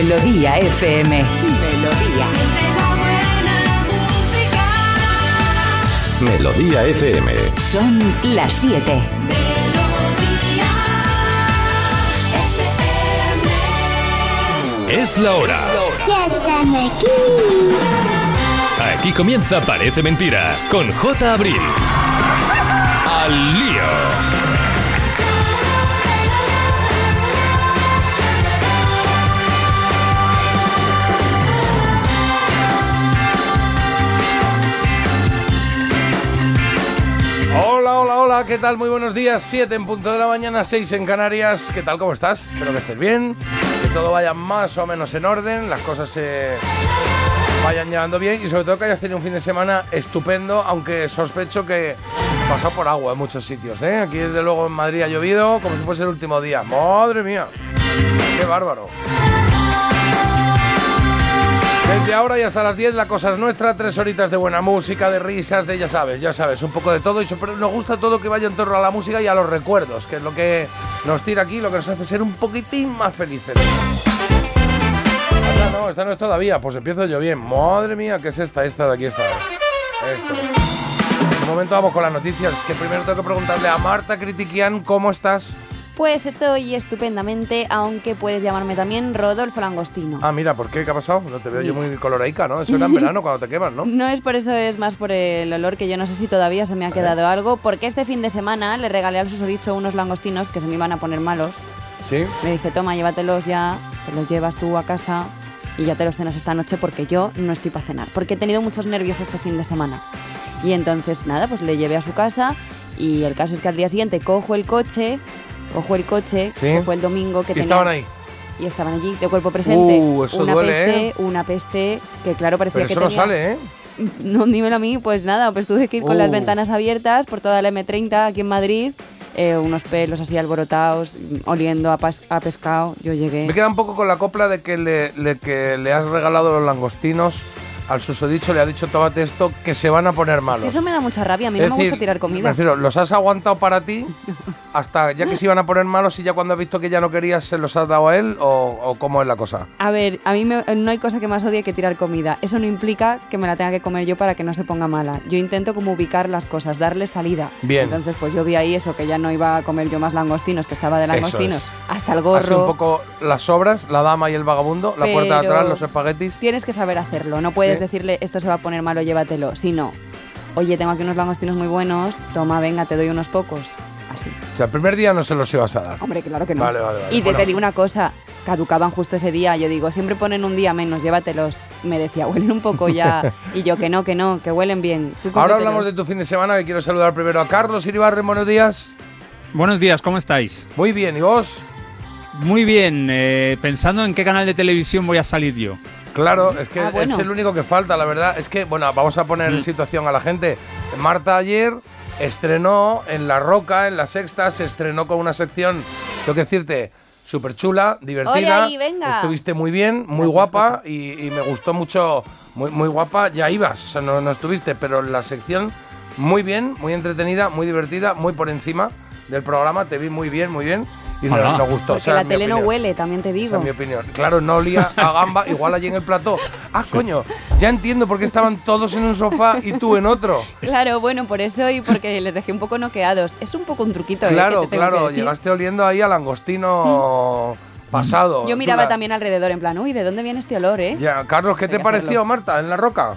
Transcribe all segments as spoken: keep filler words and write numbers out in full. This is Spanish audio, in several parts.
Melodía F M. Melodía. Melodía F M. Son las siete. Es la hora. Ya están aquí. Aquí comienza Parece Mentira con J. Abril. ¡Al lío! Hola, hola, hola, ¿qué tal? Muy buenos días, siete en punto de la mañana, seis en Canarias. ¿Qué tal? ¿Cómo estás? Espero que estés bien, que todo vaya más o menos en orden, las cosas se vayan llevando bien y sobre todo que hayas tenido un fin de semana estupendo, aunque sospecho que pasó por agua en muchos sitios, ¿eh? Aquí desde luego en Madrid ha llovido como si fuese el último día. ¡Madre mía! ¡Qué bárbaro! Desde ahora y hasta las diez la cosa es nuestra, tres horitas de buena música, de risas, de ya sabes, ya sabes, un poco de todo y super, nos gusta todo que vaya en torno a la música y a los recuerdos, que es lo que nos tira aquí, lo que nos hace ser un poquitín más felices. Esta no, esta no es todavía, pues empiezo yo bien. Madre mía, ¿qué es esta? Esta de aquí está. Esto es. Un momento vamos con las noticias, es que primero tengo que preguntarle a Marta Critiquian, ¿cómo estás? Pues estoy estupendamente, aunque puedes llamarme también Rodolfo Langostino. Ah, mira, ¿por qué? ¿Qué ha pasado? No te veo yo muy coloraica, ¿no? Eso era en verano cuando te quemas, ¿no? No es por eso, es más por el olor, que yo no sé si todavía se me ha quedado algo, porque este fin de semana le regalé al susodicho unos langostinos que se me iban a poner malos. ¿Sí? Me dije, toma, llévatelos ya, te los llevas tú a casa y ya te los cenas esta noche porque yo no estoy para cenar, porque he tenido muchos nervios este fin de semana. Y entonces, nada, pues le llevé a su casa y el caso es que al día siguiente cojo el coche... Cojo el coche, ¿sí? que fue el domingo que ¿Y tenía... estaban ahí? Y estaban allí, de cuerpo presente. Uh, eso una duele, peste, ¿eh? una peste que claro parecía Pero que eso tenía... no sale, ¿eh? No, dímelo a mí, pues nada, pues tuve que ir con Uh. las ventanas abiertas por toda la eme treinta aquí en Madrid, eh, unos pelos así alborotados, oliendo a, pas- a pescado, yo llegué... Me queda un poco con la copla de que le, le- que le has regalado los langostinos. Al susodicho le ha dicho, tómate esto, que se van a poner malos. Eso me da mucha rabia, a mí Es no me decir, gusta tirar comida. Me refiero, los has aguantado para ti hasta ya que se iban a poner malos y ya cuando has visto que ya no querías se los has dado a él o, o cómo es la cosa. A ver, a mí me- no hay cosa que más odie que tirar comida. Eso no implica que me la tenga que comer yo para que no se ponga mala. Yo intento como ubicar las cosas, darle salida. Bien. Entonces pues yo vi ahí eso, que ya no iba a comer yo más langostinos, que estaba de langostinos, Eso hasta el Así gorro. un poco las sobras, la dama y el vagabundo, la puerta de Pero atrás, los espaguetis. Tienes que saber hacerlo, no puedes Sí. decirle esto se va a poner malo, llévatelo. Si no, oye, tengo aquí unos langostinos muy buenos, toma, venga, te doy unos pocos. Así. O sea, el primer día no se los ibas a dar. Hombre, claro que no. Vale, vale, vale. Y te, Bueno. te digo una cosa, caducaban justo ese día. Yo digo, siempre ponen un día menos, llévatelos. Me decía, huelen un poco ya. Y yo, que no, que no, que huelen bien. Tú Ahora cómetelos. hablamos de tu fin de semana, que quiero saludar primero a Carlos Iribarren, buenos días. Buenos días, ¿cómo estáis? Muy bien, ¿y vos? Muy bien, eh, pensando en qué canal de televisión voy a salir yo. Claro, es que Ah, bueno. es el único que falta, la verdad. Es que, bueno, vamos a poner en Mm. situación a la gente. Marta ayer estrenó en La Roca, en La Sexta, se estrenó con una sección, tengo que decirte, súper chula, divertida. Ole ahí, venga. Estuviste muy bien, muy Gracias, guapa y, y me gustó mucho, muy, muy guapa. Ya ibas, o sea, no, no estuviste, pero la sección muy bien, muy entretenida, muy divertida, muy por encima del programa. Te vi muy bien, muy bien y nos, Hola. nos gustó. Porque o sea, la en mi tele no opinión. huele, también te Esa digo. es mi opinión. Claro, no olía a gamba, igual allí en el plató. Ah, coño, ya entiendo por qué estaban todos en un sofá y tú en otro. Claro, bueno, por eso y porque les dejé un poco noqueados. Es un poco un truquito, ¿eh? Claro, que te tengo que claro, decir. llegaste oliendo ahí a langostino pasado. Yo miraba Chula. también alrededor en plan, uy, ¿de dónde viene este olor, eh? Ya, Carlos, ¿qué Hay te que pareció, hacerlo. Marta, en La Roca?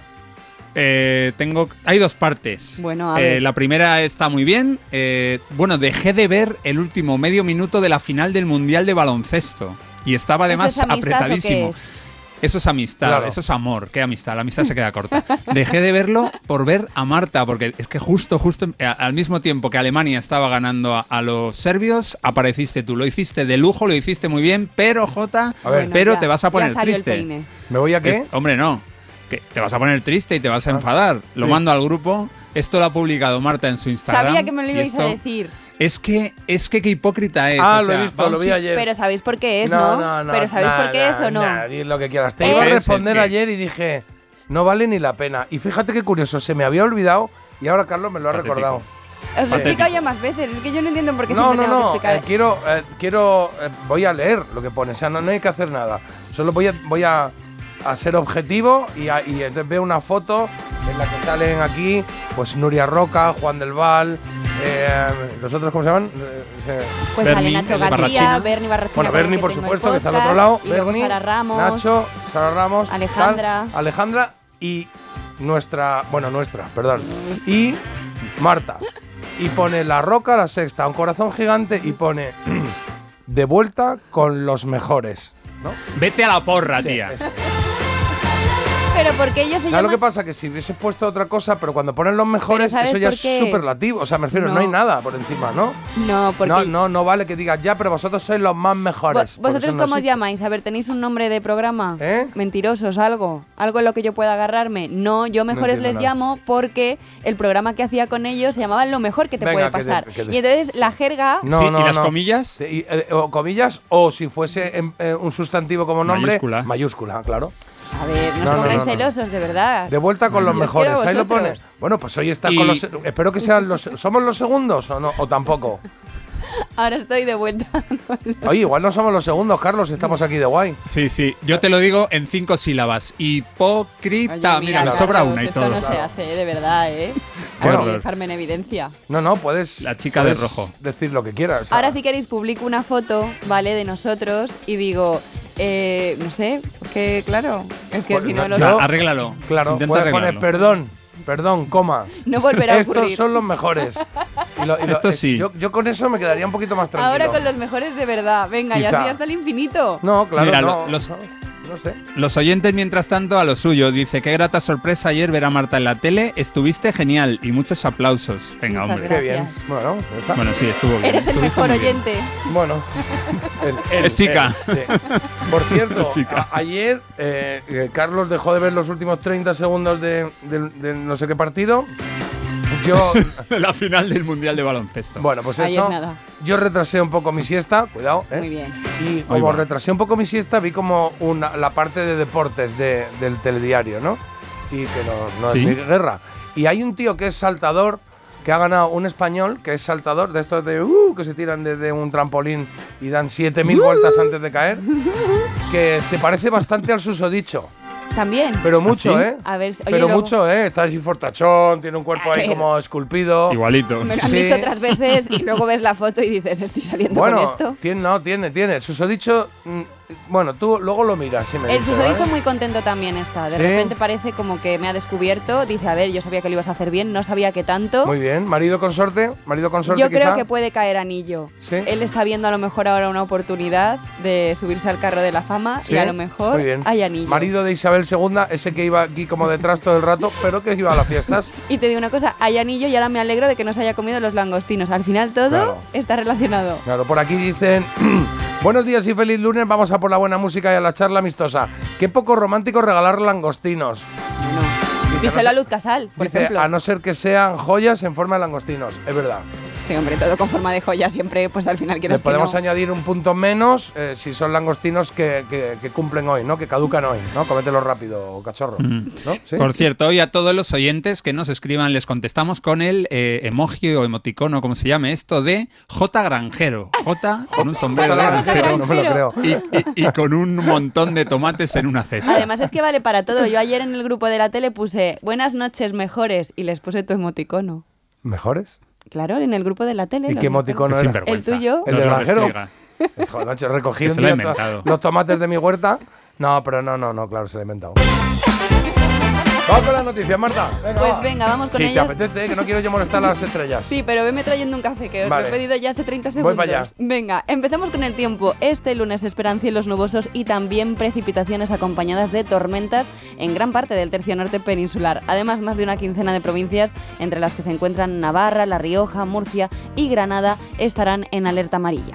Eh, tengo, hay dos partes. Bueno, a Eh, ver. la primera está muy bien. Eh, bueno, dejé de ver el último medio minuto de la final del Mundial de Baloncesto. Y estaba ¿Eso además es amistad o qué apretadísimo. es? Eso es amistad, Claro. eso es amor. ¿Qué amistad? La amistad se queda corta. Dejé de verlo por ver a Marta, porque es que justo, justo eh, al mismo tiempo que Alemania estaba ganando a, a los serbios, apareciste tú. Lo hiciste de lujo, lo hiciste muy bien, pero Jota, A ver. Bueno, pero ya, te vas a poner ya salió el triste. peine. ¿Me voy a qué? Es- hombre, no. Que te vas a poner triste y te vas a Ah, enfadar. Lo sí. mando al grupo. Esto lo ha publicado Marta en su Instagram. Sabía que me lo y ibais a esto- decir. Es que, es que qué hipócrita es. Ah, o lo he sea, visto, lo vamos vi a- ayer. Pero sabéis por qué es, ¿no? Pero ¿sabéis nah, por qué nah, es o no? nah, di lo que quieras. Te ¿Eh? iba a ¿Es el responder qué? ayer y dije, no vale ni la pena. Y fíjate qué curioso, se me había olvidado y ahora Carlos me lo ha Patético. recordado. Os lo he explicado ya más veces. Es que yo no entiendo por qué No, siempre no, tengo no. que explicar. eh, quiero, eh, quiero, eh, voy a leer lo que pone. O sea, no, no hay que hacer nada. Solo voy a, voy a, a ser objetivo y, a- y entonces veo una foto en la que salen aquí, pues Nuria Roca, Juan del Val, eh, los otros cómo se llaman. Eh, se- Pues Berni, sale Nacho el de García, Barrachina. Berni Barrachina. Bueno, con el Berni, que por tengo el supuesto, que está al podcast, otro lado. Y luego Berni, Sara Ramos. Nacho, Sara Ramos, Alejandra. tal, Alejandra y nuestra, bueno, nuestra, perdón, y Marta. Y pone La Roca, La Sexta, un corazón gigante y pone de vuelta con los mejores, ¿no? Vete a la porra, Sí, tía. eso. Pero porque ellos se ¿Sabes lo que llaman... pasa? Que si hubiese puesto otra cosa, pero cuando ponen los mejores, ¿sabes eso ya por es qué? superlativo. O sea, me refiero, no. No. hay nada por encima, ¿no? No, porque... No, no, no vale que digas ya, pero vosotros sois los más Vo- mejores. porque ¿Vosotros eso no cómo os existe. llamáis? A ver, ¿tenéis un nombre de programa? ¿Eh? Mentirosos, algo. Algo en lo que yo pueda agarrarme. No, yo mejores entiendo les nada. llamo porque el programa que hacía con ellos se llamaba Lo Mejor que te Venga, puede que te- pasar. que te- Y entonces la jerga... No, Sí, no, ¿y las no. comillas? Sí, y, eh, o comillas, o si fuese en- eh, un sustantivo como nombre, Mayúscula. mayúscula, claro. A ver, no, No, os no, pongáis no, no. celosos, de verdad. De vuelta con los Los mejores, quiero a ahí lo vosotros. pone. Bueno, pues hoy está Y- con los. Espero que sean los. ¿Somos los segundos o no? O tampoco. Ahora estoy de vuelta. Oye, igual no somos los segundos, Carlos, estamos aquí de guay. Sí, sí. Yo te lo digo en cinco sílabas. Hipócrita. Oye, Mira, me Carlos, sobra una y esto todo. no se hace, de verdad, ¿eh? Qué Hay horror. que dejarme en evidencia. No, no, puedes. La chica de puedes rojo. Decir lo que quieras. o sea, Ahora si queréis publico una foto, ¿vale? De nosotros y digo, eh, no sé, que claro, es que Pues, si no, no, los- yo- Arréglalo. Claro, Intenta puedes poner arreglarlo. perdón, perdón, coma. no volverá a Estos ocurrir. son los mejores. Y lo- y lo- Esto es- sí. Yo, yo con eso me quedaría un poquito más tranquilo. Ahora con los mejores de verdad. Venga, ya Quizá. así hasta el infinito. No, claro, Mira, no. lo- los- no, no sé. Los oyentes, mientras tanto, a lo suyo. Dice, qué grata sorpresa ayer ver a Marta en la tele. Estuviste genial y muchos aplausos. Venga, Muchas hombre. Qué bien. Gracias. Bueno, ya está. Bueno, sí, estuvo bien. Eres el Estuviste mejor muy bien. oyente. Bueno, el- el- Es chica. el- sí. Por cierto, Chica. a- ayer eh, eh, Carlos dejó de ver los últimos treinta segundos de, de- de no sé qué partido. Yo, La final del Mundial de Baloncesto. bueno, pues Ahí eso. es nada. Yo retrasé un poco mi siesta, cuidado, ¿eh? Muy bien. Y como va. retrasé un poco mi siesta, vi como una, la parte de deportes de- del telediario, ¿no? Y que no, no Sí. es mi guerra. Y hay un tío que es saltador, que ha ganado un español, que es saltador, de estos de uh, que se tiran desde un trampolín y dan siete mil vueltas antes de caer, que se parece bastante al susodicho. También. Pero mucho, ¿Ah, sí? ¿eh? A ver, si- oye, Pero luego- mucho, ¿eh? Está así fortachón, tiene un cuerpo A ahí ver. como esculpido. Igualito. Me lo han Sí. dicho otras veces y luego ves la foto y dices, estoy saliendo Bueno, con esto. tiene, no, tiene, tiene. El susodicho, mm, bueno, tú luego lo miras, sí me El dices, susodicho ¿vale? muy contento también está. De ¿Sí? repente parece como que me ha descubierto. Dice, a ver, yo sabía que lo ibas a hacer bien, no sabía que tanto. Muy bien. ¿Marido consorte? ¿Marido consorte Yo creo quizá? que puede caer anillo. ¿Sí? Él está viendo a lo mejor ahora una oportunidad de subirse al carro de la fama ¿Sí? y a lo mejor Muy bien. hay anillo. Marido de Isabel segunda, ese que iba aquí como detrás todo el rato, pero que iba a las fiestas. Y te digo una cosa, hay anillo y ahora me alegro de que no se haya comido los langostinos. Al final todo Claro. está relacionado. Claro, por aquí dicen, buenos días y feliz lunes, vamos a por la buena música y a la charla amistosa. Qué poco romántico regalar langostinos. No. Dice, Díselo no a Luz Casal, por Dice, ejemplo. a no ser que sean joyas en forma de langostinos. Es verdad. Sí, hombre, todo con forma de joya siempre, pues al final Le quieres que podemos no. añadir un punto menos eh, si son langostinos que, que- que cumplen hoy, ¿no? Que caducan hoy, ¿no? Cómetelo rápido, cachorro. Mm. ¿No? ¿Sí? Por cierto, hoy a todos los oyentes que nos escriban les contestamos con el eh, emoji o emoticono, como se llame esto, de J Granjero. J con un sombrero de granjero No me lo creo. y, y- y con un montón de tomates en una cesta. Además es que vale para todo. Yo ayer en el grupo de la tele puse buenas noches mejores y les puse tu emoticono. ¿Mejores? Claro, en el grupo de la tele. ¿Y los qué mejores. emoticono Qué era? sinvergüenza. El tuyo. ¿El Nos del lo granjero? restriega. Joder, macho, recogí Que un se lo ha día to- inventado. los tomates de mi huerta. No, pero no, no, no, claro, se lo he inventado. Vamos con las noticias, Marta. Venga, Pues va. venga, vamos con Si te ellas. apetece, que no quiero yo molestar a las estrellas. Sí, pero veme trayendo un café, que os Vale. lo he pedido ya hace treinta Voy segundos. para allá. Venga, empezamos con el tiempo. Este lunes se esperan cielos nubosos y también precipitaciones acompañadas de tormentas en gran parte del tercio norte peninsular. Además, más de una quincena de provincias, entre las que se encuentran Navarra, La Rioja, Murcia y Granada, estarán en alerta amarilla.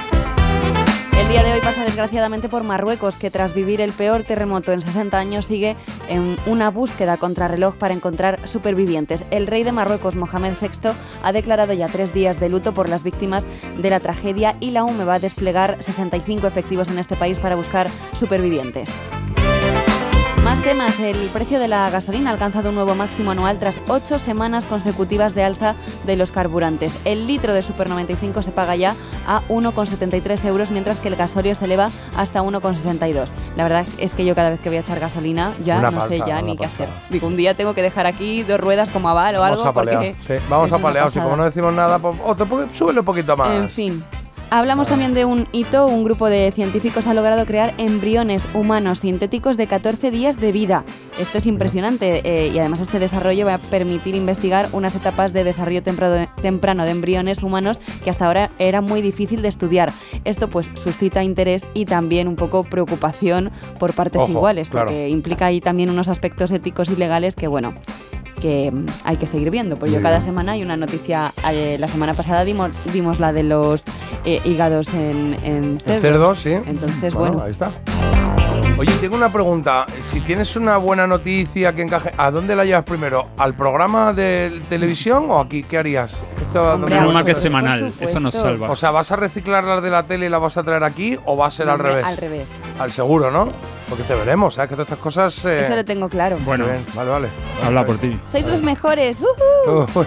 El día de hoy pasa desgraciadamente por Marruecos, que tras vivir el peor terremoto en sesenta años sigue en una búsqueda contrarreloj para encontrar supervivientes. El rey de Marruecos, Mohamed sexto, ha declarado ya tres días de luto por las víctimas de la tragedia y la U M E va a desplegar sesenta y cinco efectivos en este país para buscar supervivientes. Más temas. El precio de la gasolina ha alcanzado un nuevo máximo anual tras ocho semanas consecutivas de alza de los carburantes. El litro de Super noventa y cinco se paga ya a uno con setenta y tres euros, mientras que el gasóleo se eleva hasta uno con sesenta y dos. La verdad es que yo cada vez que voy a echar gasolina ya Una no pasta, sé ya una ni qué pasta. hacer. Digo, un día tengo que dejar aquí dos ruedas como aval o Vamos algo apaleados. porque Sí, vamos es una apaleados. Y pasada. como no decimos nada, pues otro, poqu- súbele un poquito más. En fin. Hablamos también de un hito. Un grupo de científicos ha logrado crear embriones humanos sintéticos de catorce días de vida. Esto es impresionante eh, y además este desarrollo va a permitir investigar unas etapas de desarrollo temprano, temprano de embriones humanos que hasta ahora era muy difícil de estudiar. Esto pues suscita interés y también un poco preocupación por partes Ojo, iguales, claro. porque implica ahí también unos aspectos éticos y legales que bueno, que mm, hay que seguir viendo. Pues yo Muy cada bien. semana hay una noticia. Eh, la semana pasada dimos, dimos la de los eh, hígados en, en cerdos. El cerdo, sí. Entonces, bueno. Ahí está. Oye, tengo una pregunta. Si tienes una buena noticia que encaje, ¿a dónde la llevas primero? ¿Al programa de televisión o aquí? ¿Qué harías? Esto, Hombre, ¿dónde Por Menos lo mal que es vas a hacer? semanal, Por eso nos supuesto. salva. O sea, ¿vas a reciclar las de la tele y las vas a traer aquí o va a ser No, al hombre, revés? Al revés. Al seguro, ¿no? Porque te veremos, ¿sabes? Que todas estas cosas... eh, Eso lo tengo claro. Bueno, bien, vale, vale. habla por ti. Sois los mejores. ¡Ujú! Uh,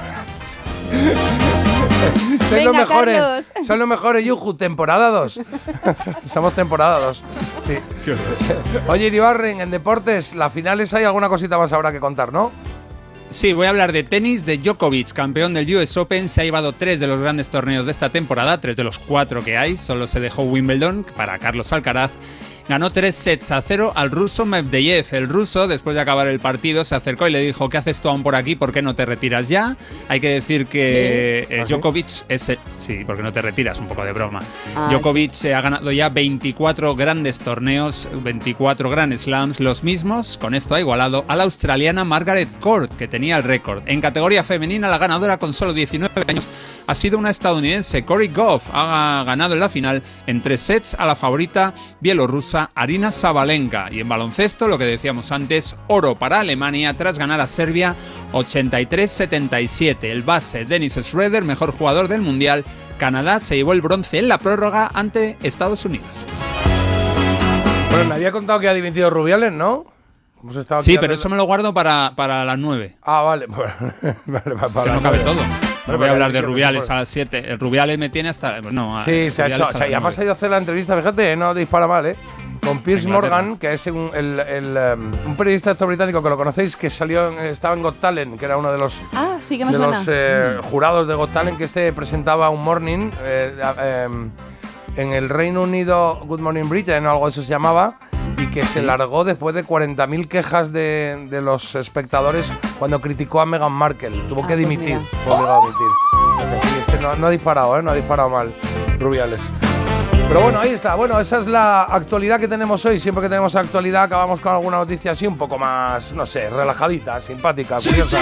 Sois Venga, los mejores. Carlos. Son los mejores, Yuju. Temporada dos. Somos temporada dos. Sí. Oye, Iribarren, en deportes, las finales hay alguna cosita más ahora que contar, ¿no? Sí, voy a hablar de tenis de Djokovic, campeón del U S Open. Se ha llevado tres de los grandes torneos de esta temporada, tres de los cuatro que hay. Solo se dejó Wimbledon para Carlos Alcaraz. Ganó tres sets a cero al ruso Medvedev. El ruso, después de acabar el partido, se acercó y le dijo: ¿qué haces tú aún por aquí? ¿Por qué no te retiras ya? Hay que decir que eh, ¿Ah, sí? Djokovic es... el- Sí, porque no te retiras, un poco de broma. Ah, Djokovic se ha ganado ya veinticuatro grandes torneos, veinticuatro Grand Slams, los mismos, con esto ha igualado a la australiana Margaret Court, que tenía el récord. En categoría femenina, la ganadora con solo diecinueve años ha sido una estadounidense, Cory Goff. Ha ganado en la final en tres sets a la favorita bielorrusa Arina Sabalenka. Y en baloncesto, lo que decíamos antes, oro para Alemania tras ganar a Serbia ochenta y tres setenta y siete. El base Dennis Schroeder, mejor jugador del Mundial. Canadá se llevó el bronce en la prórroga ante Estados Unidos. Bueno, me había contado que ha dimitido Rubiales, ¿no? Hemos estado aquí Sí, a- pero eso me lo guardo para, para las nueve. Ah, vale. vale, vale, para Que la no cabe novia. todo. Bueno, No voy a hablar de pero- Rubiales a las siete. El Rubiales me tiene hasta... No, Sí, se ha Rubiales hecho. a O sea, las ya nueve. has ido a hacer la entrevista, fíjate, ¿eh? No dispara mal, ¿eh? Con Piers Inglaterra. Morgan, que es un, el, el, um, un periodista esto británico que lo conocéis, que salió en- estaba en Got Talent, que era uno de los, Ah, sí que me de suena. los eh, jurados de Got Talent, que este presentaba un morning eh, a- em, en el Reino Unido, Good Morning Britain o algo de eso se llamaba, y que se largó después de cuarenta mil quejas de, de los espectadores cuando criticó a Meghan Markle. Tuvo Ah, que pues dimitir. mira. Fue obligado a dimitir. Sí, este no, no ha disparado, ¿eh? No ha disparado mal, Rubiales. Pero bueno, ahí está. Bueno, esa es la actualidad que tenemos hoy. Siempre que tenemos actualidad acabamos con alguna noticia así un poco más, no sé, relajadita, simpática, curiosa.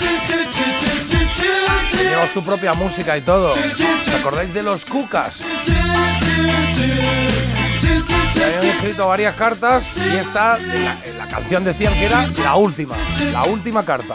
Lleva su propia música y todo. ¿Os acordáis de los Cucas? Le habían escrito varias cartas y esta, la, la canción decían que era la última, la última carta.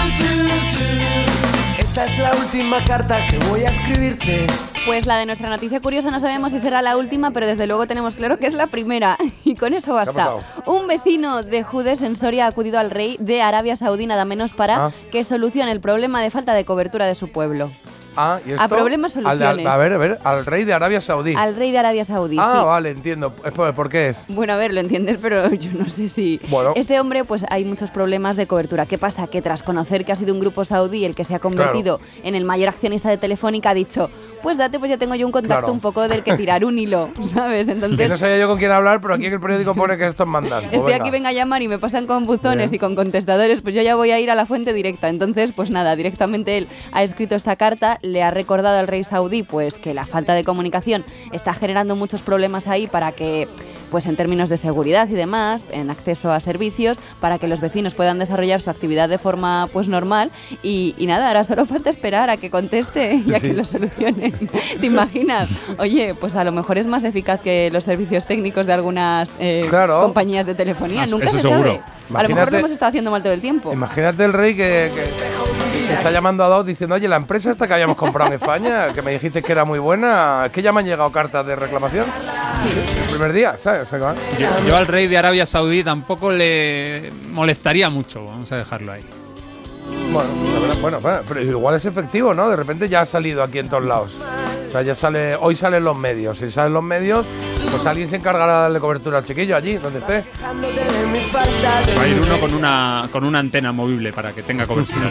Esta es la última carta que voy a escribirte. Pues la de nuestra noticia curiosa no sabemos si será la última, pero desde luego tenemos claro que es la primera. Y con eso basta. pasado? Un vecino de Judes en Soria ha acudido al rey de Arabia Saudí nada menos para Ah. que solucione el problema de falta de cobertura de su pueblo. Ah, ¿y esto? A problemas, Al de- soluciones. a ver, a ver, al rey de Arabia Saudí. Al rey de Arabia Saudí, ah, sí. vale, entiendo. Es por, ¿por qué es? Bueno, a ver, lo entiendes, pero yo no sé si... Bueno. Este hombre, pues hay muchos problemas de cobertura. ¿Qué pasa? Que tras conocer que ha sido un grupo saudí el que se ha convertido en el mayor accionista de Telefónica, ha dicho, pues date, pues ya tengo yo un contacto Claro. un poco del que tirar un hilo, ¿sabes? Que Entonces... no sabía yo con quién hablar, pero aquí en el periódico pone que estos mandan. Pues Estoy aquí, venga a llamar y me pasan con buzones Bien. y con contestadores, pues yo ya voy a ir a la fuente directa. Entonces, pues nada, directamente él ha escrito esta carta, le ha recordado al rey saudí pues que la falta de comunicación está generando muchos problemas ahí para que, pues en términos de seguridad y demás, en acceso a servicios, para que los vecinos puedan desarrollar su actividad de forma pues normal y, y nada, ahora solo falta esperar a que conteste y a Sí. que lo solucionen. ¿Te imaginas? Oye, pues a lo mejor es más eficaz que los servicios técnicos de algunas eh, Claro. compañías de telefonía. Ah, Nunca eso se seguro. sabe. A lo mejor Imagínate- lo hemos estado haciendo mal todo el tiempo. Imagínate el rey que, que- que está llamando a Daud diciendo, oye, la empresa esta que habíamos comprado en España, que me dijiste que era muy buena, ¿qué ya me han llegado cartas de reclamación? El primer día, ¿sabes? O sea, que va. Yo, yo al rey de Arabia Saudí tampoco le molestaría mucho, vamos a dejarlo ahí. Bueno, la verdad, bueno, bueno, pero igual es efectivo, ¿no? De repente ya ha salido aquí en todos lados. O sea, ya sale, hoy salen los medios. Si salen los medios, pues alguien se encargará de darle cobertura al chiquillo allí, donde esté. Va a ir uno con una con una antena movible para que tenga cobertura.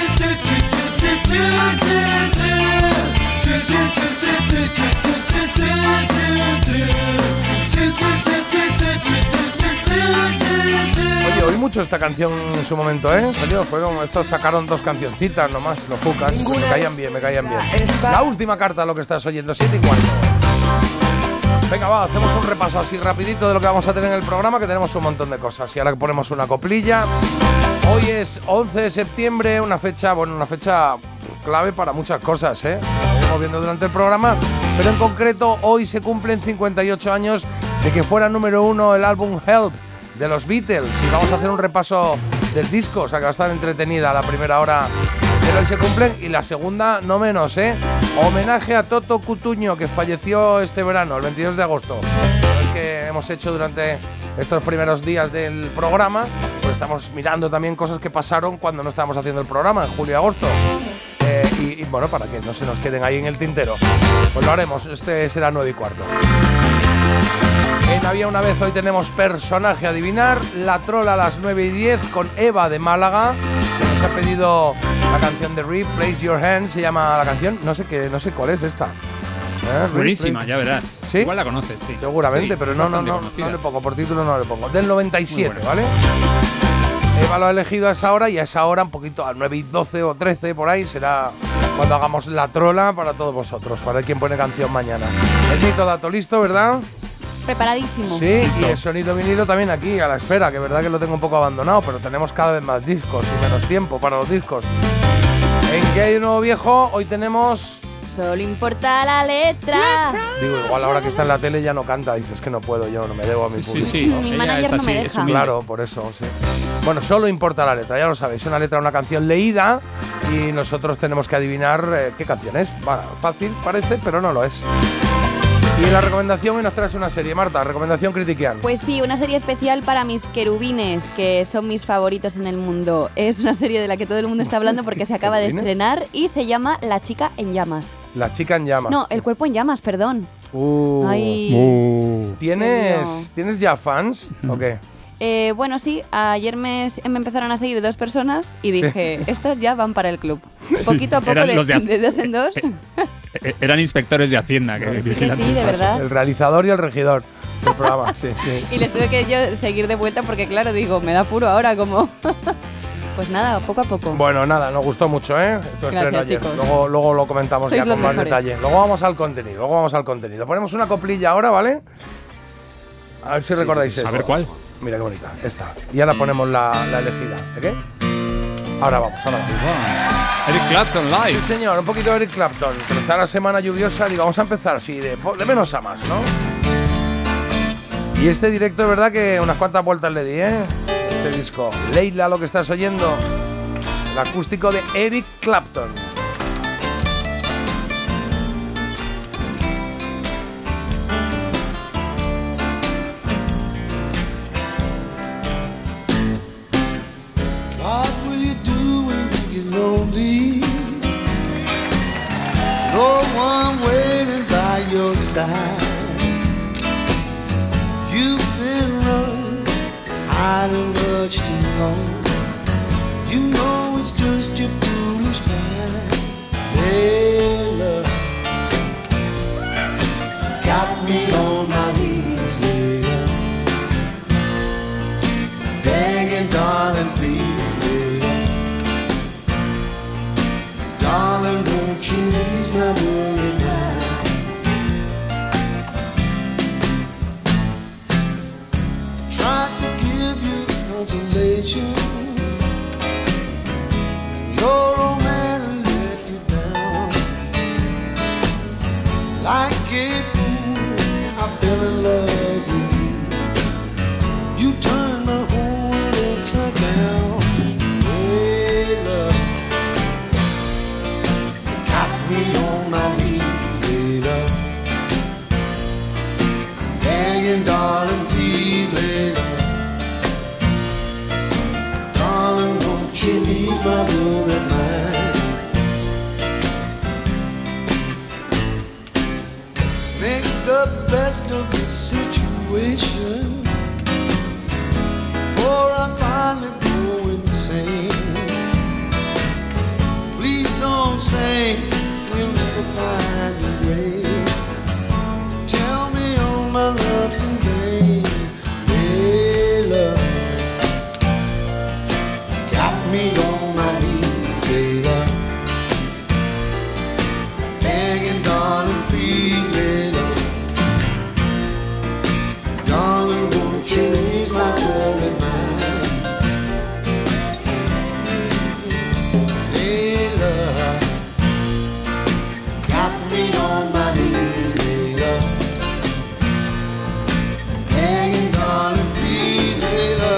Oye, oí mucho esta canción en su momento, ¿eh? Salió, fueron, estos sacaron dos cancioncitas nomás, los Jucas. Me caían bien, me caían bien. La última carta, lo que estás oyendo, siete y cuarto. Venga, va, hacemos un repaso así rapidito de lo que vamos a tener en el programa, que tenemos un montón de cosas. Y ahora que ponemos una coplilla. Hoy es once de septiembre, una fecha, bueno, una fecha clave para muchas cosas, ¿eh? Lo iremos viendo durante el programa. Pero en concreto, hoy se cumplen cincuenta y ocho años de que fuera número uno el álbum Help de los Beatles. Y vamos a hacer un repaso del disco, o sea que va a estar entretenida la primera hora de hoy se cumplen y la segunda no menos, ¿eh? Homenaje a Toto Cutugno, que falleció este verano, el veintidós de agosto. Es que hemos hecho durante estos primeros días del programa, pues estamos mirando también cosas que pasaron cuando no estábamos haciendo el programa, en julio y agosto. Eh, y, y bueno, para que no se nos queden ahí en el tintero, pues lo haremos. Este será nueve y cuarto. En Había una vez, hoy tenemos personaje a adivinar, La Trola a las nueve y diez con Eva de Málaga, que nos ha pedido la canción de Rip, Place Your Hands, se llama la canción, no sé qué, no sé cuál es esta. ¿Eh? Buenísima, ya verás. ¿Sí? Igual la conoces, sí. Seguramente, Sí, pero no, no, no, conocida. no le pongo, por título no le pongo. Del noventa y siete, Muy ¿vale? Eva lo ha elegido a esa hora y a esa hora, un poquito a nueve y doce o trece por ahí, será cuando hagamos La Trola para todos vosotros, para ver quién pone canción mañana. El mito dato listo, ¿verdad? Preparadísimo. Sí, y el sonido vinilo también aquí, a la espera, que es verdad que lo tengo un poco abandonado, pero tenemos cada vez más discos y menos tiempo para los discos. ¿En qué hay de nuevo viejo? Hoy tenemos... Solo importa la letra. Digo, igual ahora que está en la tele ya no canta, dices que no puedo, yo no me debo a mi Sí, público. sí, Mi ella manager es no así, me es deja. humilde. Claro, por eso, sí. Bueno, solo importa la letra, ya lo sabéis, una letra, una canción leída y nosotros tenemos que adivinar eh, qué canción es. Bueno, fácil parece, pero no lo es. Y la recomendación, hoy nos traes una serie, Marta, recomendación critiquian. Pues sí, una serie especial para mis querubines, que son mis favoritos en el mundo. Es una serie de la que todo el mundo está hablando porque se acaba de ¿Querubines? estrenar y se llama La chica en llamas. La chica en llamas. No, El cuerpo en llamas, perdón. Uh, Ay. Uh. Dios. ¿Tienes, ¿Tienes ya fans o qué? Eh, bueno, sí, ayer me, me empezaron a seguir dos personas y dije, estas ya van para el club. Poquito a poco, Eran de, los de- de dos en dos. Eh, Eran inspectores de Hacienda. Que Sí, que sí, de verdad. El realizador y el regidor del programa, sí, sí. Y les tuve que yo seguir de vuelta porque, claro, digo, me da puro ahora como... Pues nada, poco a poco. Bueno, nada, nos gustó mucho, ¿eh? Tu Gracias, estreno ayer. chicos. Luego, luego lo comentamos Sois ya los con más mejores. detalle. Luego vamos al contenido, luego vamos al contenido. Ponemos una coplilla ahora, ¿vale? A ver si recordáis A esto. ver cuál. Mira qué bonita, esta. Y ahora ponemos la, la elegida. ¿De qué? Ahora vamos, ahora vamos. Eric Clapton Sí, live. señor, un poquito de Eric Clapton. Pero está la semana lluviosa, digo, vamos a empezar así, de, de menos a más, ¿no? Y este directo, es verdad que unas cuantas vueltas le di, ¿eh? Este disco. Leila, lo que estás oyendo. El acústico de Eric Clapton. What will you do when you get lonely? No one waiting by your side. You've been running, hiding much too long. You know it's just your foolish mind. Layla, got me on my knees, Layla, begging, darling, please, Layla. Darling, won't you ease my worry now? Tried to give you consolation. Your old man let you down. Like a fool, I fell in love with you. You turned my whole world upside down. Hey, love, got me on my knees, hey, love, intuition before I finally go insane. Please don't say you'll never find your way. Tell me all my love today. Hey, love, got me on my knees, baby. Begging, darling, please, baby. Darling, won't you ease my worried mind? Hey, love, got me on my knees, baby. Begging, darling, please, baby.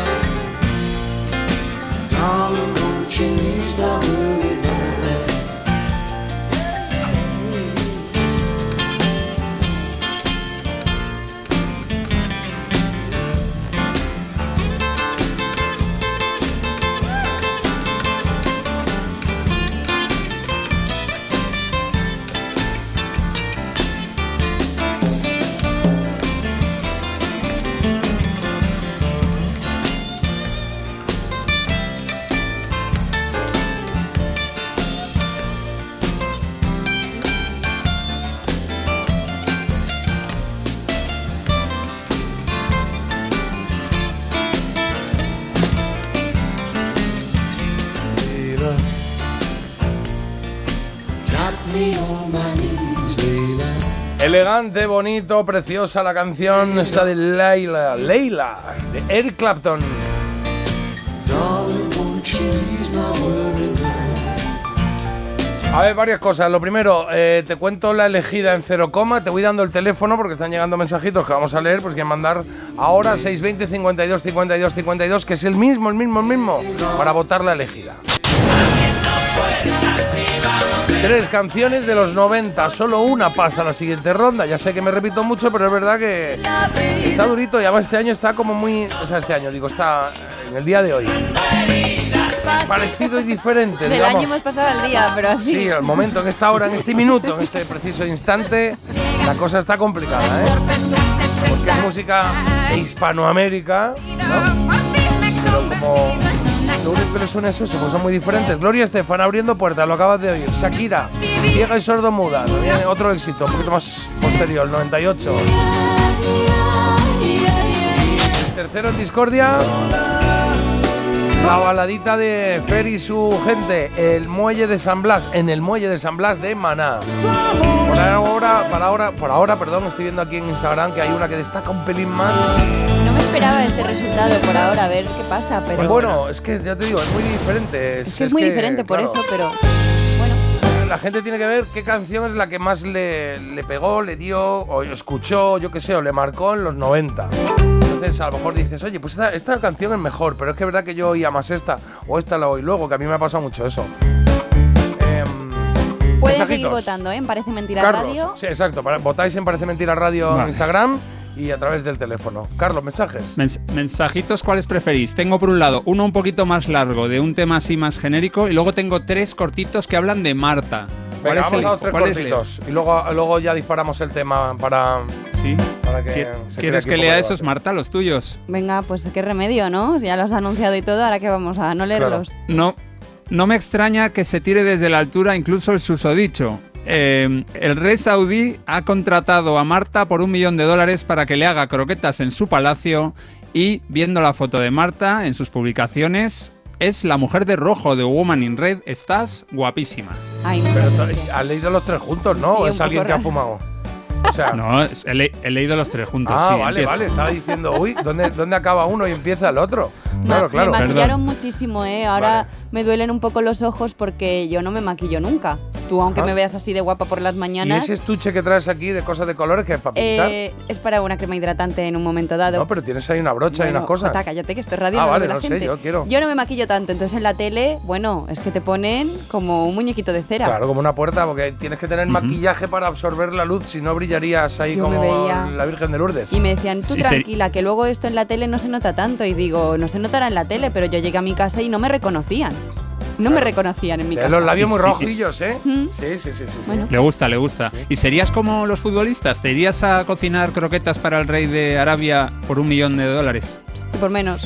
Darling, won't you ease my worried mind? Leila, got me on my knees, Leila. Elegante, bonito, preciosa la canción esta de Leila, Leila, de Eric Clapton. Darling, won't you ease my worried mind? A ver, varias cosas. Lo primero, eh, te cuento la elegida en cero coma. Te voy dando el teléfono porque están llegando mensajitos que vamos a leer. Pues que mandar ahora seis veinte, cincuenta y dos, cincuenta y dos, cincuenta y dos, que es el mismo, el mismo, el mismo, para votar la elegida. Tres canciones de los noventa, solo una pasa a la siguiente ronda. Ya sé que me repito mucho, pero es verdad que está durito y además este año está como muy... O sea, este año, digo, está en el día de hoy. Parecido y diferente, Del digamos. año hemos pasado el día, pero así. Sí, al momento, en esta hora, en este minuto, en este preciso instante, la cosa está complicada, ¿eh? Porque es música de Hispanoamérica, ¿no? Pero como lo único que le suena es eso, pues son muy diferentes. Gloria Estefan abriendo puertas, lo acabas de oír. Shakira, ciega y sordomuda, también otro éxito, un poquito más posterior, el noventa y ocho. Y el tercero en discordia, la baladita de Fer y su gente, el muelle de San Blas, en el muelle de San Blas de Maná. Por ahora, para ahora, por ahora, perdón, estoy viendo aquí en Instagram que hay una que destaca un pelín más. No me esperaba este resultado por ahora, a ver qué pasa, pero... Pues bueno, es que ya te digo, es muy diferente. es que es muy diferente por claro, eso, pero... Bueno, la gente tiene que ver qué canción es la que más le, le pegó, le dio, o escuchó, yo qué sé, o le marcó en los noventa. Entonces a lo mejor dices, oye, pues esta, esta canción es mejor, pero es que es verdad que yo oía más esta, o esta la oí luego, que a mí me ha pasado mucho eso. Eh, pueden mensajitos. seguir votando, ¿eh? En Parece Mentira Carlos, Radio. sí, exacto, para, votáis en Parece Mentira Radio Vale. en Instagram y a través del teléfono. Carlos, mensajes. Mens- mensajitos, ¿cuáles preferís? Tengo por un lado uno un poquito más largo, de un tema así más genérico, y luego tengo tres cortitos que hablan de Marta. ¿Cuál Venga, es vamos el- a los tres cuál es cortitos y luego, luego ya disparamos el tema para... Sí. Para que ¿Qui- se cree ¿Quieres aquí que un poco lea de esos, debate. Marta, los tuyos? Venga, pues qué remedio, ¿no? Ya los has anunciado y todo, ahora que vamos a no leerlos. No, no me extraña que se tire desde la altura incluso el susodicho. Eh, el rey saudí ha contratado a Marta por un millón de dólares para que le haga croquetas en su palacio y, viendo la foto de Marta en sus publicaciones, es la mujer de rojo de Woman in Red. Estás guapísima. Ay, no. Pero to- has leído los tres juntos, ¿no? Sí, ¿O un es alguien poco que ha raro. fumado? O sea, No, es- he, le- he leído los tres juntos. ah, sí, vale, empieza. vale. Estaba diciendo, uy, ¿dónde, ¿dónde acaba uno y empieza el otro? Claro, Ma- claro. Me maquillaron Perdón. muchísimo, ¿eh? Ahora Vale. me duelen un poco los ojos porque yo no me maquillo nunca. Tú, aunque Ah. me veas así de guapa por las ¿Y mañanas, ese estuche que traes aquí de cosas de colores que es para pintar? eh, es para una crema hidratante en un momento dado. No, pero tienes ahí una brocha y Bueno, unas cosas. Jota, cállate, que esto es radio, Ah, no lo vale, ve la no sé, gente. yo quiero. no me maquillo tanto, entonces en la tele, bueno, es que te ponen como un muñequito de cera. Claro, como una puerta, porque tienes que tener maquillaje para absorber la luz, si no brillarías ahí Yo me como veía- la Virgen de Lourdes. Y me decían, tú Sí, sí. tranquila, que luego esto en la tele no se nota tanto. Y digo, no se notará en la tele, pero yo llegué a mi casa y no me reconocían. No me reconocían en mi casa. Los labios muy rojillos, ¿eh? Mm. Sí, sí, sí, sí. Bueno. Le gusta, le gusta. ¿Y serías como los futbolistas? ¿Te irías a cocinar croquetas para el rey de Arabia por un millón de dólares? Y por menos.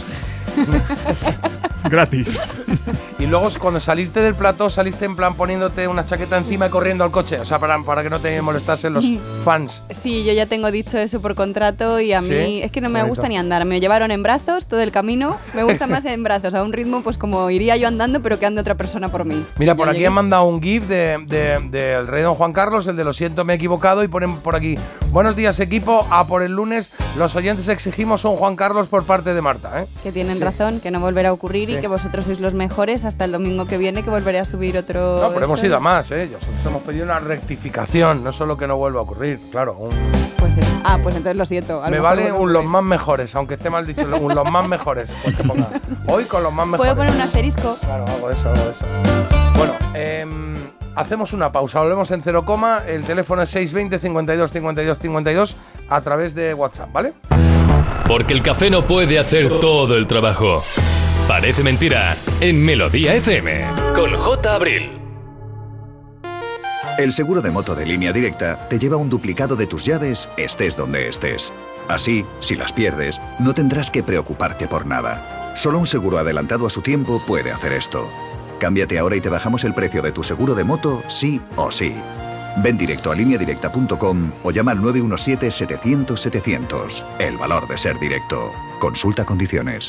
Gratis. Y luego cuando saliste del plató, saliste en plan poniéndote una chaqueta encima y corriendo al coche. O sea, para, para que no te molestasen los fans. Sí, yo ya tengo dicho eso por contrato y a ¿Sí? mí es que no me Bonito. gusta ni andar. Me llevaron en brazos todo el camino. Me gusta más en brazos, a un ritmo pues como iría yo andando, pero que ande otra persona por mí. Mira, Ya por aquí llegué. han mandado un GIF del de, de, rey don Juan Carlos, el de lo siento, me he equivocado, y ponen por aquí: buenos días, equipo, a por el lunes. Los oyentes exigimos un Juan Carlos por parte de Marta, ¿eh? Que tienen razón, que no volverá a ocurrir Sí. y que vosotros sois los mejores hasta el domingo que viene, que volveré a subir otro... No, pero hemos esto. ido a más, ¿eh? Nosotros hemos pedido una rectificación, no solo que no vuelva a ocurrir, claro. Un, Pues eso. Ah, pues entonces lo siento. a lo me mejor vale vuelve a un los ocurrir. más mejores, aunque esté mal dicho, un los más mejores. Pues que ponga, hoy con los más mejores. ¿Puedo poner un asterisco? Claro, algo de eso, algo de eso. Bueno, eh, hacemos una pausa, volvemos en cero coma, el teléfono es seis veinte, cincuenta y dos, cincuenta y dos, cincuenta y dos a través de WhatsApp, ¿vale? Porque el café no puede hacer todo el trabajo. Parece mentira en Melodía F M con J. Abril. El seguro de moto de Línea Directa te lleva un duplicado de tus llaves, estés donde estés. Así, si las pierdes, no tendrás que preocuparte por nada. Solo un seguro adelantado a su tiempo puede hacer esto. Cámbiate ahora y te bajamos el precio de tu seguro de moto, sí o sí. Ven directo a línea directa punto com o llama al nueve uno siete, setecientos, setecientos. El valor de ser directo. Consulta condiciones.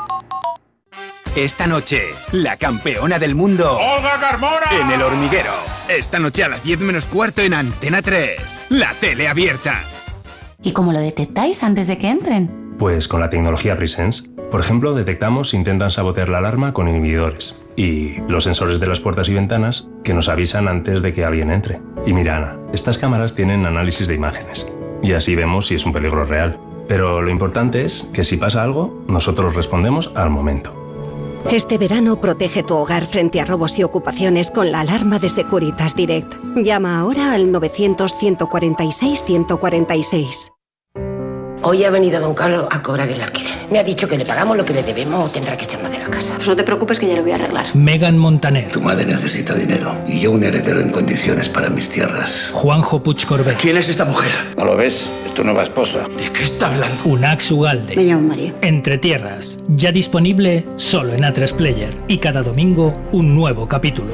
Esta noche, la campeona del mundo, ¡Olga Carmona! en El Hormiguero. Esta noche a las diez menos cuarto en Antena tres. La tele abierta. ¿Y cómo lo detectáis antes de que entren? Pues con la tecnología Presence. Por ejemplo, detectamos si intentan sabotear la alarma con inhibidores. Y los sensores de las puertas y ventanas que nos avisan antes de que alguien entre. Y mira, Ana, estas cámaras tienen análisis de imágenes. Y así vemos si es un peligro real. Pero lo importante es que si pasa algo, nosotros respondemos al momento. Este verano protege tu hogar frente a robos y ocupaciones con la alarma de Securitas Direct. Llama ahora al novecientos, ciento cuarenta y seis, ciento cuarenta y seis. Hoy ha venido don Carlos a cobrar el alquiler. Me ha dicho que le pagamos lo que le debemos o tendrá que echarnos de la casa. Pues no te preocupes que ya lo voy a arreglar. Megan Montaner. Tu madre necesita dinero y yo un heredero en condiciones para mis tierras. Juanjo Puig Corbet. ¿Quién es esta mujer? ¿No lo ves? Es tu nueva esposa. ¿De qué está hablando? Unax Ugalde. Me llamo María. Entre Tierras. Ya disponible solo en A tres Player. Y cada domingo un nuevo capítulo.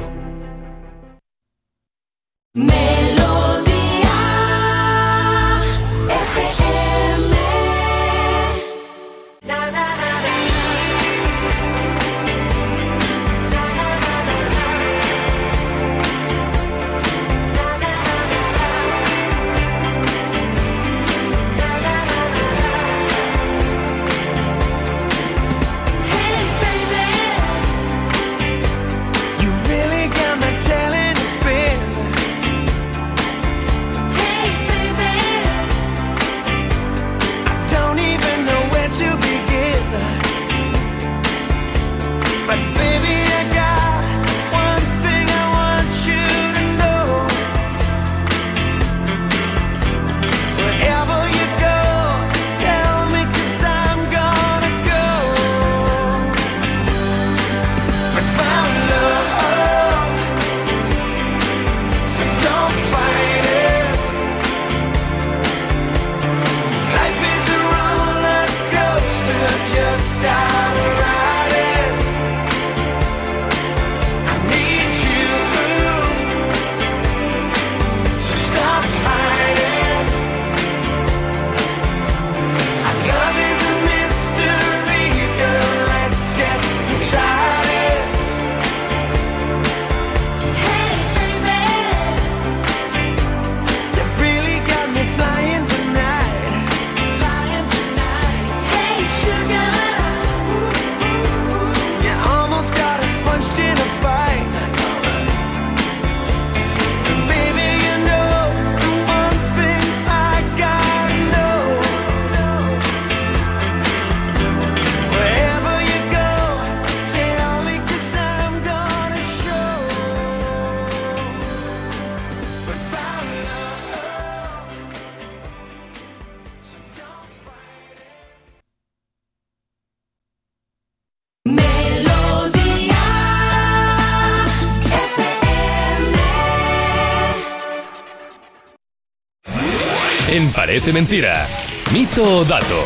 en Parece Mentira. Mito o dato.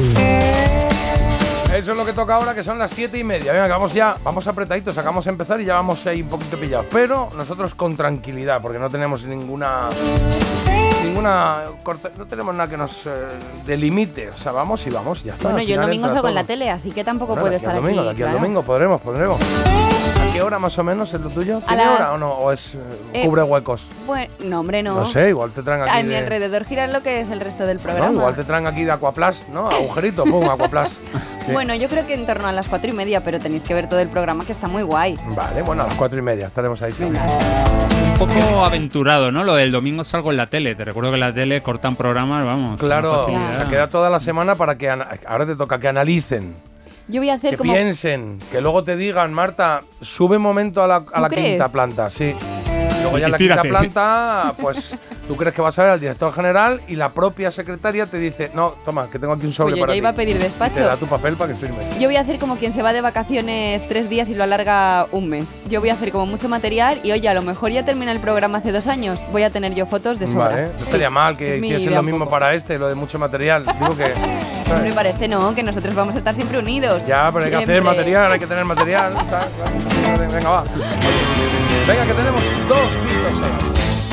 Eso es lo que toca ahora, que son las siete y media. Venga, que vamos ya, vamos apretaditos, acabamos de empezar y ya vamos ahí un poquito pillados. Pero nosotros con tranquilidad, porque no tenemos ninguna... Ninguna corta, no tenemos nada que nos eh, delimite. O sea, vamos y vamos, ya está. Bueno, yo el domingo salgo todo. en la tele, así que tampoco Bueno, puedo de estar al domingo, aquí. De aquí al claro. domingo podremos, podremos. ¿A qué hora más o menos es lo tuyo? ¿Tiene las- hora o no? ¿O es eh, Eh, cubre huecos? Bueno, no, hombre, no. No sé, igual te traen aquí A mi de... alrededor gira lo que es el resto del ¿no? programa. Igual te traen aquí de Aquaplas, ¿no? Agujerito, pum, Aquaplas. Sí. Bueno, yo creo que en torno a las cuatro y media, pero tenéis que ver todo el programa que está muy guay. Vale, bueno, a las cuatro y media estaremos ahí. Sí. Un poco aventurado, ¿no? Lo del domingo salgo en la tele. Te recuerdo que en la tele cortan programas, vamos. Claro, con o facilidad. sea, queda toda la semana para que... ana- Ahora te toca que analicen, Yo voy a hacer que como... piensen, que luego te digan, Marta, sube un momento a la, a la crees? quinta planta, sí. Luego ya en la Tírate. quinta planta, pues tú crees que vas a ver al director general y la propia secretaria te dice, no, toma, que tengo aquí un sobre Pues yo para ya ti. iba a pedir Y te despacho. da tu papel para que firmes. Yo voy a hacer como quien se va de vacaciones tres días y lo alarga un mes. Yo voy a hacer como mucho material y oye, a lo mejor ya termina el programa hace dos años. Voy a tener yo fotos de sobra. Vale, no estaría Sí, mal que es mi hiciesen idea lo un mismo poco. para este, lo de mucho material. Digo que... Hombre, para este no, que nosotros vamos a estar siempre unidos. Ya, pero hay que hacer Siempre. material, hay que tener material. ¿Sabes? Claro. Venga, va. Venga, que tenemos dos mitos hoy.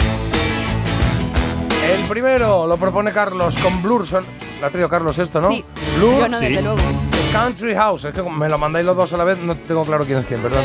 El primero lo propone Carlos con Blur. Son, ¿la ha traído Carlos esto, no? Sí, Blur. yo no, desde Sí. luego. Country House. Es que como me lo mandáis los dos a la vez, no tengo claro quién es quién, perdón.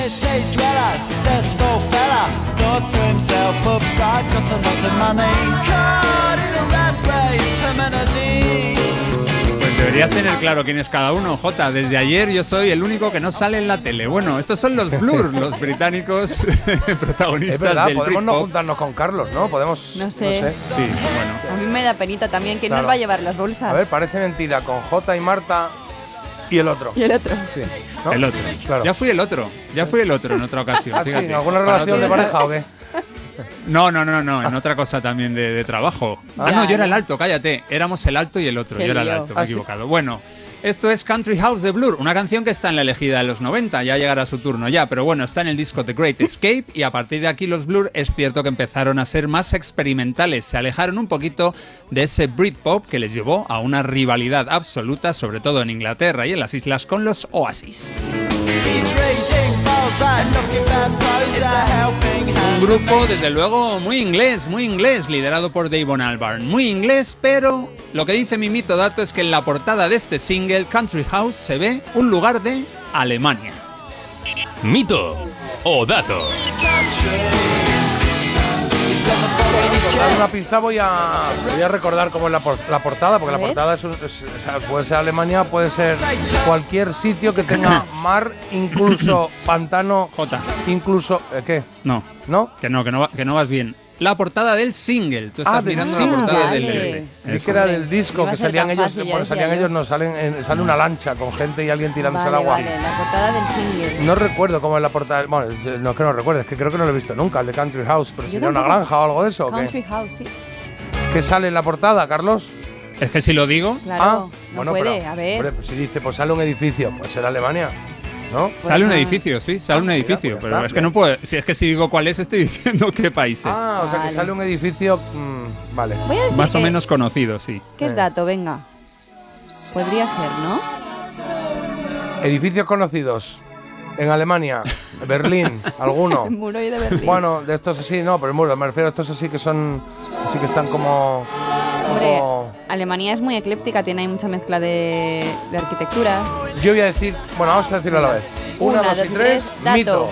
Pues deberías tener claro quién es cada uno, Jota. Desde ayer yo soy el único que no sale en la tele. Bueno, estos son los Blur, los británicos protagonistas Es verdad, del podemos no Britpop. juntarnos con Carlos, ¿no? Podemos. No sé. Sí, bueno. A mí me da penita también. ¿Quién Claro. nos va a llevar las bolsas? A ver, parece mentira, con Jota y Marta y el otro. Y el otro. Sí. ¿no? El otro. Claro. Ya fui el otro. Ya fui el otro en otra ocasión. Ah, sí, fíjate. ¿en alguna Para relación de otro- pareja o qué? No, no, no, no, en otra cosa también de, de trabajo. Ah, no, yo era el alto, cállate. Éramos el alto y el otro. Qué Yo era el lío. alto, me Ah, he sí. equivocado. Bueno, esto es Country House de Blur, una canción que está en la elegida de los noventa, ya llegará su turno ya, pero bueno, está en el disco The Great Escape y a partir de aquí los Blur es cierto que empezaron a ser más experimentales, se alejaron un poquito de ese Britpop que les llevó a una rivalidad absoluta, sobre todo en Inglaterra y en las islas, con los Oasis. Un grupo, desde luego, muy inglés, muy inglés, liderado por Damon Albarn. Muy inglés, pero lo que dice mi mito dato es que en la portada de este single, Country House, se ve un lugar de Alemania. Mito o dato. Por dar una pista voy a, voy a recordar cómo es la, por- la portada, porque A la ver. portada es, un- es- o sea, puede ser Alemania, puede ser cualquier sitio que tenga mar, incluso pantano, Jota. incluso... ¿eh, ¿Qué? No, ¿No? que no, que no, va- que no vas bien. La portada del single. Tú estás Ah, del mirando single. la portada del Vale. L P. Vi Eso. que era Hombre, del disco, iba a que ser salían tan ellos, fácil, ya bueno, decía salían yo. ellos, no, salen en- sale una lancha con gente y alguien tirándose Vale, al agua. vale, la portada del single. No recuerdo cómo es la portada, bueno, yo- no es que no recuerdo, es que creo que no lo he visto nunca, el de Country House, pero Yo sería una tampoco. granja o algo de eso, ¿o qué? Country House, sí. ¿Qué sale en la portada, Carlos? Es que si lo digo, Claro, Ah, no bueno, puede, pero, a ver. hombre, pues si dice, pues sale un edificio, pues será Alemania, ¿no? sale un ah. edificio, sí, sale un mira, edificio. pues ya pero está, es que bien. no puedo. Si es que si digo cuál es, estoy diciendo qué país es. Ah, o sea que Vale. sale un edificio, mm, vale. Voy a decir Más o que- menos conocido, sí. ¿Qué es Eh. dato? Venga. Podría ser, ¿no? Edificios conocidos en Alemania, Berlín, alguno. El muro y de Berlín. Bueno, de estos así, no, pero el muro, me refiero a estos así que son, así que están como... Hombre, como- Alemania es muy ecléptica, tiene ahí mucha mezcla de, de arquitecturas. Yo voy a decir, bueno, vamos a decirlo a la vez. Una, Una, dos y dos y tres, tres, dato. mito.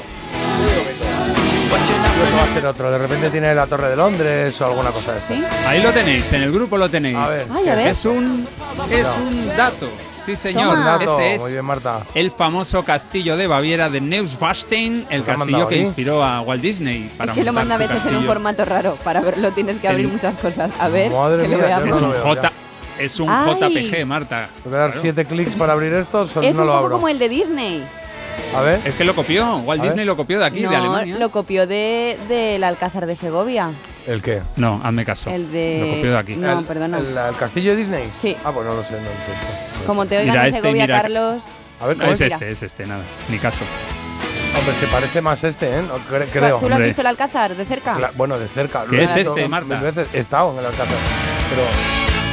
Creo que va a ser otro, de repente tiene la Torre de Londres o alguna cosa de eso. ¿Sí? Ahí lo tenéis, en el grupo lo tenéis. A ver. Ay, a ver. Es un, es un dato. Sí, señor. Toma. Dato, Ese es muy bien, Marta. el famoso castillo de Baviera de Neuschwanstein, el Lo han castillo mandado que ahí. inspiró a Walt Disney para Es que lo montar manda a su veces en un castillo. formato raro. Para verlo tienes que abrir El- muchas cosas. A ver, Madre que lo mía, yo veamos. Es no un lo veo J, es un Ay. J P G, Marta. Voy a dar Claro. siete clics para abrir esto, son- Es no un lo poco abro. como el de Disney. A ver. Es que lo copió, Walt A ver. Disney lo copió de aquí, no, de Alemania. lo copió de del Alcázar de Segovia. ¿El qué? No, hazme caso. El de... Lo copió de aquí. No, ¿El, perdona. El, el castillo de Disney? Sí. Ah, pues no lo sé, no lo sé. Como te oigan Mira de este, Segovia, mira- Carlos. A ver, No, ¿cómo es es? mira. este, es este, nada, ni caso. Hombre, se parece más este, ¿eh? No, cre- creo. ¿Tú lo has Hombre. visto el Alcázar de cerca? Cla- bueno, de cerca. ¿Qué Lo he es visto este, mil Marta? veces. He estado en el Alcázar. Pero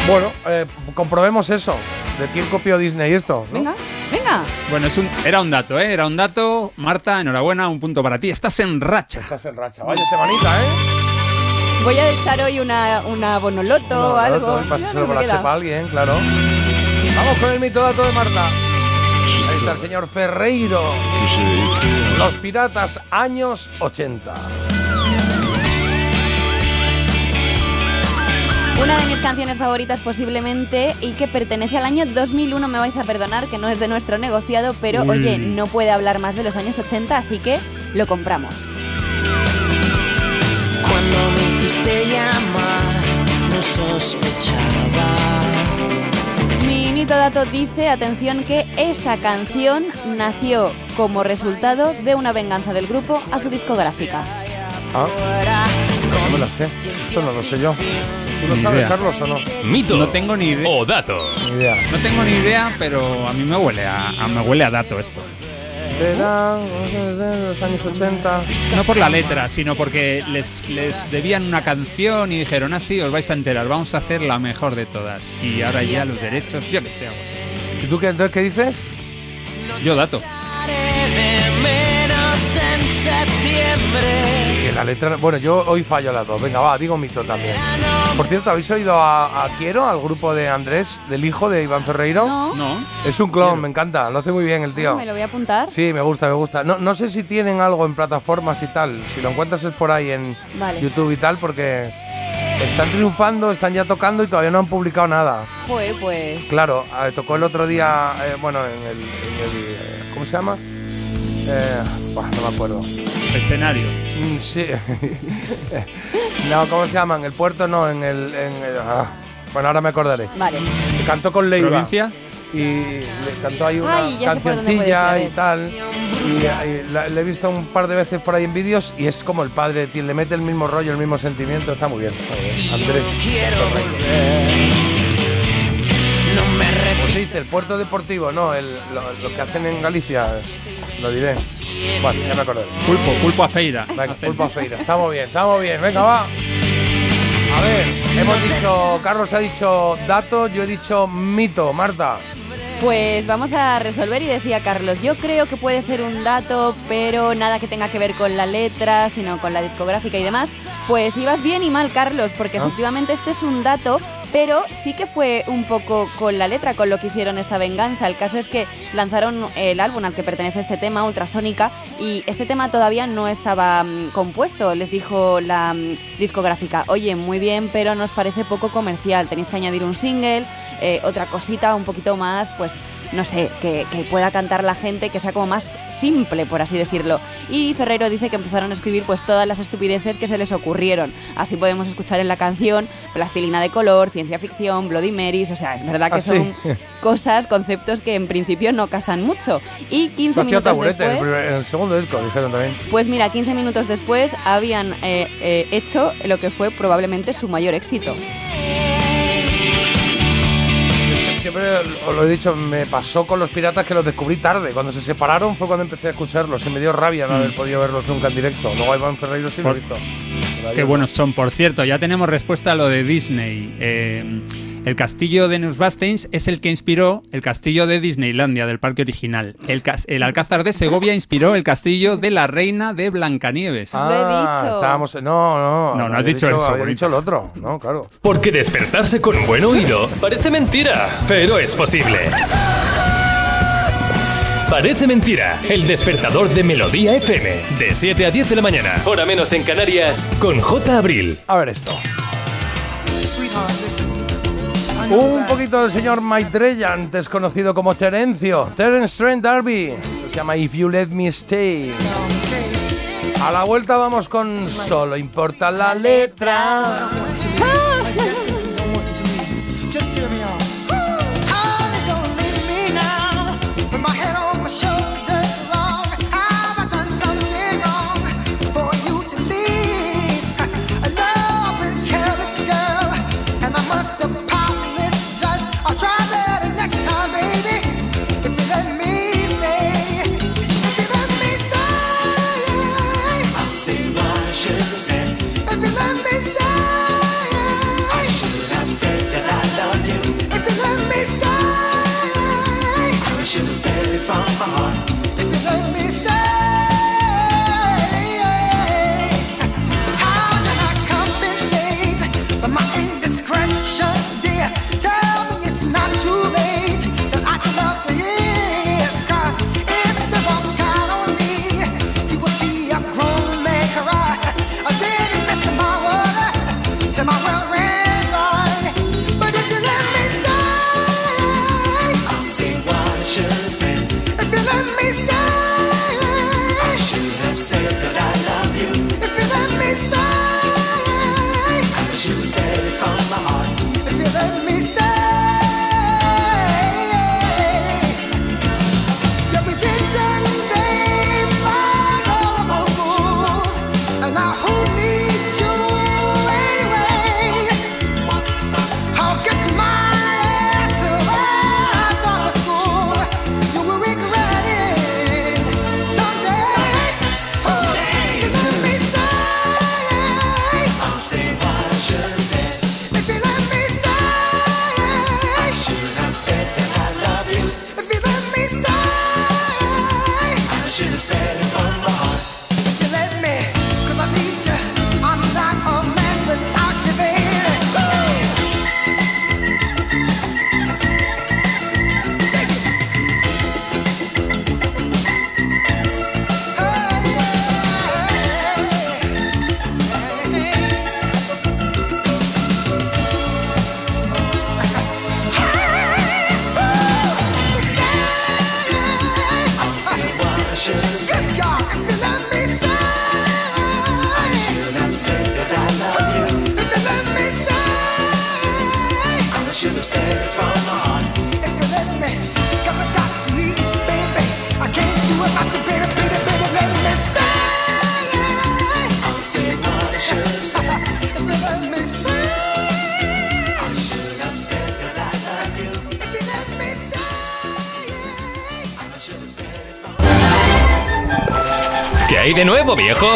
Bueno, eh, comprobemos eso. ¿De quién copió Disney esto? ¿no? Venga, venga. Bueno, es un, era un dato, ¿eh? Era un dato. Marta, enhorabuena, un punto para ti. Estás en racha. Estás en racha. Vaya semanita, ¿eh? Voy a echar hoy una, una bonoloto No, o algo. no, no, no, no, la chepa a alguien, claro. Vamos con el mito dato de Marta. Ahí está el señor Ferreiro. Los Piratas, años ochenta. Una de mis canciones favoritas posiblemente y que pertenece al año dos mil uno, me vais a perdonar que no es de nuestro negociado, pero Uy. oye, no puede hablar más de los años ochenta, así que lo compramos. Cuando me hiciste llamar, no sospechaba. Mi mito dato dice, atención, que esta canción nació como resultado de una venganza del grupo a su discográfica. Ah, no me la sé. Esto no lo sé yo. ¿Tú lo Ni sabes, idea. Carlos, o no? Mito. No tengo ni idea. O dato. Ni idea. No tengo ni idea, pero a mí me huele a, a- me huele a dato esto. Serán los años ochenta. No por la letra, sino porque les, les debían una canción y dijeron, ah, sí, os vais a enterar, vamos a hacer la mejor de todas. Y ahora ya los derechos, yo que sé. ¿Y tú qué, entonces qué dices? Yo dato. Menos en septiembre. Que la letra... Bueno, yo hoy fallo las dos. Venga, va, digo mito también. Por cierto, ¿habéis oído a, a Quiero, al grupo de Andrés, del hijo de Iván Ferreiro? No. No. Es un clon, me encanta. Lo hace muy bien el tío. Me lo voy a apuntar. Sí, me gusta, me gusta. No, no sé si tienen algo en plataformas y tal. Si lo encuentras es por ahí en Vale. YouTube y tal, porque están triunfando, están ya tocando y todavía no han publicado nada. Pues, pues... Claro, eh, tocó el otro día, eh, bueno, en el, en el, eh, ¿cómo se llama? Eh, buah, no me acuerdo. Escenario. Mm, sí. No, ¿cómo se llama? En el puerto no, en el... En el ah. Bueno, ahora me acordaré. Vale. Cantó con Leiva. ¿Provincia? Y le cantó ahí una Ay, ya sé por dónde puede cancioncilla ir, y tal. Y, y la- le he visto un par de veces por ahí en vídeos y es como el padre, tío, le mete el mismo rollo, el mismo sentimiento. Está muy bien. Está muy bien. Andrés. Quiero Ferreiro. volver. No me ¿Cómo se repito. dice? El puerto deportivo, no, el, lo, lo que hacen en Galicia. Lo diré. Bueno, ya me acordé. Pulpo, pulpo a feira. Venga, pulpo a feira. Estamos bien, estamos bien. Venga, va. A ver, hemos dicho, Carlos ha dicho dato, yo he dicho mito. Marta. Pues vamos a resolver y decía Carlos, yo creo que puede ser un dato, pero nada que tenga que ver con la letra, sino con la discográfica y demás. Pues ibas bien y mal, Carlos, porque ¿Ah? efectivamente este es un dato, pero sí que fue un poco con la letra, con lo que hicieron esta venganza. El caso es que lanzaron el álbum al que pertenece este tema, Ultrasónica, y este tema todavía no estaba mm, compuesto. Les dijo la mm, discográfica, oye, muy bien, pero nos parece poco comercial, tenéis que añadir un single, eh, otra cosita un poquito más, pues no sé, que, que pueda cantar la gente, que sea como más simple, por así decirlo. Y Ferreiro dice que empezaron a escribir pues todas las estupideces que se les ocurrieron. Así podemos escuchar en la canción Plastilina de color, ciencia ficción, Bloody Marys, o sea, es verdad que ¿Ah, son sí? cosas, conceptos que en principio no casan mucho. Y quince Hacía minutos taburete en el, después... primer- en el segundo disco, dijeron también. Pues mira, quince minutos después habían eh, eh, hecho lo que fue probablemente su mayor éxito. Siempre os lo he dicho, me pasó con los Piratas que los descubrí tarde. Cuando se separaron fue cuando empecé a escucharlos. Se me dio rabia no haber podido verlos nunca en directo. Luego a Iván Ferreiro sí lo he Por- visto. Qué buenos son, por cierto. Ya tenemos respuesta a lo de Disney. Eh, el castillo de Neuschwanstein es el que inspiró el castillo de Disneylandia, del parque original. El, cas- el Alcázar de Segovia inspiró el castillo de la reina de Blancanieves. Lo he dicho. Estábamos, no, no. No, no has había dicho eso, Había bonito. dicho el otro. No, claro. Porque despertarse con buen oído parece mentira, pero es posible. Parece mentira, el despertador de Melodía F M, de siete a diez de la mañana, hora menos en Canarias, con J. Abril. A ver esto. Un poquito del señor Maitreya, antes conocido como Terencio. Terence Trent D'Arby. Esto se llama If You Let Me Stay. A la vuelta vamos con Solo importa la letra. Just hear me out. Honey, don't leave me now. With my head on my shoulder, wrong. Have I done something wrong for you to leave? I know I've been a careless girl, and I must apologize. I'll try better next time, baby. If you let me stay, if you let me stay, I'll say what I should have said. If you let me stay. hay de nuevo, viejo?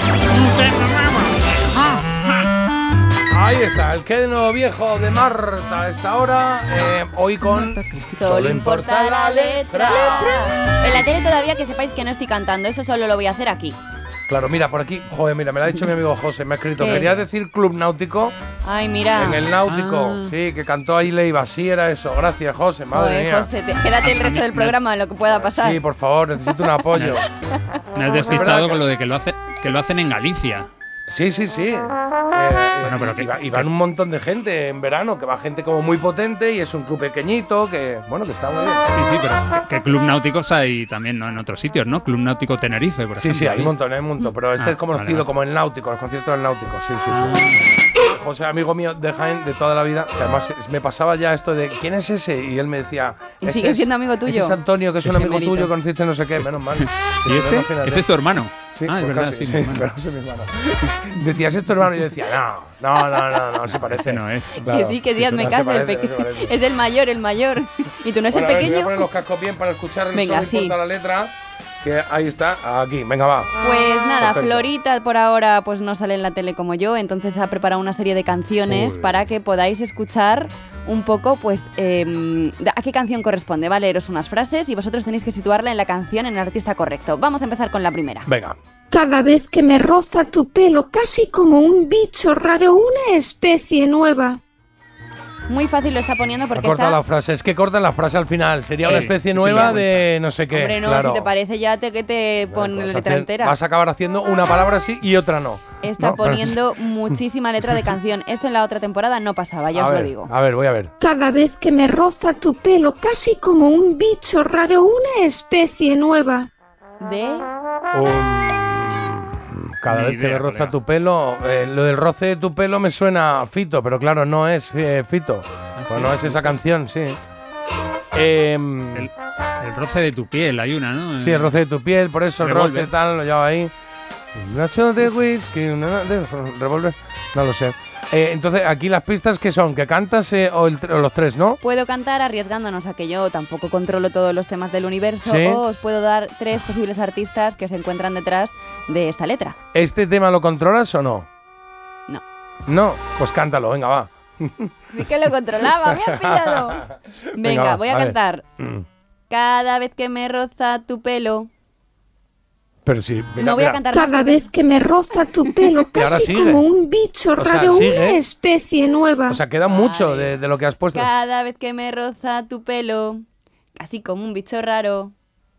Ahí está, el que de nuevo viejo de Marta a esta hora, eh, hoy con Solo importa la letra. En la tele todavía que sepáis que no estoy cantando, eso solo lo voy a hacer aquí. Claro, mira, por aquí, joder, mira, me lo ha dicho mi amigo José, me ha escrito, ¿Qué? querías decir Club Náutico. Ay, mira. En el Náutico, Ah. sí, que cantó ahí Leiva, sí era eso, gracias José, madre Joder, mía. José, te- quédate el resto del programa, lo que pueda pasar. Sí, por favor, necesito un apoyo. Me has despistado con lo de que lo, hace, que lo hacen en Galicia. Sí, sí, sí. Eh, bueno, pero que y, va, y van un montón de gente en verano, que va gente como muy potente y es un club pequeñito que, bueno, que está muy bien. Sí, sí, pero que, que club náuticos hay también, ¿no? En otros sitios, ¿no? Club Náutico Tenerife, por Sí, ejemplo. sí, hay ahí. un montón, hay un montón, pero este Ah, es conocido vale, vale. como el Náutico, los conciertos del Náutico, sí, sí, sí. José, amigo mío de Jaén de toda la vida, que además me pasaba ya esto de ¿quién es ese? Y él me decía, Y "Ese sigue es- siendo amigo tuyo". ese es Antonio, que es un Ese amigo mérito. tuyo, conociste no sé qué, menos mal. ¿Y ese? Imagínate. Ese es tu hermano. Sí, ah, es pues verdad, casi, sí, sí, mi hermano. pero ese es mi hermano. Decías, ¿es tu hermano? Y yo decía, no, no, no, no, no, se parece. no es. Que sí, que sí, hazme no se caso, el parece, no se peque- parece. es el mayor, el mayor. ¿Y tú no es Bueno, el a ver, voy a pequeño? poner los cascos bien para escuchar el Venga, solo sí. importa la letra, que ahí está, aquí, venga, va. Pues nada, Perfecto. Florita por ahora pues no sale en la tele como yo, entonces ha preparado una serie de canciones Uy. para que podáis escuchar un poco pues eh, a qué canción corresponde. Va a leeros unas frases y vosotros tenéis que situarla en la canción, en el artista correcto. Vamos a empezar con la primera. Venga. Cada vez que me roza tu pelo, casi como un bicho raro, una especie nueva. Muy fácil lo está poniendo Ha porque cortado está... la frase, es que cortan la frase al final, sería Sí, una especie sí, nueva sí, de no sé qué. Hombre, no, claro. si te parece ya te, que te pone la Vas a letra hacer- entera. Vas a acabar haciendo una palabra así y otra no. Está ¿no? poniendo muchísima letra de canción. Esto en la otra temporada no pasaba, ya a os ver, lo digo. A ver, voy a ver. Cada vez que me roza tu pelo, casi como un bicho raro, una especie nueva. De... Cada Ni vez que idea, me roza colega. tu pelo, eh, lo del roce de tu pelo me suena a Fito, pero claro, no es eh, Fito. Pues sí? no es esa canción, sí. Em, El, el roce de tu piel, hay una, ¿no? sí, el roce de tu piel, por eso el Revolver. roce tal, lo llevo ahí. Una shot de whisky, una de revólver, no lo sé. Eh, entonces, aquí las pistas que son, que cantas eh, o, el tr- o los tres, ¿no? Puedo cantar arriesgándonos a que yo tampoco controlo todos los temas del universo, Sí. o os puedo dar tres posibles artistas que se encuentran detrás de esta letra. ¿Este tema lo controlas o no? No. No, pues cántalo, venga, va. Sí que lo controlaba, me has pillado. Venga, va, voy a, a ver. cantar. Mm. Cada vez que me roza tu pelo. Pero sí, mira, No voy a mira. cantar más Cada porque- vez que me roza tu pelo, Y ahora casi sigue. como un bicho O sea, raro, sigue. una especie nueva. O sea, queda mucho de, de lo que has puesto. Cada vez que me roza tu pelo, casi como un bicho raro,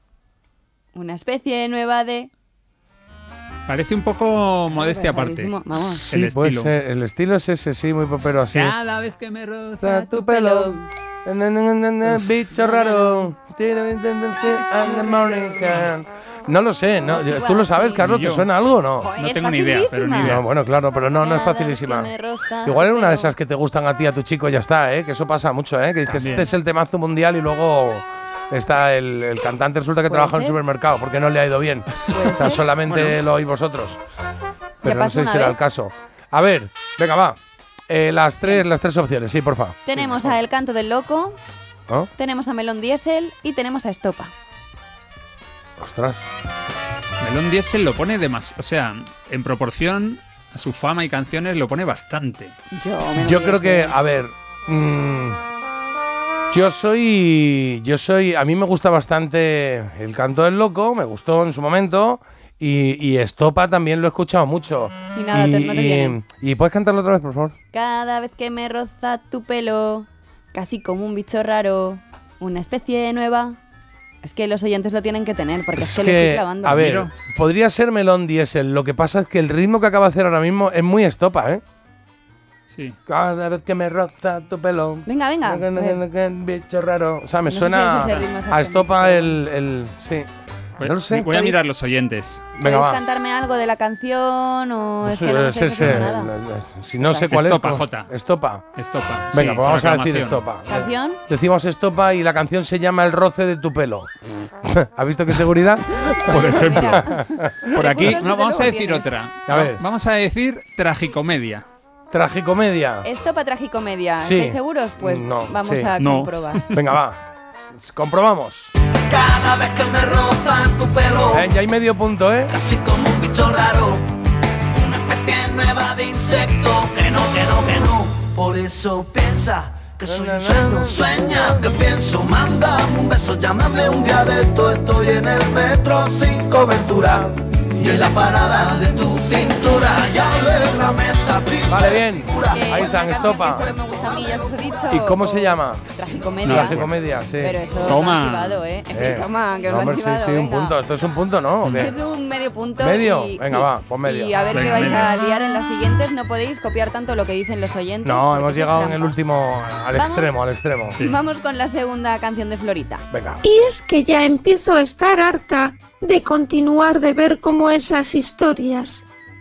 una especie nueva de... Parece un poco modestia aparte. Rarísimo, vamos. El Sí, puede estilo. ser. El estilo es ese, sí, muy popero así. Cada vez que me roza Roza tu pelo. Na, na, na, na, na, bicho raro. And the morning can. No lo sé, no. ¿Tú lo sabes, Carlos? ¿Te Yo. suena algo o no? No es tengo ni idea, pero ni facilísima. idea. No, bueno, claro, pero no, no es Cada vez facilísima. que me roza Igual es tu una de pelo. esas que te gustan a ti, a tu chico y ya está, ¿eh? Que eso pasa mucho, ¿eh? Que dices, También. este es el temazo mundial y luego está el, el cantante, resulta que ¿Puede trabaja en un ser? supermercado porque no le ha ido bien. ¿Puede O sea, ser? solamente Bueno. lo oís vosotros. Pero no pasó sé una si será vez. el caso. A ver, venga, va. Eh, las, tres, las tres opciones, sí, porfa. Tenemos a El Canto del Loco, ¿No? tenemos a Melón Diesel y tenemos a Estopa. Ostras. Melón Diesel lo pone demasiado. O sea, en proporción a su fama y canciones lo pone bastante. Yo, Melón Yo creo que, Diesel. a ver. mm, yo soy. Yo soy. A mí me gusta bastante El Canto del Loco, me gustó en su momento. Y, y Estopa también lo he escuchado mucho. Y nada, te- no te viene. y, y puedes cantarlo otra vez, por favor. Cada vez que me roza tu pelo, casi como un bicho raro, una especie nueva. Es que los oyentes lo tienen que tener, porque es, Es que, le estoy que, clavando. a ver, Miro. podría ser Melón Diesel. Lo que pasa es que el ritmo que acaba de hacer ahora mismo es muy Estopa, ¿eh? Sí. Cada vez que me roza tu pelo. Venga, venga. pues, Bicho raro. O sea, me No sé suena si ese ritmo a exactamente, Estopa pero el, el. Sí. Voy, No lo sé. voy a ¿Podéis- mirar los oyentes. Venga, ¿Podéis va. cantarme algo de la canción o es que no Es sé ese, eso nada? si no sé cuál Estopa, es. Jota. Estopa. Estopa. Venga, sí, pues vamos a decir reclamación. Estopa. ¿Canción? Decimos Estopa y la canción se llama El roce de tu pelo. ¿Has visto qué seguridad? Por ejemplo. Mira, Por aquí, recursos no, desde vamos a luego decir tienes. otra. A ver. Vamos a decir tragicomedia. Tragicomedia. Estopa tragicomedia. Sí. ¿Estáis seguros? Pues No, vamos sí. a No. comprobar. Venga, va. Comprobamos. cada vez que me rozan tu pelo. Eh, ya hay medio punto, ¿eh? Casi como un bicho raro, una especie nueva de insecto. Que no, que no, que no. Por eso piensa que soy un sueño. Sueña que pienso, mándame un beso, llámame un día de esto. Estoy en el metro sin cobertura y en la parada de tu cintura. Ya alégrame esta triste. Vale, bien. Que Ahí es están, una estopa. canción que solo me gusta a mí, ya os he dicho. ¿Y cómo se llama? Tragicomedia. Tragicomedia, sí. Pero eso Toma. lo han chivado, ¿eh? Sí, Eh, toma, que os no, lo han hombre, sí, chivado, sí, un venga. punto. Esto es un punto, ¿no? ¿O qué? Es un medio punto. ¿Medio? y- Venga, sí. va, pon medio. Y a ver Venga, qué vais medio. a liar en las siguientes. No podéis copiar tanto lo que dicen los oyentes. No, porque hemos eso es llegado en el trampa. último, al Vamos. extremo, al extremo. Vamos con la segunda canción de Florita. Venga. Y es que ya empiezo a estar harta de continuar de ver como esas historias.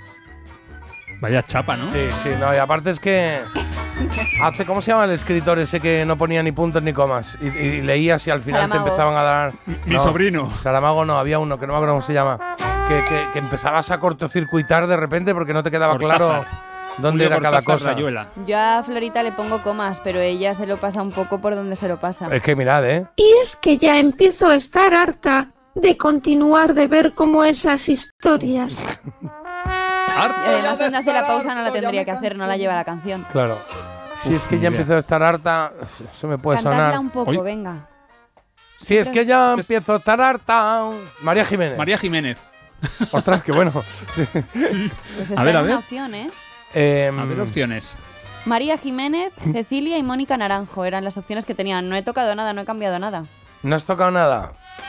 Vaya chapa, ¿no? Sí, sí, no, y aparte es que hace, ¿cómo se llama el escritor ese que no ponía ni puntos ni comas? Y, y leías y al final Saramago. te empezaban a dar... Mi No, sobrino. Saramago no, había uno que no me acuerdo cómo se llama. Que, que, que empezabas a cortocircuitar de repente porque no te quedaba Cortázar. claro dónde Julio era cada Cortázar cosa. Rayuela. Yo a Florita le pongo comas, pero ella se lo pasa un poco por donde se lo pasa. Es que mirad, ¿eh? Y es que ya empiezo a estar harta de continuar de ver como esas historias. Y además cuando hace la pausa no la tendría que hacer, no la lleva la canción. Claro. Si Uf, es que ni ya idea. empiezo a estar harta, eso me puede Cantadla sonar. un poco, Oye. venga. Si es que ya empiezo a estar harta. María Jiménez. María Jiménez. Ostras, qué bueno. Sí. Pues está A ver, en a una ver. opción, ¿eh? Em, A ver opciones. María Jiménez, Cecilia y Mónica Naranjo eran las opciones que tenían. No he tocado nada, no he cambiado nada. No has tocado nada.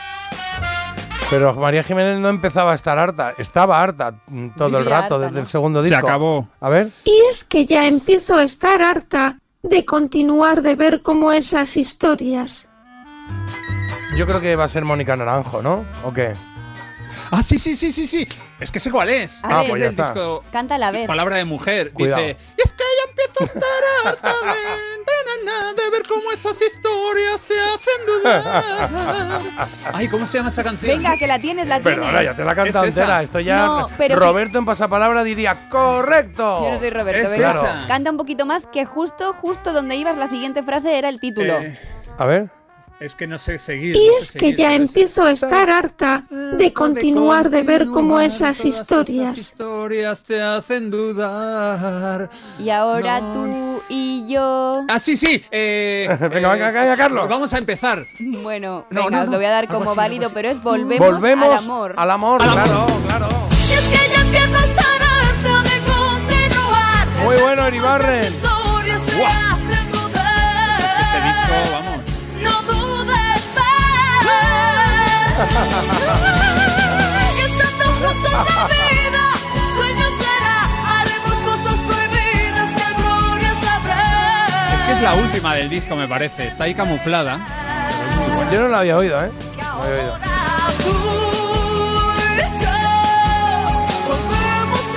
Pero María Jiménez no empezaba a estar harta. Estaba harta mm, todo el Vivía rato harta, desde ¿no? el segundo Se disco. acabó. A ver. Y es que ya empiezo a estar harta de continuar de ver como esas historias. Yo creo que va a ser Mónica Naranjo, ¿no? ¿O qué? Ah, sí, sí, sí, sí, sí. Es que sé cuál es. A Ah, ver, pues ya el está. disco cántala a ver. Palabra de mujer. Cuidado. Dice, y es que ya empiezo a estar harta de, de, de, de ver cómo esas historias te hacen dudar. Ay, ¿cómo se llama esa canción? Venga, que la tienes, la Pero tienes. ahora ya te la he cantado ¿Es esa? entera. Esto ya. No, pero Roberto en pasapalabra diría ¡correcto! Yo no soy Roberto, Es venga. esa. Canta un poquito más, que justo, justo donde ibas la siguiente frase era el título. Eh, A ver. es que no sé seguir. Y no sé es que seguir, ya pero es- empiezo a estar harta de continuar de ver como esas todas historias. Esas historias te hacen dudar. Y ahora No. tú y yo. Ah, sí, sí. Eh, Venga, venga, venga, Carlos. Vamos a empezar. Bueno, No, venga, no, os no. lo voy a dar Algo como así, válido, algo así. pero es volvemos, Volvemos al amor. Al amor, Al claro, amor. claro. Y es que ya empiezo a estar harta de continuar. de Muy ver bueno, cómo Iribarren. esas historias te Guau. hacen dudar. Este disco, vamos. No dudes más. Que estando juntos la vida, un sueño será. Haremos cosas prohibidas que gloria sabrá. Es que es la última del disco, me parece. Está ahí camuflada. Yo no lo había oído, ¿eh? No lo había oído. Ahora tú y yo volvemos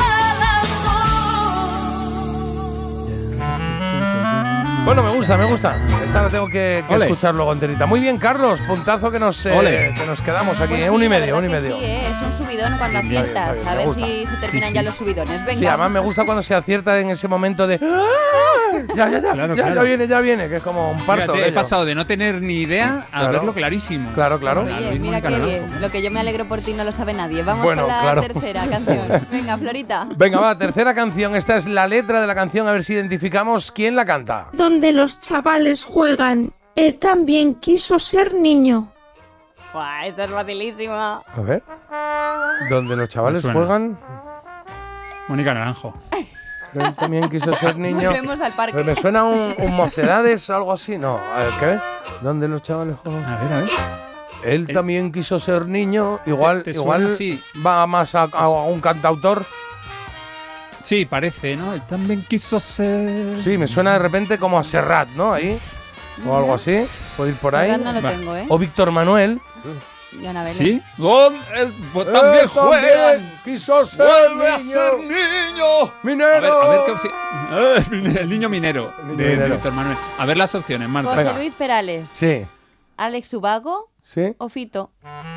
al amor. Bueno, me gusta, me gusta. Esta la tengo que, que Ole. escuchar luego enterita. Muy bien, Carlos. Puntazo que nos, eh, Ole. que nos quedamos aquí. Pues eh, sí, un y la medio, verdad un y que medio. Sí, ¿eh? Es un subidón cuando Está bien, está aciertas. bien, A me ver gusta. si se terminan Sí, ya sí. los subidones. Venga. Sí, además me gusta cuando se acierta en ese momento de. ¡Ah! Ya, ya, ya, Claro, ya, claro. ya viene, ya viene, que es como un parto. Fíjate, he aquello. pasado de no tener ni idea a Claro. verlo clarísimo. Claro, claro. Hola, Oye, Luis mira Mónica qué Naranjo. bien. Lo que yo me alegro por ti no lo sabe nadie. Vamos Bueno, con la claro. tercera canción. Venga, Florita. Venga, va, tercera canción. Esta es la letra de la canción, a ver si identificamos quién la canta. Donde los chavales juegan, él también quiso ser niño. Buah, esta es facilísima. A ver. Donde los chavales Me suena. juegan. Mónica Naranjo. Él también quiso ser niño. Nos vemos al parque. Pues me suena un, un Mocedades o algo así. No, a ver, ¿qué ver? ¿Dónde los chavales juegan? A ver, a ver. Él El- también quiso ser niño. Igual, ¿Te- te suena igual así? va más a, a un cantautor. Sí, parece, ¿no? Él también quiso ser. Sí, me suena de repente como a Serrat, ¿no? Ahí. O algo así. Puede ir por ahí. Serrat no lo Va. tengo, ¿eh? O Víctor Manuel. Joana Belén. ¿Sí? ¿Dónde? Él pues, también Él juega. también quiso ser ¡Vuelve a niño. ser niño! Minero. A ver, a ver qué opción. Ah, el niño minero. El niño de minero. Víctor Manuel. A ver las opciones, Marta. Jorge Venga. Luis Perales, Sí. Alex Ubago Sí. o Fito.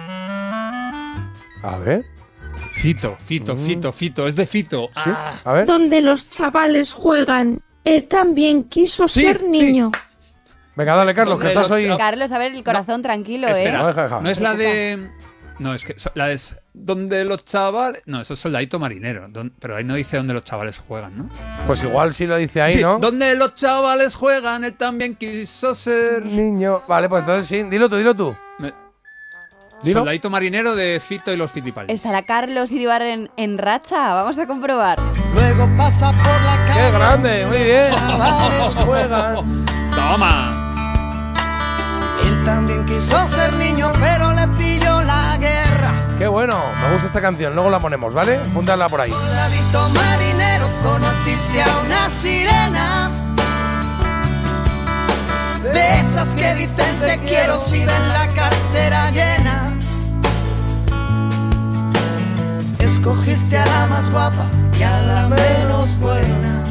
A ver. Fito, Fito, Fito, Fito. Es de Fito. Sí. Ah. A ver. Donde los chavales juegan, él también quiso Sí, ser sí. niño. Venga, dale, Carlos, que estás hoy. Carlos, a ver, el corazón tranquilo, Espera, ¿eh? Deja, deja. no es la de... No, es que so- la es donde los chavales... No, eso es Soldadito Marinero. don- Pero ahí no dice dónde los chavales juegan, ¿no? Pues igual sí lo dice ahí, Sí, ¿no? donde los chavales juegan, él también quiso ser... Niño. Vale, pues entonces sí. Dilo tú, dilo tú. Me- Dilo. Soldadito Marinero de Fito y los Fitipaldis. ¿Estará Carlos Iribar en, en racha? Vamos a comprobar. Luego pasa por la calle. ¡Qué grande! Muy bien. Chavales Juegan. ¡Toma! Él también quiso ser niño, pero le pilló la guerra. Qué bueno. Me gusta esta canción. Luego la ponemos, ¿vale? Apúntala por ahí. Soldadito marinero, conociste a una sirena. De esas que dicen te quiero si ven la cartera llena. Escogiste a la más guapa y a la menos buena.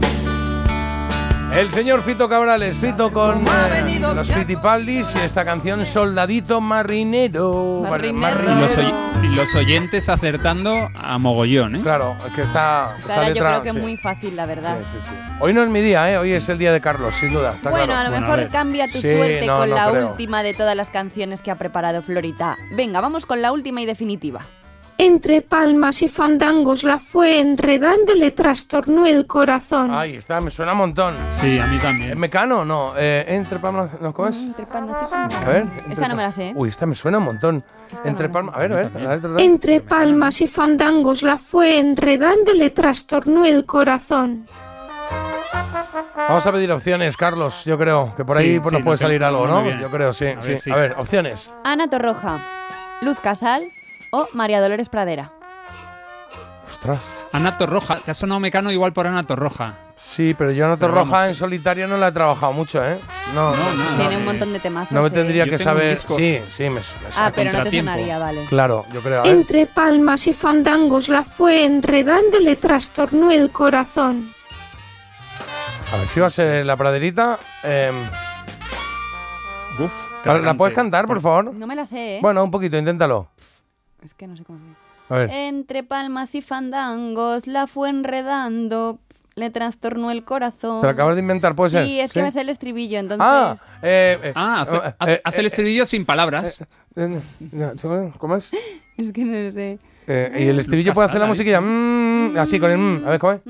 El señor Fito Cabrales, Fito con eh, los Fitipaldis y esta canción Soldadito Marinero. Marinero. Y los, oy- y los oyentes acertando a mogollón, ¿eh? Claro, es que está. Esta era, yo creo que es muy fácil, la verdad. Sí, sí, sí. Hoy no es mi día, ¿eh? Hoy es el día de Carlos, sin duda. Está Bueno, claro. a lo Bueno, mejor ver. cambia tu Sí, suerte no, con no la creo. última de todas las canciones que ha preparado Florita. Venga, vamos con la última y definitiva. Entre palmas y fandangos la fue enredando, le trastornó el corazón. Ahí está, me suena un montón. Sí, a mí ¿Es también. Mecano? No. Eh, entre palmas. ¿No? ¿Cómo es? Entre palmas y fandangos. A ver. Esta entre no me la pa- sé, ¿eh? Uy, esta me suena un montón. Esta Entre no me la palmas. A ver, a ver. a ver, a ver. Entre palmas y fandangos la fue enredando, le trastornó el corazón. Vamos a pedir opciones, Carlos. Yo creo que por Sí, ahí pues, sí, nos puede no, salir no, algo, no ¿no? me viene. Yo creo, sí. A sí. ver, sí. A ver, opciones. Ana Torroja, Luz Casal o María Dolores Pradera. Ostras. Ana Torroja. Te ha sonado Mecano igual por Ana Torroja. Sí, pero yo Ana Pero Torroja vamos. en solitario no la he trabajado mucho, ¿eh? No, No, no. nada. Tiene eh, un montón de temazos. No me ¿eh? tendría Yo que tengo un saber. disco. Sí, sí, me, me Ah, saca. pero no te contratiempo. sonaría, vale. Claro, yo creo. A ver. Entre palmas y fandangos la fue enredando, le trastornó el corazón. A ver si va a ser la praderita. Eh, Uf, ¿La puedes cantar, por favor? No me la sé, ¿eh? Bueno, un poquito, inténtalo. Es que no sé cómo se dice. A ver. Entre palmas y fandangos la fue enredando, le trastornó el corazón. ¿Te lo acabas de inventar? ¿Puede ser? Sí, es que me sé el estribillo, entonces... Ah, eh, eh, Ah, hace, eh, hace- eh, hace el eh, estribillo sin palabras. eh, eh, ¿Cómo es? Es que no lo sé. Eh, y el estribillo puede hacer la musiquilla. Mm, así con el. Mm, a ver, ¿cómo es?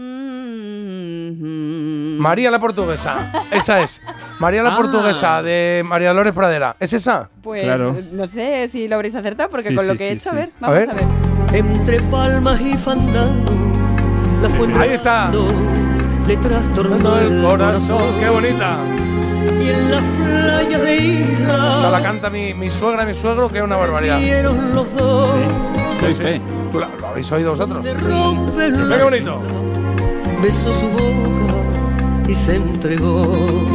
Mm. María la Portuguesa. Esa es. María la Ah. Portuguesa de María Dolores Pradera. ¿Es esa? Pues Claro. no sé si lo habréis acertado, porque Sí, con lo sí, que he sí, hecho, sí. a ver, A vamos ver. a ver. Entre palmas y fandango, la fue Ahí está. enredando, le trastornó Todo el el corazón. corazón. ¡Qué bonita! Y en las playas de Esta la isla, canta mi, mi suegra y mi suegro, que es una barbaridad. vieron los dos. Sí, Doy sí. fe. ¿Tú la- ¿Lo habéis oído vosotros? De romper Mira la qué bonito. besó su boca y se entregó.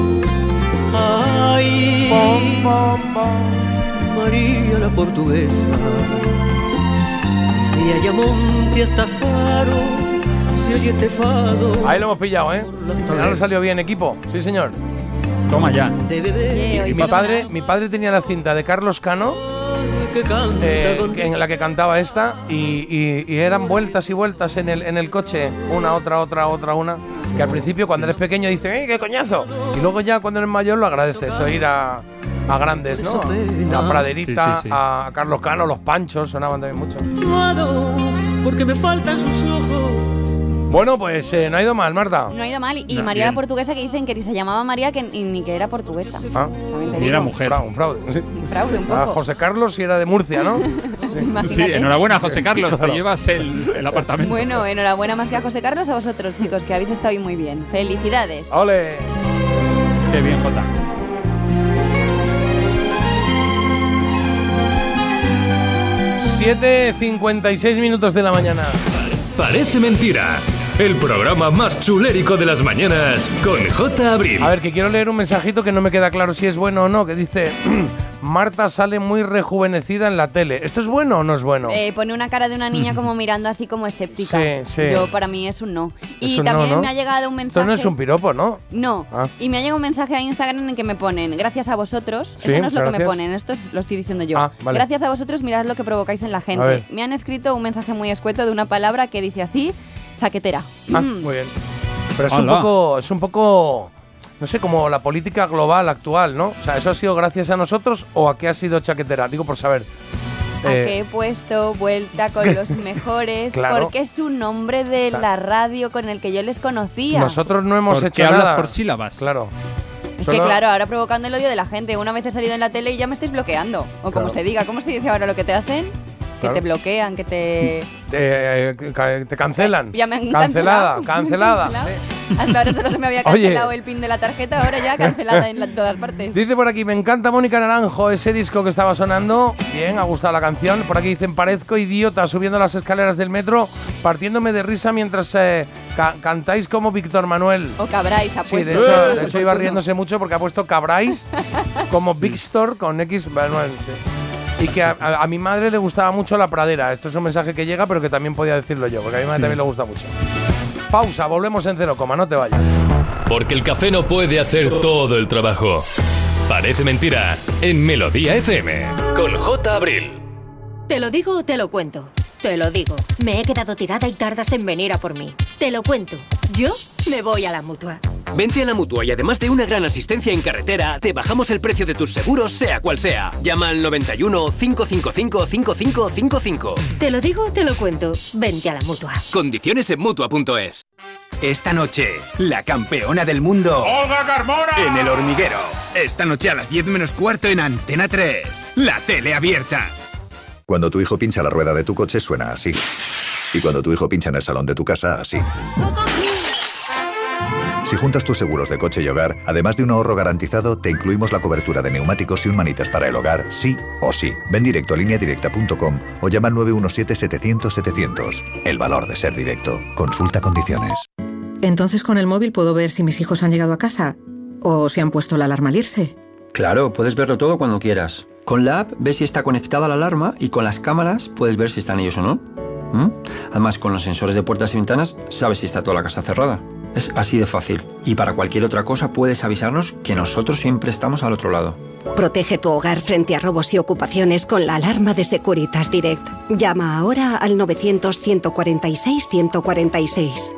Ay, Pom, pom, pom. María la Portuguesa, desde Ayamonte hasta Faro, se oye este fado. Ahí lo hemos pillado, ¿eh? Ahora salió bien, equipo. Sí, señor. Toma ya. De bebé Oye, hoy Y mi me padre, suena- mi padre tenía la cinta de Carlos Cano, que canta eh, con que- en la que cantaba esta, y, y- y eran vueltas y vueltas en el, en el coche, una, otra, otra, otra, una, que al principio cuando eres pequeño dices, ¡eh, qué coñazo! Y luego ya cuando eres mayor lo agradeces, oír a, a grandes, ¿no? A Praderita, Sí, sí, sí. a Carlos Cano, los Panchos, sonaban también mucho. Tuado, porque me faltan sus ojos. Bueno, pues eh, no ha ido mal, Marta. No ha ido mal. Y No, María bien. la Portuguesa, que dicen que ni se llamaba María que, y ni que era portuguesa. Ah, También te Y era digo. mujer. fra- un fraude. Sí. Un fraude, un A poco. José Carlos y era de Murcia, ¿no? Sí, Imagínate. enhorabuena, José Carlos. Claro. Te llevas el, el apartamento. Bueno, enhorabuena más que a José Carlos, a vosotros, chicos, que habéis estado hoy muy bien. ¡Felicidades! ¡Ole! Qué bien, Jota. siete cincuenta y seis minutos de la mañana. Parece mentira. El programa más chulérico de las mañanas con J. Abril. A ver, que quiero leer un mensajito que no me queda claro si es bueno o no, que dice, Marta sale muy rejuvenecida en la tele. ¿Esto es bueno o no es bueno? Eh, pone una cara de una niña como mirando así como escéptica. Sí, sí. Yo, para mí, es un no. Es Y un no, también ¿no? me ha llegado un mensaje... Esto no es un piropo, ¿no? No. Ah. Y me ha llegado un mensaje a Instagram en el que me ponen, gracias a vosotros, Sí, eso no es lo que me gracias. ponen, esto es- lo estoy diciendo yo. Ah, vale. Gracias a vosotros, mirad lo que provocáis en la A gente. ver. Me han escrito un mensaje muy escueto de una palabra que dice así, chaquetera. Ah, Mm. muy bien. Pero es un Hola. poco, es un poco no sé, como la política global actual, ¿no? O sea, ¿eso ha sido gracias a nosotros o a qué ha sido chaquetera? Digo por saber. A Eh, que he puesto Vuelta con los mejores, Claro. porque es un nombre de O sea, la radio con el que yo les conocía. Nosotros no hemos Porque hecho hablas nada. por sílabas. Claro. Es Solo- que claro, ahora provocando el odio de la gente. Una vez he salido en la tele y ya me estáis bloqueando. O como Claro. se diga, ¿cómo se dice ahora lo que te hacen? Que Claro. te bloquean, que te... Eh, ca- te cancelan. Ya me han Cancelada, cancelado. cancelada. Cancelado. Sí. Hasta ahora solo se me había Oye. cancelado el pin de la tarjeta, ahora ya cancelada en la- todas partes. Dice por aquí, me encanta Mónica Naranjo, ese disco que estaba sonando. Bien, ha gustado la canción. Por aquí dicen, parezco idiota subiendo las escaleras del metro, partiéndome de risa mientras eh, ca- cantáis como Víctor Manuel. O Cabráis ha Sí, puesto. de hecho, no de sé hecho por iba qué no. riéndose mucho porque ha puesto Cabráis como Víctor con X Manuel. Sí. Y que a, a- a mi madre le gustaba mucho La Pradera. Esto es un mensaje que llega, pero que también podía decirlo yo, porque a mi madre también le gusta mucho. Pausa, volvemos en cero coma, no te vayas. Porque el café no puede hacer todo el trabajo. Parece mentira en Melodía F M con J. Abril. ¿Te lo digo o te lo cuento? Te lo digo. Me he quedado tirada y tardas en venir a por mí. Te lo cuento. Yo me voy a la Mutua. Vente a la Mutua y además de una gran asistencia en carretera, te bajamos el precio de tus seguros, sea cual sea. Llama al noventa y uno, cinco cinco cinco, cinco cinco cinco cinco. Te lo digo o te lo cuento. Vente a la Mutua. Condiciones en Mutua punto es. Esta noche, la campeona del mundo. ¡Olga Carmona! En El Hormiguero. Esta noche a las diez menos cuarto en Antena tres. La tele abierta. Cuando tu hijo pincha la rueda de tu coche suena así. Y cuando tu hijo pincha en el salón de tu casa, así. Si juntas tus seguros de coche y hogar, además de un ahorro garantizado, te incluimos la cobertura de neumáticos y un manitas para el hogar, sí o sí. Ven directo a línea directa punto com o llama al nueve uno siete, setecientos, setecientos. El valor de ser directo. Consulta condiciones. Entonces con el móvil puedo ver si mis hijos han llegado a casa o si han puesto la alarma al irse. Claro, puedes verlo todo cuando quieras. Con la app ves si está conectada la alarma y con las cámaras puedes ver si están ellos o no. ¿Mm? Además, con los sensores de puertas y ventanas sabes si está toda la casa cerrada. Es así de fácil. Y para cualquier otra cosa puedes avisarnos que nosotros siempre estamos al otro lado. Protege tu hogar frente a robos y ocupaciones con la alarma de Securitas Direct. Llama ahora al novecientos, ciento cuarenta y seis, ciento cuarenta y seis.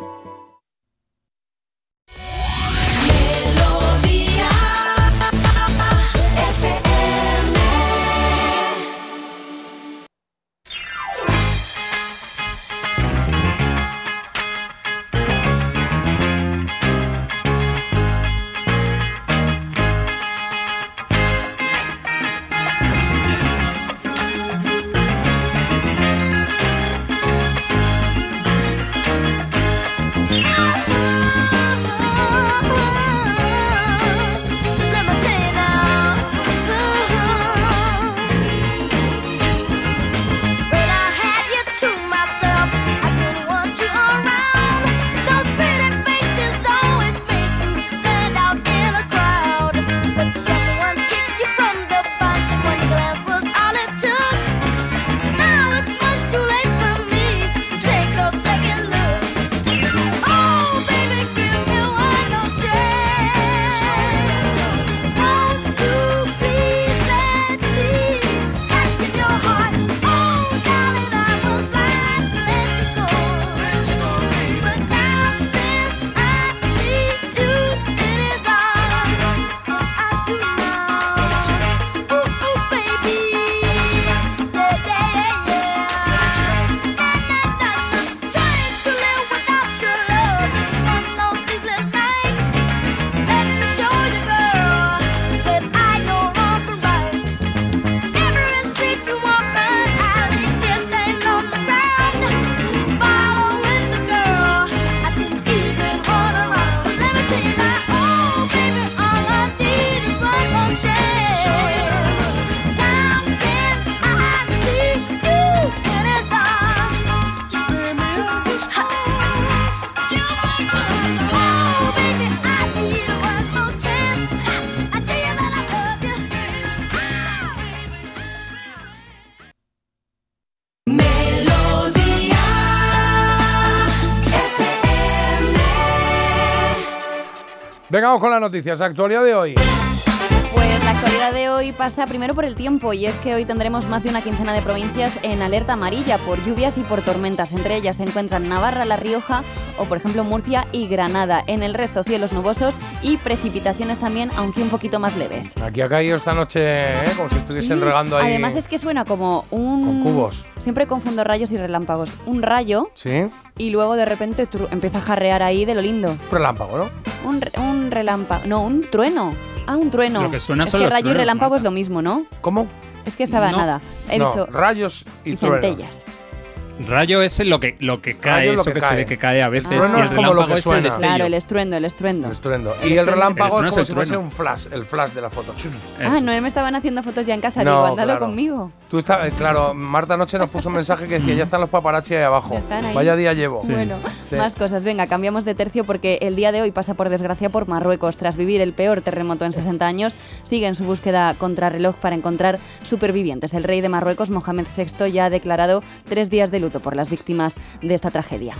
Venga, vamos con las noticias. Actualidad de hoy. Pues la actualidad de hoy pasa primero por el tiempo y es que hoy tendremos más de una quincena de provincias en alerta amarilla por lluvias y por tormentas. Entre ellas se encuentran Navarra, La Rioja o por ejemplo Murcia y Granada. En el resto cielos nubosos y precipitaciones también, aunque un poquito más leves. Aquí ha caído esta noche, ¿eh? Como si estuviesen Sí. regando ahí. Además es que suena como un... Con cubos. Siempre confundo rayos y relámpagos. Un rayo Sí. y luego de repente tru- empieza a jarrear ahí de lo lindo. Relámpago, ¿no? Un, re- un relámpago. No, un trueno. Ah, un trueno. Lo que suena es son que los rayo y truenos, relámpago es lo mismo, ¿no? ¿Cómo? Es que estaba No. nada. He No, dicho rayos y, y truenos. centellas. Rayo es lo que, lo que cae, Rayo es lo eso que que, se cae. ve que cae a veces. Ah. Y Trueno el es como lo relámpago que es el suena. destello. Claro, el estruendo, el estruendo. El estruendo. El Y el estruendo. relámpago El estruendo es es como el si fuese trueno. un flash, el flash de la foto. Ah, no me estaban haciendo fotos ya en casa. No, Digo, andalo claro. conmigo. Tú estás, eh, claro, Marta anoche nos puso un mensaje que decía, ya están los paparazzi ahí abajo. Ya están ahí. Vaya día llevo. Bueno, Sí. más cosas. Venga, cambiamos de tercio porque el día de hoy pasa por desgracia por Marruecos. Tras vivir el peor terremoto en sesenta años, sigue en su búsqueda contrarreloj para encontrar supervivientes. El rey de Marruecos, Mohamed sexto, ya ha declarado tres días de luto por las víctimas de esta tragedia.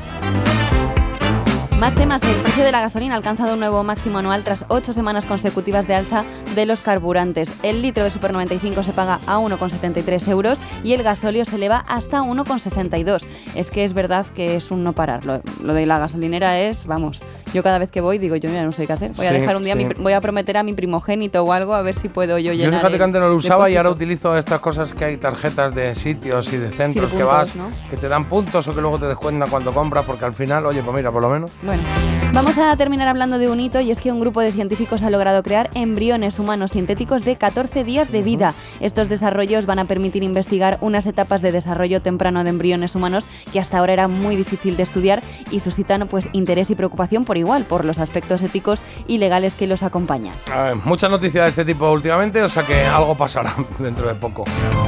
Más temas. El precio de la gasolina ha alcanzado un nuevo máximo anual tras ocho semanas consecutivas de alza de los carburantes. El litro de Super noventa y cinco se paga a uno con setenta y tres euros y el gasóleo se eleva hasta uno con sesenta y dos. Es que es verdad que es un no parar. Lo, lo de la gasolinera es, vamos, yo cada vez que voy digo, yo ya no sé qué hacer. Voy a Sí, dejar un día, sí. mi- voy a prometer a mi primogénito o algo a ver si puedo yo Yo llenar. fíjate que el antes no lo usaba y ahora depósito. utilizo estas cosas que hay tarjetas de sitios y de centros Sí, de que puntos, vas, ¿no? que te dan puntos o que luego te descuentan cuando compras, porque al final, oye, pues mira, por lo menos. Bueno, vamos a terminar hablando de un hito y es que un grupo de científicos ha logrado crear embriones humanos sintéticos de catorce días de vida. Estos desarrollos van a permitir investigar unas etapas de desarrollo temprano de embriones humanos que hasta ahora era muy difícil de estudiar y suscitan pues interés y preocupación por igual por los aspectos éticos y legales que los acompañan. A ver, muchas noticias de este tipo últimamente, o sea que algo pasará dentro de poco.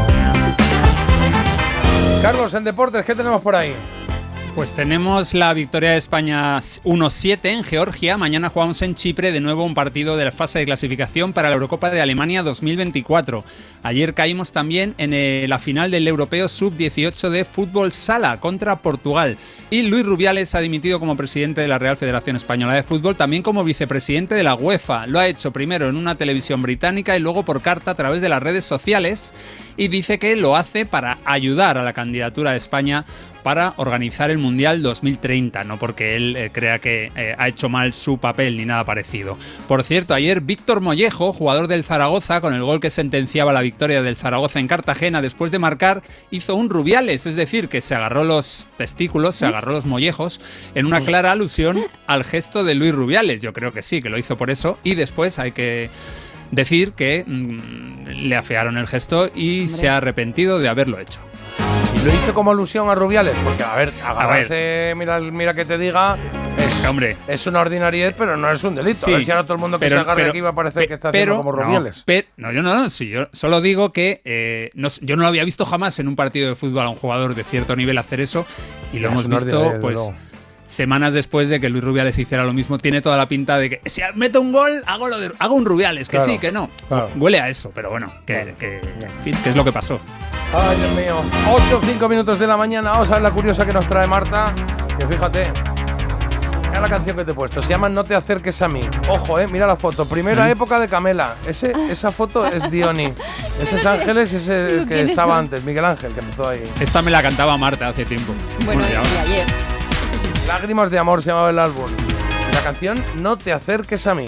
Carlos, en deportes, ¿qué tenemos por ahí? Pues tenemos la victoria de España uno siete en Georgia. Mañana jugamos en Chipre de nuevo un partido de la fase de clasificación para la Eurocopa de Alemania dos mil veinticuatro. Ayer caímos también en eh, la final del Europeo sub dieciocho de fútbol sala contra Portugal. Y Luis Rubiales ha dimitido como presidente de la Real Federación Española de Fútbol, también como vicepresidente de la UEFA. Lo ha hecho primero en una televisión británica y luego por carta a través de las redes sociales. Y dice que lo hace para ayudar a la candidatura de España para organizar el Mundial dos mil treinta, no porque él eh, crea que eh, ha hecho mal su papel ni nada parecido. Por cierto, ayer Víctor Mollejo, jugador del Zaragoza, con el gol que sentenciaba la victoria del Zaragoza en Cartagena después de marcar, hizo un Rubiales, es decir, que se agarró los testículos, se agarró los mollejos, en una clara alusión al gesto de Luis Rubiales. Yo creo que sí, que lo hizo por eso, y después hay que decir que mmm, le afearon el gesto y Hombre. se ha arrepentido de haberlo hecho. ¿Y lo hizo como alusión a Rubiales? Porque, a ver, agarrarse, mira, mira que te diga, es, Hombre. es una ordinariedad, pero no es un delito. Sí, a ver si ahora todo el mundo que pero- se agarre pero- aquí va a parecer pe- que está pero, haciendo como no, Rubiales. pe- no, yo no, no, sí, yo solo digo que eh, no- yo no lo había visto jamás en un partido de fútbol a un jugador de cierto nivel hacer eso y lo Es hemos una visto ordinariedad, pues desde luego. semanas después de que Luis Rubiales hiciera lo mismo. Tiene toda la pinta de que si meto un gol, hago, lo de, hago un Rubiales, que Claro, sí, que no. claro. Huele a eso, pero bueno, que, que, en fin, que es lo que pasó. Ay, Dios mío. ocho, cinco minutos de la mañana. Vamos a ver la curiosa que nos trae Marta. Que fíjate. Mira la canción que te he puesto. Se llama No te acerques a mí. Ojo, eh. Mira la foto. Primera época de Camela. Ese, esa foto es Diony. Ese es Ángeles y ese es el que ¿quiénes estaba son? antes. Miguel Ángel, que empezó ahí. Esta me la cantaba Marta hace tiempo. Bueno, ya- y ayer. Lágrimas de amor se llamaba el álbum. Y la canción No te acerques a mí.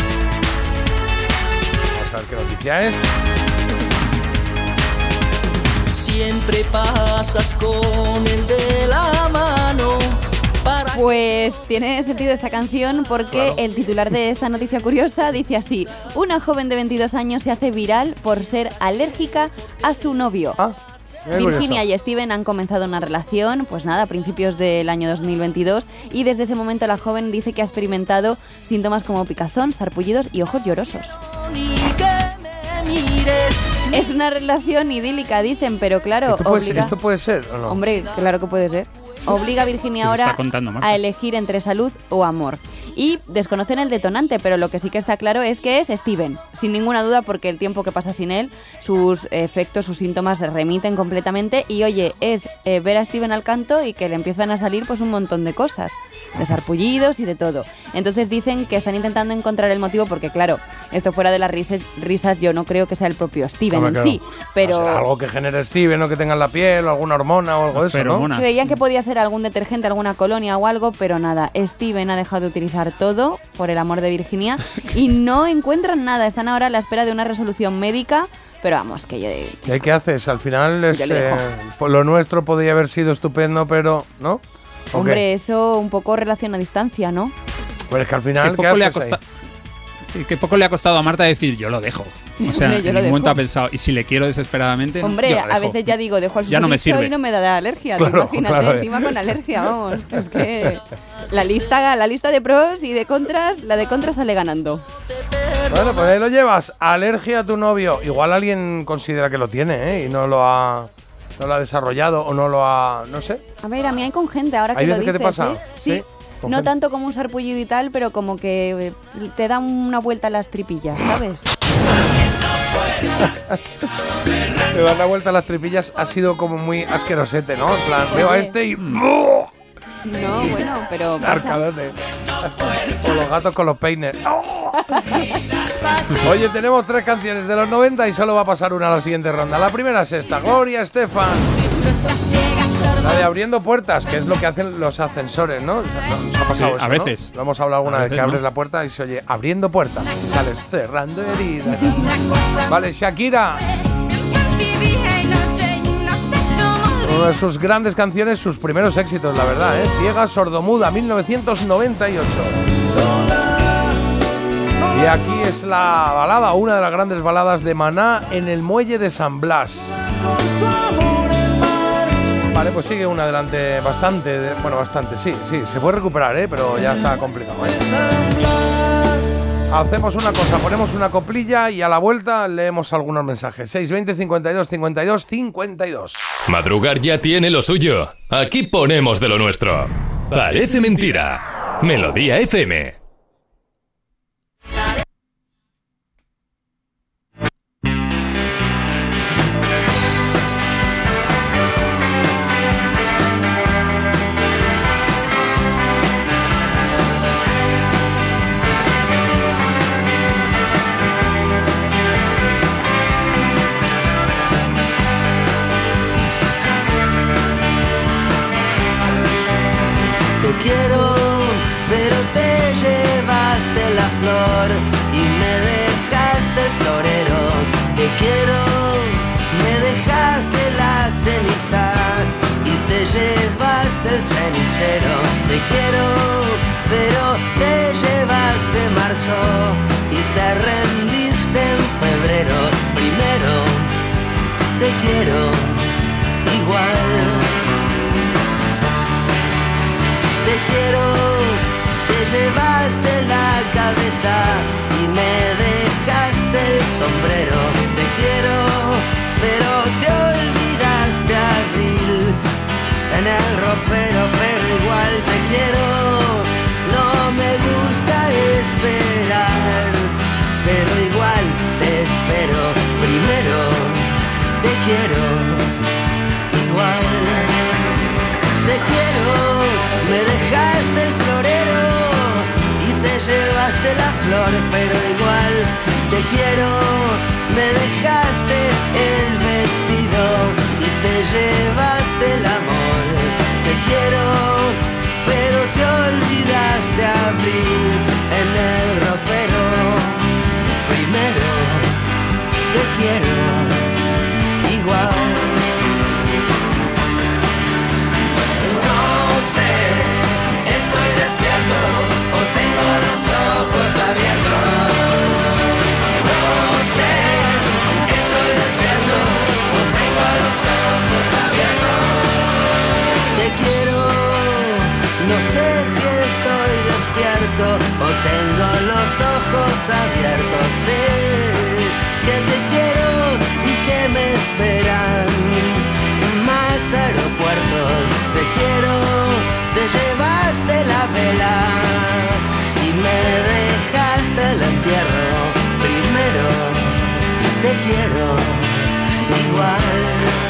Vamos a ver qué noticia es. Siempre pasas con el de la mano. Para Pues tiene sentido esta canción porque Claro. el titular de esta noticia curiosa dice así: una joven de veintidós años se hace viral por ser alérgica a su novio. Ah, mira qué Virginia curioso. y Steven han comenzado una relación, pues nada, a principios del año dos mil veintidós, y desde ese momento la joven dice que ha experimentado síntomas como picazón, sarpullidos y ojos llorosos. ni que me mires. Es una relación idílica, dicen, pero claro, ¿Esto puede, ser, obliga... ¿Esto puede ser o no? Hombre, claro que puede ser. Obliga a Se Virginia lo ahora está contando, Marta. a elegir entre salud o amor. Y desconocen el detonante, pero lo que sí que está claro es que es Steven. sin ninguna duda, porque el tiempo que pasa sin él, sus efectos, sus síntomas se remiten completamente. Y oye, es eh, ver a Steven al canto y que le empiezan a salir pues un montón de cosas, de sarpullidos y de todo. Entonces dicen que están intentando encontrar el motivo, porque claro, esto fuera de las risas, risas yo no creo que sea el propio Steven Hombre, en claro. sí, pero... O sea, algo que genere Steven o que tenga en la piel o alguna hormona o algo de eso, ¿no? Creían que podía ser algún detergente, alguna colonia o algo, pero nada, Steven ha dejado de utilizar todo, por el amor de Virginia, y no encuentran nada. Están ahora a la espera de una resolución médica, pero vamos, que yo he dicho. ¿Y qué haces? Al final es, Yo le dejo. eh, pues lo nuestro podría haber sido estupendo, pero ¿no? ¿O Hombre, qué? eso un poco relación a distancia, ¿no? Pues es que al final, Que poco ¿qué le ha haces ahí? costado. Sí, que poco le ha costado a Marta decir, yo lo dejo. O sea, Hombre, yo en lo ningún momento dejo. ha pensado, y si le quiero desesperadamente. Hombre, yo lo a dejo. veces ya digo, dejo al Ya no me susodicho sirve. y no me da alergia. Claro, Imagínate, claro. encima con alergia, vamos. Es que la lista, la lista de pros y de contras, la de contras sale ganando. Bueno, pues ahí lo llevas. Alergia a tu novio. Igual alguien considera que lo tiene, ¿eh? Y no lo ha, no lo ha desarrollado o no lo ha, no sé. A ver, a mí hay con gente, ahora ¿Hay que lo veces dices, que te pasa? ¿eh? Sí. Sí, con No gente. tanto como un sarpullido y tal, pero como que eh, te da una vuelta a las tripillas, ¿sabes? Le dar la vuelta a las tripillas ha sido como muy asquerosete, ¿no? En plan, Oye. veo a este y... No, bueno, pero pasa. Arcadote. O los gatos con los peines. Oye, tenemos tres canciones de los noventa y solo va a pasar una a la siguiente ronda. La primera es esta, Gloria Estefan. La de Abriendo Puertas, que es lo que hacen los ascensores, ¿no? O sea, no- nos ha pasado Sí, eso, a ¿no? veces. Lo hemos hablado alguna A vez, veces, que abres ¿no? la puerta y se oye Abriendo Puertas. Y sales cerrando heridas. Vale, Shakira. Una de sus grandes canciones, sus primeros éxitos, la verdad, ¿eh? Ciega Sordomuda, mil novecientos noventa y ocho. Y aquí es la balada, una de las grandes baladas de Maná, En el muelle de San Blas. Vale, pues sigue una adelante bastante, de- bueno, bastante, sí, sí, se puede recuperar, ¿eh? Pero ya está complicado, ¿eh? Hacemos una cosa, ponemos una coplilla y a la vuelta leemos algunos mensajes. seis veinte, cincuenta y dos, cincuenta y dos, cincuenta y dos. Madrugar ya tiene lo suyo. Aquí ponemos de lo nuestro. Parece mentira. Melodía F M. Te quiero, pero te llevaste la flor y me dejaste el florero. Te quiero, me dejaste la ceniza y te llevaste el cenicero. Te quiero, pero te llevaste marzo y te rendiste en febrero. Primero, te quiero igual. Te quiero, te llevaste la cabeza y me dejaste el sombrero. Te quiero, pero te olvidaste abril en el ropero, pero igual te quiero. No me gusta esperar, pero igual te espero. Primero, te quiero igual. Te quiero, me dejaste el florero y te llevaste la flor, pero igual te quiero. Me dejaste el vestido y te llevaste el amor. Te quiero, pero te olvidaste abril en el ropero. Primero, te quiero igual. No sé, estoy despierto o tengo los ojos abiertos. No sé, estoy despierto o tengo los ojos abiertos. Te quiero, no sé si estoy despierto o tengo los ojos abiertos. Sé que te quiero y que me esperan más aeropuertos. Te quiero, te llevaste la vela y me dejaste el entierro. Primero, igual.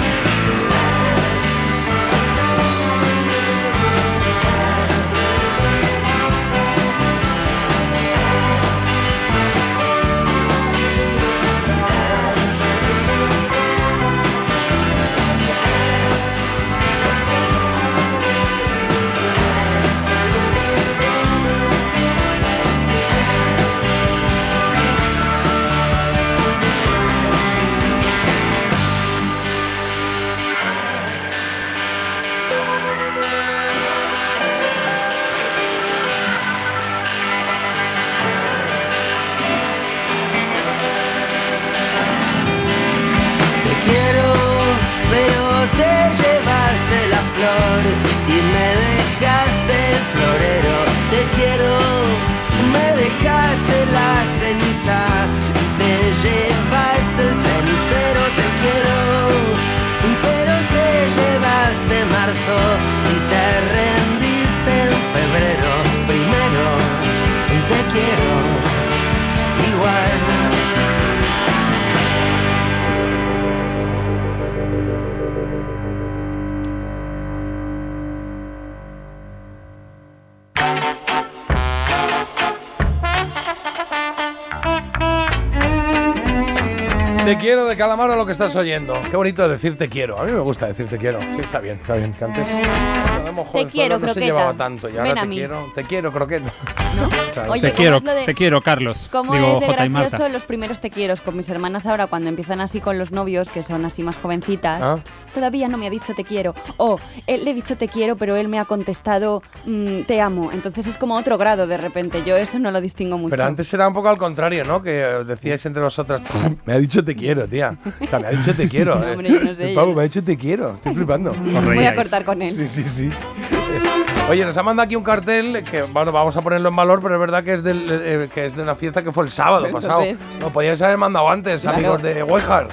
Y me dejaste el florero, te quiero, me dejaste la ceniza, te llevaste el cenicero, te quiero, pero te llevaste marzo y te rendiste en febrero, primero te quiero, igual. Te quiero de Calamaro lo que estás oyendo. Qué bonito es decir te quiero. A mí me gusta decir te quiero. Sí, está bien, está bien. Que antes te quiero, no croqueta. se llevaba tanto. Y ahora Ven te a mí. quiero, te quiero, croqueta. ¿No? Claro. Oye, te ¿cómo quiero, es lo de- te quiero, Carlos. ¿Cómo Digo, es de J y Marta. gracioso los primeros te quiero con mis hermanas ahora cuando empiezan así con los novios que son así más jovencitas? Ah. Todavía no me ha dicho te quiero. O él le he dicho te quiero, pero él me ha contestado mm, te amo. Entonces es como otro grado de repente. Yo eso no lo distingo mucho. Pero antes era un poco al contrario, ¿no? Que decíais entre vosotras, me ha dicho te quiero, tía. O sea, me ha dicho te quiero. No, hombre, yo no sé, El yo Pablo no- me ha dicho te quiero. Estoy flipando. Voy a cortar con él. Sí, sí, sí. Oye, nos ha mandado aquí un cartel que, bueno, vamos a ponerlo en valor, pero es verdad que es, del, eh, que es de una fiesta que fue el sábado Pero pasado. entonces- Lo podíais haber mandado antes, Claro. amigos de Huejar.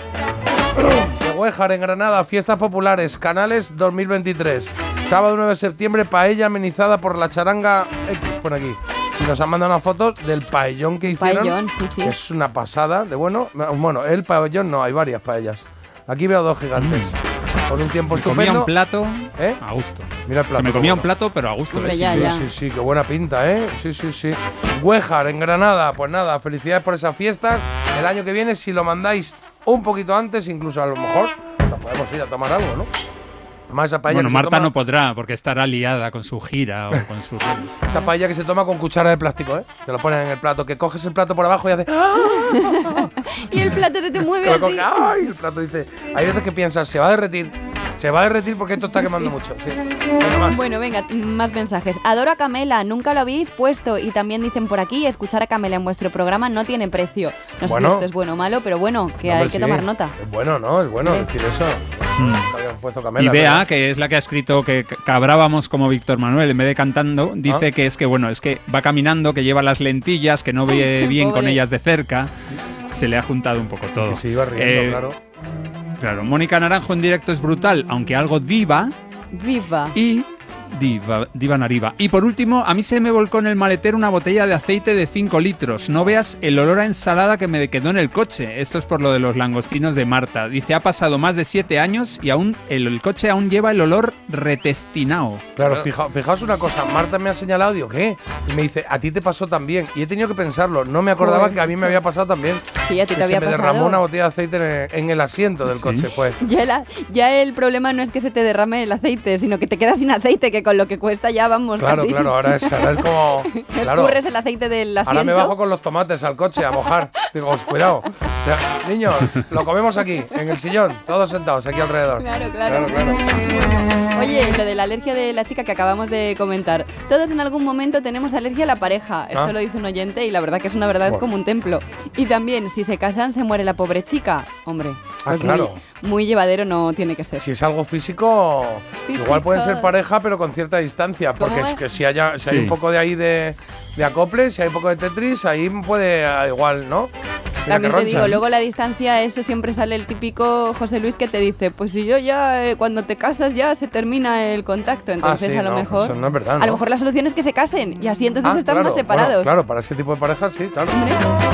De Huejar, en Granada, fiestas populares, Canales dos mil veintitrés. Sábado nueve de septiembre, paella amenizada por la charanga X, por aquí. Y nos han mandado una foto del paellón que hicieron. Paellón, sí, sí. Que es una pasada de bueno. Bueno, el paellón no, hay varias paellas. Aquí veo dos gigantes. Con un tiempo Me comía estupendo. un plato ¿Eh? a gusto. Mira el plato. Que me qué comía bueno. un plato, pero a gusto. Hombre, ¿eh? ya, Sí, ya. sí, sí, qué buena pinta, ¿eh? Sí, sí, sí. Huejar, en Granada. Pues nada, felicidades por esas fiestas. El año que viene, si lo mandáis un poquito antes, incluso a lo mejor, nos podemos ir a tomar algo, ¿no? Además, esa paella Bueno, que se Marta toma, no podrá porque estará liada con su gira o con su... esa paella que se toma con cuchara de plástico, ¿eh? Te lo ponen en el plato, que coges el plato por abajo y hace... ¡ah! Y el plato se te mueve Que lo así. coge, ¡ay! El plato dice... Hay veces que piensas, se va a derretir. Se va a derretir porque esto está quemando mucho. Sí. Venga, más. Bueno, venga, más mensajes. Adoro a Camela, nunca lo habéis puesto. Y también dicen por aquí, escuchar a Camela en vuestro programa no tiene precio. No Bueno. sé si esto es bueno o malo, pero bueno, que No, hay hombre, que sí. tomar nota. Es bueno, ¿no? Es bueno Sí. decir eso. Mm. Te habían puesto Camela, Y Bea, ¿verdad? que es la que ha escrito que cabrábamos como Víctor Manuel en vez de cantando, dice Ah. que es que bueno, es que va caminando, que lleva las lentillas, que no ve bien con Pobre. ellas de cerca. Se le ha juntado un poco todo. Que se iba riendo, Eh, claro. Claro, Mónica Naranjo en directo es brutal, aunque algo diva. Viva. Y diva, diva Nariva. Y por último, a mí se me volcó en el maletero una botella de aceite de cinco litros. No veas el olor a ensalada que me quedó en el coche. Esto es por lo de los langostinos de Marta. Dice, ha pasado más de siete años y aún el, el coche aún lleva el olor retestinao. Claro, fija- fijaos una cosa, Marta me ha señalado, digo, ¿qué? Y me dice, a ti te pasó también. Y he tenido que pensarlo, no me acordaba Joder, que a mí me macho. había pasado también. Sí, a ti Que te había se me pasado. derramó una botella de aceite en, en el asiento del ¿Sí? coche, fue. Ya, la- ya el problema no es que se te derrame el aceite, sino que te quedas sin aceite, que con lo que cuesta ya vamos Claro, casi. claro, ahora es, ahora es como... Claro, Escurres el aceite del asiento. ahora me bajo con los tomates al coche a mojar. Digo, cuidado. O sea, niños, lo comemos aquí, en el sillón, todos sentados aquí alrededor. Claro, claro. Claro, claro. Oye, lo de la alergia de la chica que acabamos de comentar. Todos en algún momento tenemos alergia a la pareja. Esto Ah. lo dice un oyente y la verdad que es una verdad Bueno. como un templo. Y también, si se casan, se muere la pobre chica. Hombre, Ah, pues claro. muy, muy llevadero no tiene que ser. Si es algo físico, Físico. igual pueden ser pareja, pero con cierta distancia. Porque ¿Cómo es es? que si, haya, si hay Sí. un poco de ahí de, de acople, si hay un poco de Tetris, ahí puede ah, igual, ¿no? Mira También que te digo, ronchas. luego la distancia, eso siempre sale el típico José Luis que te dice, pues si yo ya, eh, cuando te casas ya se termina el contacto. Entonces sí, a lo no, mejor... eso no es verdad, A ¿no? lo mejor la solución es que se casen y así entonces Ah, están claro, más separados. bueno, claro, para ese tipo de parejas sí, claro. Hay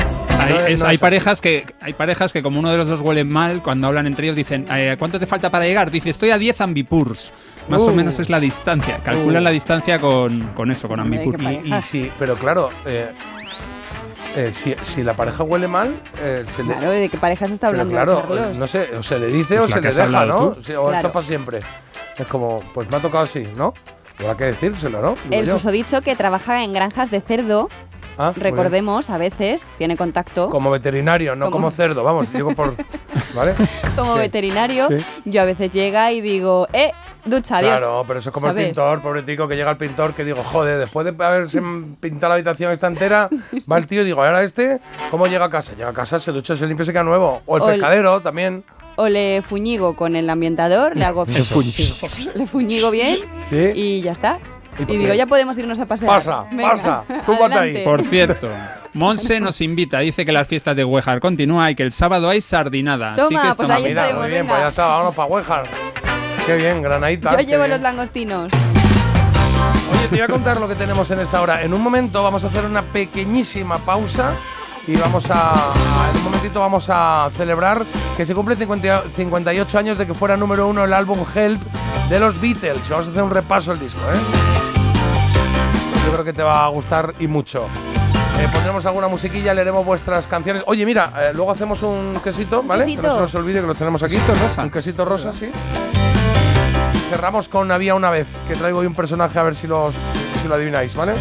Hay, no, es- no hay es parejas que hay parejas que como uno de los dos huele mal, cuando hablan entre ellos dicen, eh, ¿cuánto te falta para llegar? Dice, estoy a diez ambipurs. Más Uh. o menos es la distancia. Calculan Uh. la distancia con, con eso, con ambipurs. Y, y sí, pero claro, eh, eh, si, si la pareja huele mal, eh, se le, Claro, ¿de qué pareja se está pero hablando? claro, Carlos? no sé, o se le dice Pues o la se que le has deja, hablado ¿no? tú. Sí, o Claro. esto para siempre. Es como, pues me ha tocado así, ¿no? Habrá que decírselo, ¿no? Digo El yo. susodicho que trabaja en granjas de cerdo, Ah, muy bien. recordemos, a veces tiene contacto Como veterinario, no Como- como cerdo, vamos, digo por. ¿Vale? como Sí. veterinario. Sí. Yo a veces llega y digo, eh, ducha, adiós. Claro, pero eso es como ¿Sabes? el pintor, pobretico, que llega el pintor que digo, joder, después de haberse pintado la habitación esta entera, va el tío y digo, ahora este, ¿cómo llega a casa? Llega a casa, se ducha, se limpia y se queda nuevo. O el O el- pescadero también. O le fuñigo con el ambientador, le hago Le fuñigo. le fuñigo bien Sí. y ya está. ¿Y Y, por digo, qué? ya podemos irnos a pasear. Pasa, Venga, pasa, tú ponte ahí. adelante. Por cierto, Monse nos invita, dice que las fiestas de Huejar continúan y que el sábado hay sardinada. Toma, así que pues estamos ahí bien. Mira, estaremos, muy bien, venga. pues ya está, vámonos para Huejar. Qué bien, granadita. Yo qué llevo bien. los langostinos. Oye, te voy a contar lo que tenemos en esta hora. En un momento vamos a hacer una pequeñísima pausa y vamos a, a- en un momentito vamos a celebrar que se cumple cincuenta, cincuenta y ocho años de que fuera número uno el álbum Help de los Beatles. Vamos a hacer un repaso al disco, ¿eh? Yo creo que te va a gustar y mucho. Eh, pondremos alguna musiquilla, leeremos vuestras canciones. Oye, mira, eh, luego hacemos un quesito, ¿vale? quesito. Que no se nos olvide que lo tenemos aquí. Quesito rosa. Un quesito rosa, sí. Cerramos con Había una vez, que traigo hoy un personaje a ver si, los, si lo adivináis, ¿vale?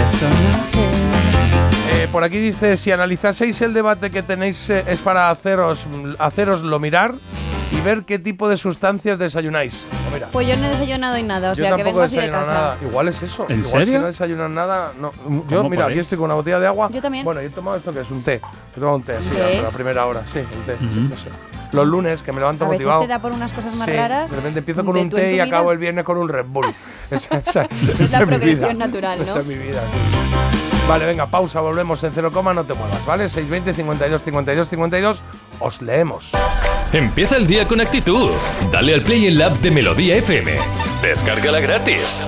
Eh, por aquí dice, si analizaseis el debate que tenéis eh, es para haceros, haceroslo mirar y ver qué tipo de sustancias desayunáis. Pues mira, Pues yo no he desayunado y nada, o yo sea que tampoco vengo he así de desayunado casa. nada. Igual es eso. ¿En Igual serio? si no desayunas nada, no. Yo, ¿Cómo mira, aquí podéis? estoy con una botella de agua. Yo también. Bueno, yo he tomado esto que es un té. He tomado un té, sí, ¿Un té? a la primera hora, sí, un té. Ujú. No sé. Los lunes, que me levanto A veces motivado. te da por unas cosas más Sí, raras. de repente empiezo un con un tú en té tu y vida. acabo el viernes con un Red Bull. Esa, esa- Es esa la mi vida. progresión natural, ¿no? Esa es mi vida, sí. Vale, venga, pausa, volvemos en cero coma, no te muevas, ¿vale? seis veinte, cincuenta y dos, cincuenta y dos, cincuenta y dos, os leemos. Empieza el día con actitud. Dale al play en la app de Melodía F M. Descárgala gratis.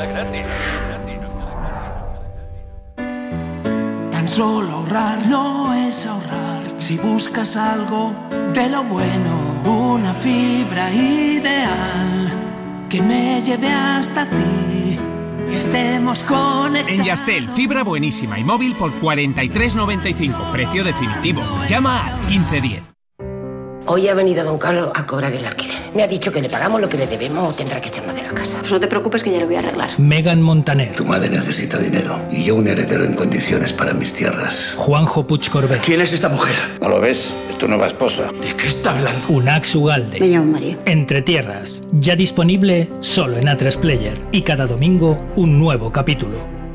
Tan solo ahorrar no es ahorrar. Si buscas algo de lo bueno, una fibra ideal que me lleve hasta ti. Estemos conectados. En Yastel, fibra buenísima y móvil por cuarenta y tres noventa y cinco. Precio definitivo. Llama al quince diez. Hoy ha venido don Carlos a cobrar el alquiler. Me ha dicho que le pagamos lo que le debemos o tendrá que echarnos de la casa. Pues no te preocupes que ya lo voy a arreglar. Megan Montaner, Tu madre necesita dinero y yo un heredero en condiciones para mis tierras. Juanjo Puig Corbet, ¿Quién es esta mujer? ¿No lo ves? Es tu nueva esposa. ¿De qué está hablando? Unax Ugalde. Me llamo María. Entre Tierras, ya disponible solo en A tres Player y cada domingo un nuevo capítulo.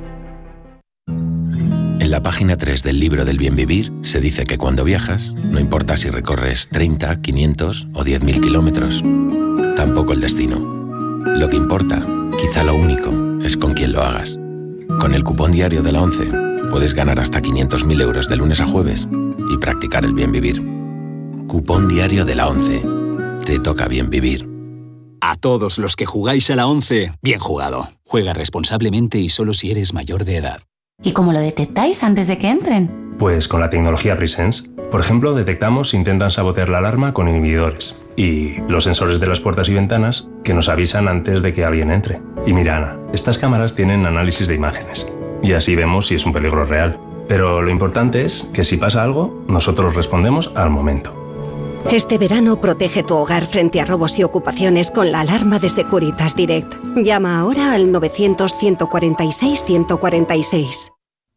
En la página tres del libro del bien vivir se dice que cuando viajas, no importa si recorres treinta, quinientos o diez mil kilómetros, tampoco el destino. Lo que importa, quizá lo único, es con quién lo hagas. Con el cupón diario de la ONCE puedes ganar hasta quinientos mil euros de lunes a jueves y practicar el bien vivir. Cupón diario de la ONCE. Te toca bien vivir. A todos los que jugáis a la once, bien jugado. Juega responsablemente y solo si eres mayor de edad. ¿Y cómo lo detectáis antes de que entren? Pues con la tecnología Presence. Por ejemplo, detectamos si intentan sabotear la alarma con inhibidores. Y los sensores de las puertas y ventanas que nos avisan antes de que alguien entre. Y mira, Ana, estas cámaras tienen análisis de imágenes. Y así vemos si es un peligro real. Pero lo importante es que si pasa algo, nosotros respondemos al momento. Este verano protege tu hogar frente a robos y ocupaciones con la alarma de Securitas Direct. Llama ahora al novecientos, ciento cuarenta y seis, ciento cuarenta y seis.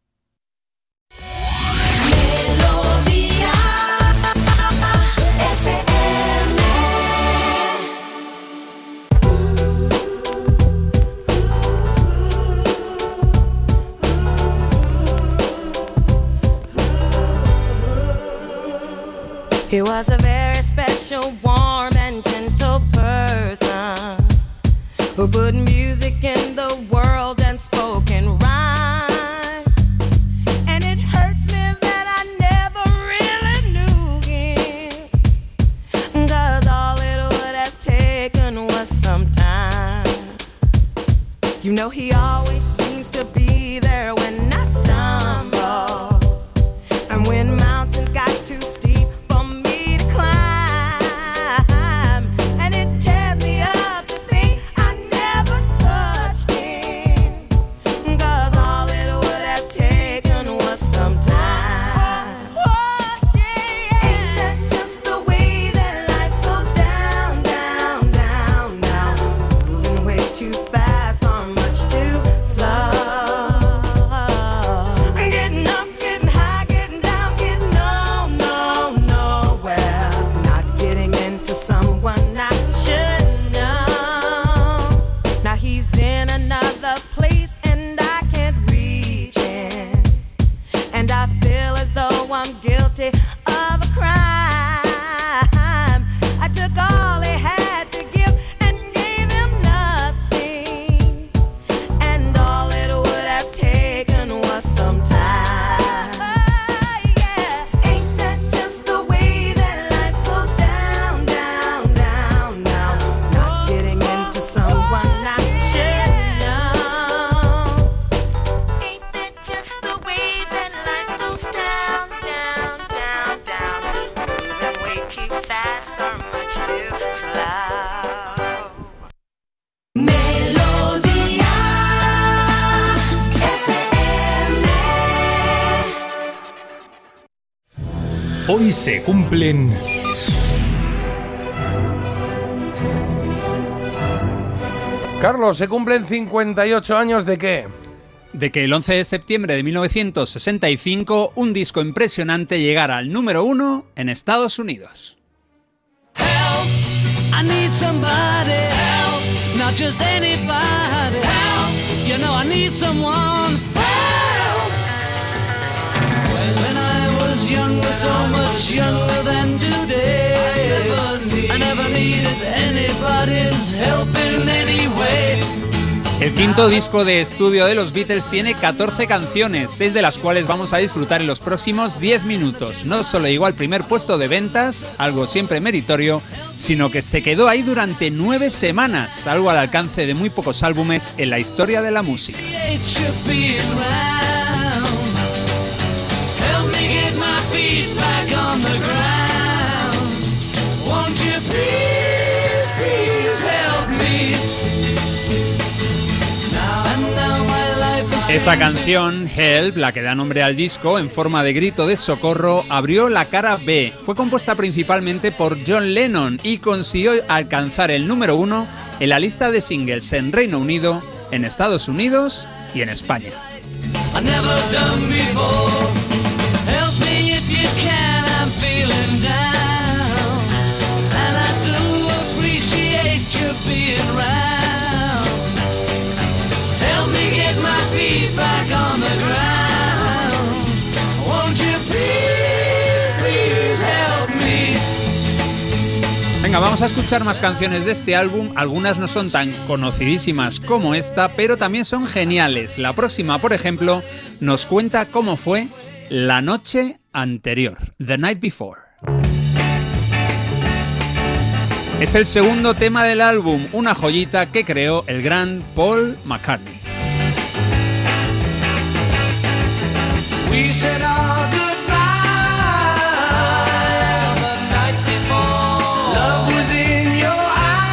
He was a very special, warm and gentle person who put music in the world and spoke in rhyme. And it hurts me that I never really knew him, 'cause all it would have taken was some time. You know he always seems to be there when I stumble, and when mountains got guilty of a crime. I took all he had to give and gave him nothing, and all it would have taken was some time. Oh, yeah. Ain't that just the way that life goes down, down, down, down? Not getting into someone I should know. Ain't that just the way that life goes down, down, down, down? Moving way too fast or much too slow. Melodía F M. Hoy se cumplen... Carlos, se cumplen cincuenta y ocho años de qué? De que el once de septiembre de mil novecientos sesenta y cinco un disco impresionante llegara al número uno en Estados Unidos. I need somebody help, not just anybody help. You know I need someone help. When I was younger, so much younger than today, I never, need, I never needed anybody's help in any way. El quinto disco de estudio de los Beatles tiene catorce canciones, seis de las cuales vamos a disfrutar en los próximos diez minutos. No solo llegó al primer puesto de ventas, algo siempre meritorio, sino que se quedó ahí durante nueve semanas, algo al alcance de muy pocos álbumes en la historia de la música. Esta canción, Help, la que da nombre al disco, en forma de grito de socorro, abrió la cara B. Fue compuesta principalmente por John Lennon y consiguió alcanzar el número uno en la lista de singles en Reino Unido, en Estados Unidos y en España. Back on the ground. Won't you please, please help me? Venga, vamos a escuchar más canciones de este álbum. Algunas no son tan conocidísimas como esta, pero también son geniales. La próxima, por ejemplo, nos cuenta cómo fue la noche anterior, The Night Before. Es el segundo tema del álbum, una joyita que creó el gran Paul McCartney. We said our goodbye the night before. Love was in your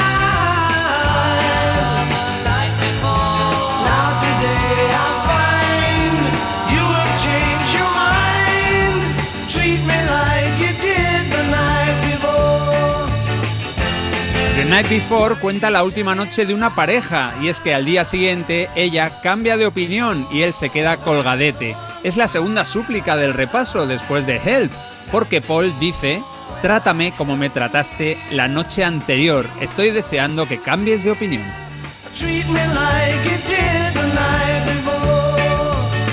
eyes the night before. Now today I find you have changed your mind. Treat me like you did the night before. The Night Before cuenta la última noche de una pareja, y es que al día siguiente ella cambia de opinión y él se queda colgadete. Es la segunda súplica del repaso después de Help, porque Paul dice: trátame como me trataste la noche anterior, estoy deseando que cambies de opinión. Treat me like you did the night before.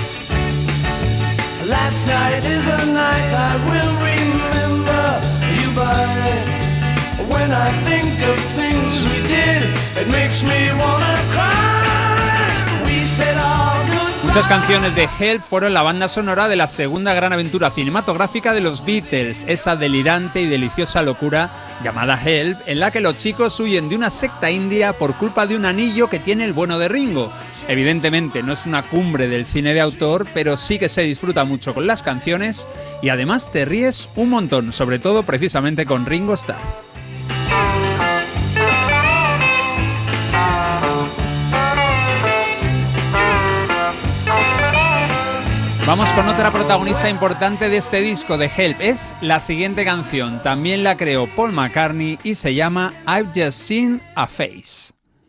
Last night is the night I will remember you by. When I think of things we did, it makes me wanna cry. We said all good. Muchas canciones de Help fueron la banda sonora de la segunda gran aventura cinematográfica de los Beatles, esa delirante y deliciosa locura llamada Help, en la que los chicos huyen de una secta india por culpa de un anillo que tiene el bueno de Ringo. Evidentemente no es una cumbre del cine de autor, pero sí que se disfruta mucho con las canciones y además te ríes un montón, sobre todo precisamente con Ringo Starr. Vamos con otra protagonista importante de este disco de Help. Es la siguiente canción. También la creó Paul McCartney y se llama I've Just Seen a Face.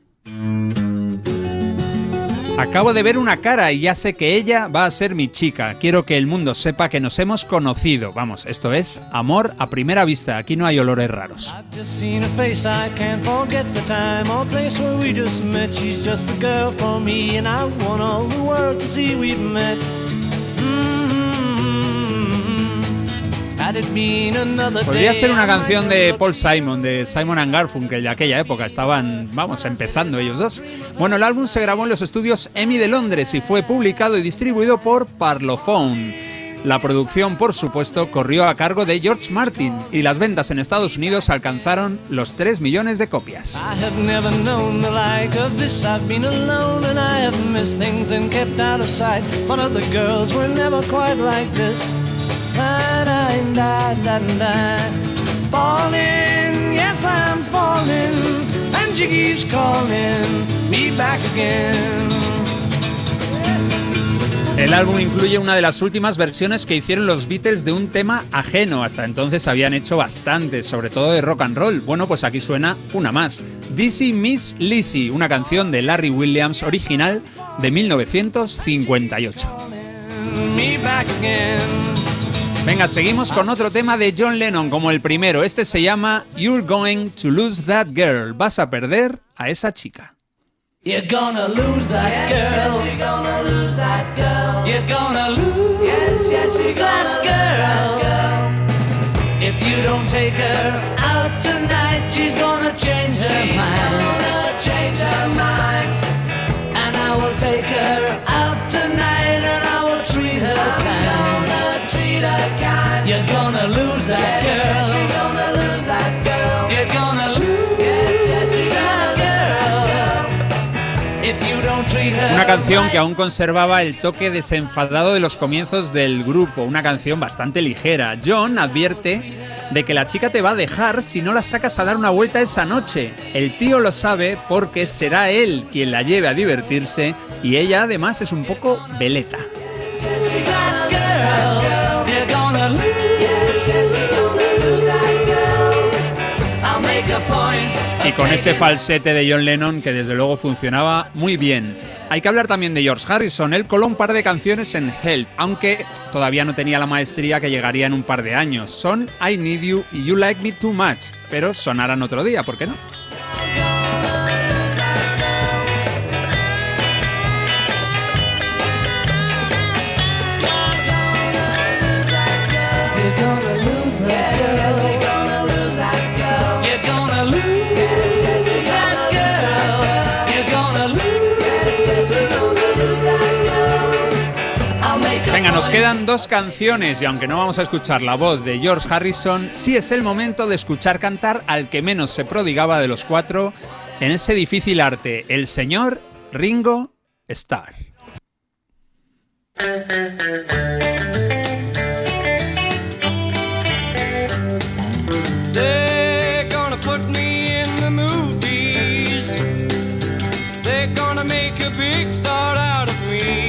Acabo de ver una cara y ya sé que ella va a ser mi chica. Quiero que el mundo sepa que nos hemos conocido. Vamos, esto es amor a primera vista. Aquí no hay olores raros. I've just seen a face, I can't forget the time or place where we just met. She's just the girl for me and I want all the world to see we've met. Mm-hmm. Podría ser una canción de Paul Simon, de Simon and Garfunkel de aquella época. Estaban, vamos, empezando ellos dos. Bueno, el álbum se grabó en los estudios EMI de Londres y fue publicado y distribuido por Parlophone. La producción, por supuesto, corrió a cargo de George Martin y las ventas en Estados Unidos alcanzaron los tres millones de copias. El álbum incluye una de las últimas versiones que hicieron los Beatles de un tema ajeno. Hasta entonces habían hecho bastantes, sobre todo de rock and roll. Bueno, pues aquí suena una más. Dizzy Miss Lizzy, una canción de Larry Williams original de mil novecientos cincuenta y ocho. Venga, seguimos con otro tema de John Lennon como el primero. Este se llama You're Going to Lose That Girl. Vas a perder a esa chica. You're gonna lose that girl. Yes, yes, you're gonna lose that girl. You're gonna lose. Yes, yes, you're gonna that girl. If you don't take her out tonight, she's gonna change her she's mind. She's gonna change her mind. And I will take her out tonight, and I will treat her I'm kind. I'm gonna treat her kind. You're gonna lose that yes, girl. Yes, you're gonna lose that girl. You're gonna lose. Yes, yes, you're gonna. Una canción que aún conservaba el toque desenfadado de los comienzos del grupo, una canción bastante ligera. John advierte de que la chica te va a dejar si no la sacas a dar una vuelta esa noche. El tío lo sabe porque será él quien la lleve a divertirse y ella además es un poco veleta. Y con ese falsete de John Lennon que desde luego funcionaba muy bien. Hay que hablar también de George Harrison. Él coló un par de canciones en Help, aunque todavía no tenía la maestría que llegaría en un par de años. Son I Need You y You Like Me Too Much, pero sonarán otro día, ¿por qué no? Venga, nos quedan dos canciones y aunque no vamos a escuchar la voz de George Harrison, sí es el momento de escuchar cantar al que menos se prodigaba de los cuatro en ese difícil arte, el señor Ringo Starr. They're gonna put me in the movies. They're gonna make a big star out of me.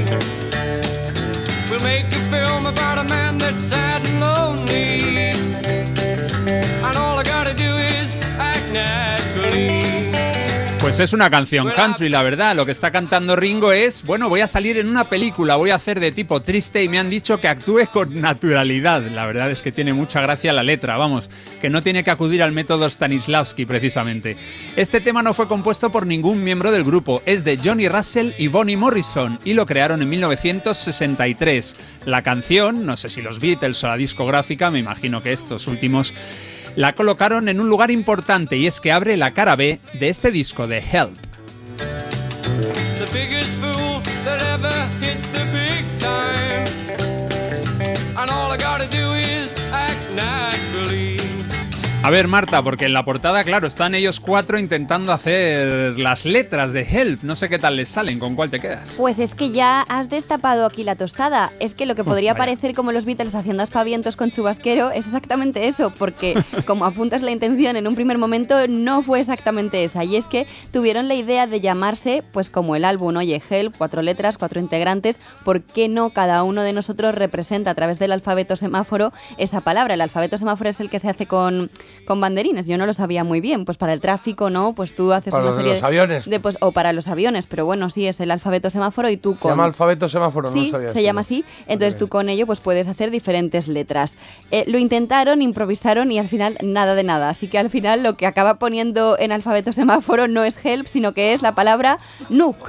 We'll make a film about a man that's sad and lonely. And all I gotta do is act naturally. Pues es una canción country, la verdad. Lo que está cantando Ringo es, bueno, voy a salir en una película, voy a hacer de tipo triste y me han dicho que actúe con naturalidad. La verdad es que tiene mucha gracia la letra, vamos, que no tiene que acudir al método Stanislavski precisamente. Este tema no fue compuesto por ningún miembro del grupo, es de Johnny Russell y Bonnie Morrison y lo crearon en mil novecientos sesenta y tres. La canción, no sé si los Beatles o la discográfica, me imagino que estos últimos, la colocaron en un lugar importante y es que abre la cara B de este disco de Help. The biggest fool that ever hit the big time. And all I gotta do is act naturally. A ver, Marta, porque en la portada, claro, están ellos cuatro intentando hacer las letras de Help. No sé qué tal les salen, ¿con cuál te quedas? Pues es que ya has destapado aquí la tostada. Es que lo que podría Vaya. parecer como los Beatles haciendo aspavientos con chubasquero es exactamente eso, porque como apuntas la intención en un primer momento, no fue exactamente esa. Y es que tuvieron la idea de llamarse, pues como el álbum, oye, Help, cuatro letras, cuatro integrantes, ¿por qué no cada uno de nosotros representa a través del alfabeto semáforo esa palabra? El alfabeto semáforo es el que se hace con... con banderines, yo no lo sabía muy bien, pues para el tráfico, ¿no? Pues tú haces para una los serie de los aviones. de pues o para los aviones, pero bueno, sí es el alfabeto semáforo y tú con Se llama alfabeto semáforo, sí, no lo sabía. se llama así, entonces tú con ello pues puedes hacer diferentes letras. Eh, lo intentaron, improvisaron y al final nada de nada, así que al final lo que acaba poniendo en alfabeto semáforo no es Help, sino que es la palabra Nuke.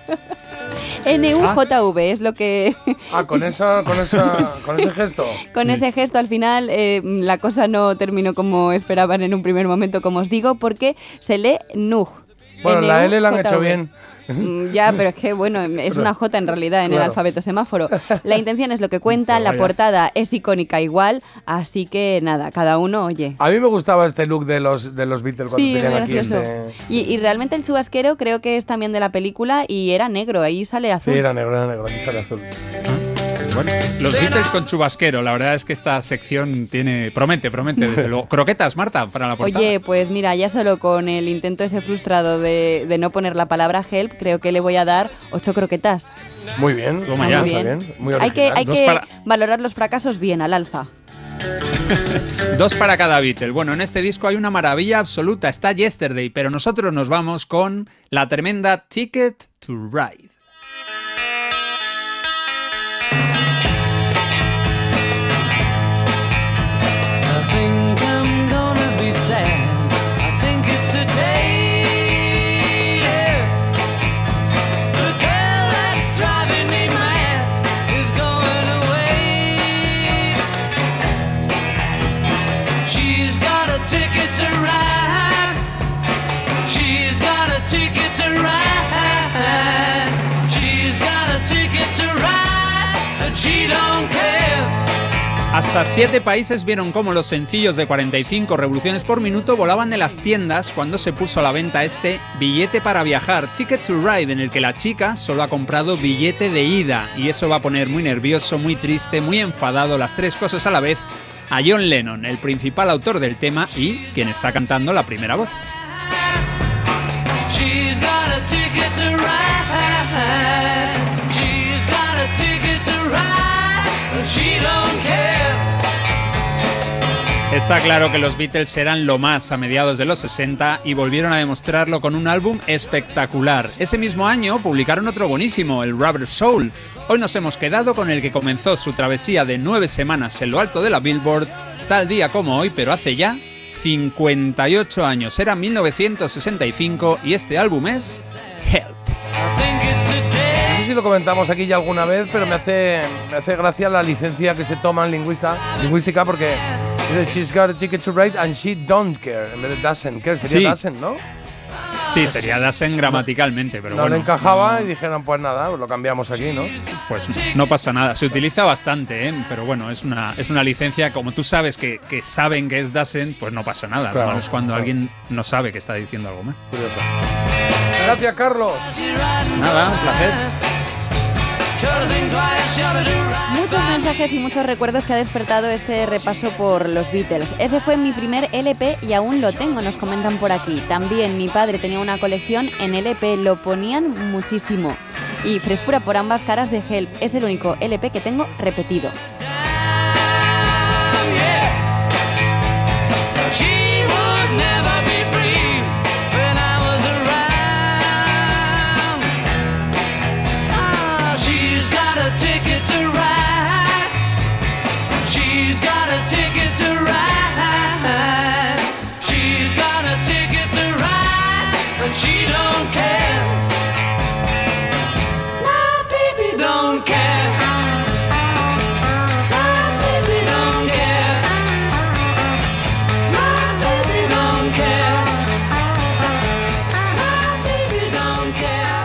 N U J V es lo que... Ah, con, esa, con, esa, con ese gesto. Con ese gesto al final eh, la cosa no terminó como esperaban en un primer momento, como os digo, porque se lee N U G. Bueno, la L la han hecho bien. Ya, pero es que bueno, es una J en realidad en claro. el alfabeto semáforo. La intención es lo que cuenta, la portada es icónica igual, así que nada, cada uno, oye. A mí me gustaba este look de los, de los Beatles cuando sí, tenían aquí gracioso. este... y, y realmente el chubasquero creo que es también de la película y era negro, ahí sale azul. Sí, era negro, era negro, aquí sale azul. Bueno, los Beatles con chubasquero, la verdad es que esta sección tiene promete, promete, desde luego. Croquetas, Marta, para la portada. Oye, pues mira, ya solo con el intento ese frustrado de, de no poner la palabra help, creo que le voy a dar ocho croquetas. Muy bien, Toma muy ya. bien. Está bien, muy hay que, hay Dos que para... valorar los fracasos bien, al alza. Dos para cada Beatle. Bueno, en este disco hay una maravilla absoluta, está Yesterday, pero nosotros nos vamos con la tremenda Ticket to Ride. Hasta siete países vieron cómo los sencillos de cuarenta y cinco revoluciones por minuto volaban de las tiendas cuando se puso a la venta este billete para viajar, Ticket to Ride, en el que la chica solo ha comprado billete de ida. Y eso va a poner muy nervioso, muy triste, muy enfadado, las tres cosas a la vez, a John Lennon, el principal autor del tema y quien está cantando la primera voz. She's got a ticket to ride. She's got a ticket to ride, but she don't care. Está claro que los Beatles eran lo más a mediados de los sesenta y volvieron a demostrarlo con un álbum espectacular. Ese mismo año publicaron otro buenísimo, el Rubber Soul. Hoy nos hemos quedado con el que comenzó su travesía de nueve semanas en lo alto de la Billboard, tal día como hoy, pero hace ya cincuenta y ocho años. Era mil novecientos sesenta y cinco y este álbum es Help. No sé si lo comentamos aquí ya alguna vez, pero me hace, me hace gracia la licencia que se toma en lingüista, lingüística porque dice She's got a ticket to ride and she don't care en vez de doesn't care. Sería sí. doesn't, ¿no? Sí, sería doesn't gramaticalmente, pero no bueno. No le encajaba y dijeron, pues nada, pues lo cambiamos aquí, ¿no? Pues no pasa nada. Se utiliza bastante, ¿eh? Pero bueno, es una, es una licencia, como tú sabes que, que saben que es doesn't, pues no pasa nada. Claro, Lo malo es cuando claro. alguien no sabe que está diciendo algo más. Curioso. Gracias, Carlos. Nada, un placer. Muchos mensajes y muchos recuerdos que ha despertado este repaso por los Beatles. Ese fue mi primer L P y aún lo tengo, nos comentan por aquí. También mi padre tenía una colección en L P, lo ponían muchísimo. Y frescura por ambas caras de Help, es el único L P que tengo repetido. She don't care. My baby don't care. My baby don't care. My baby don't care. My baby don't care.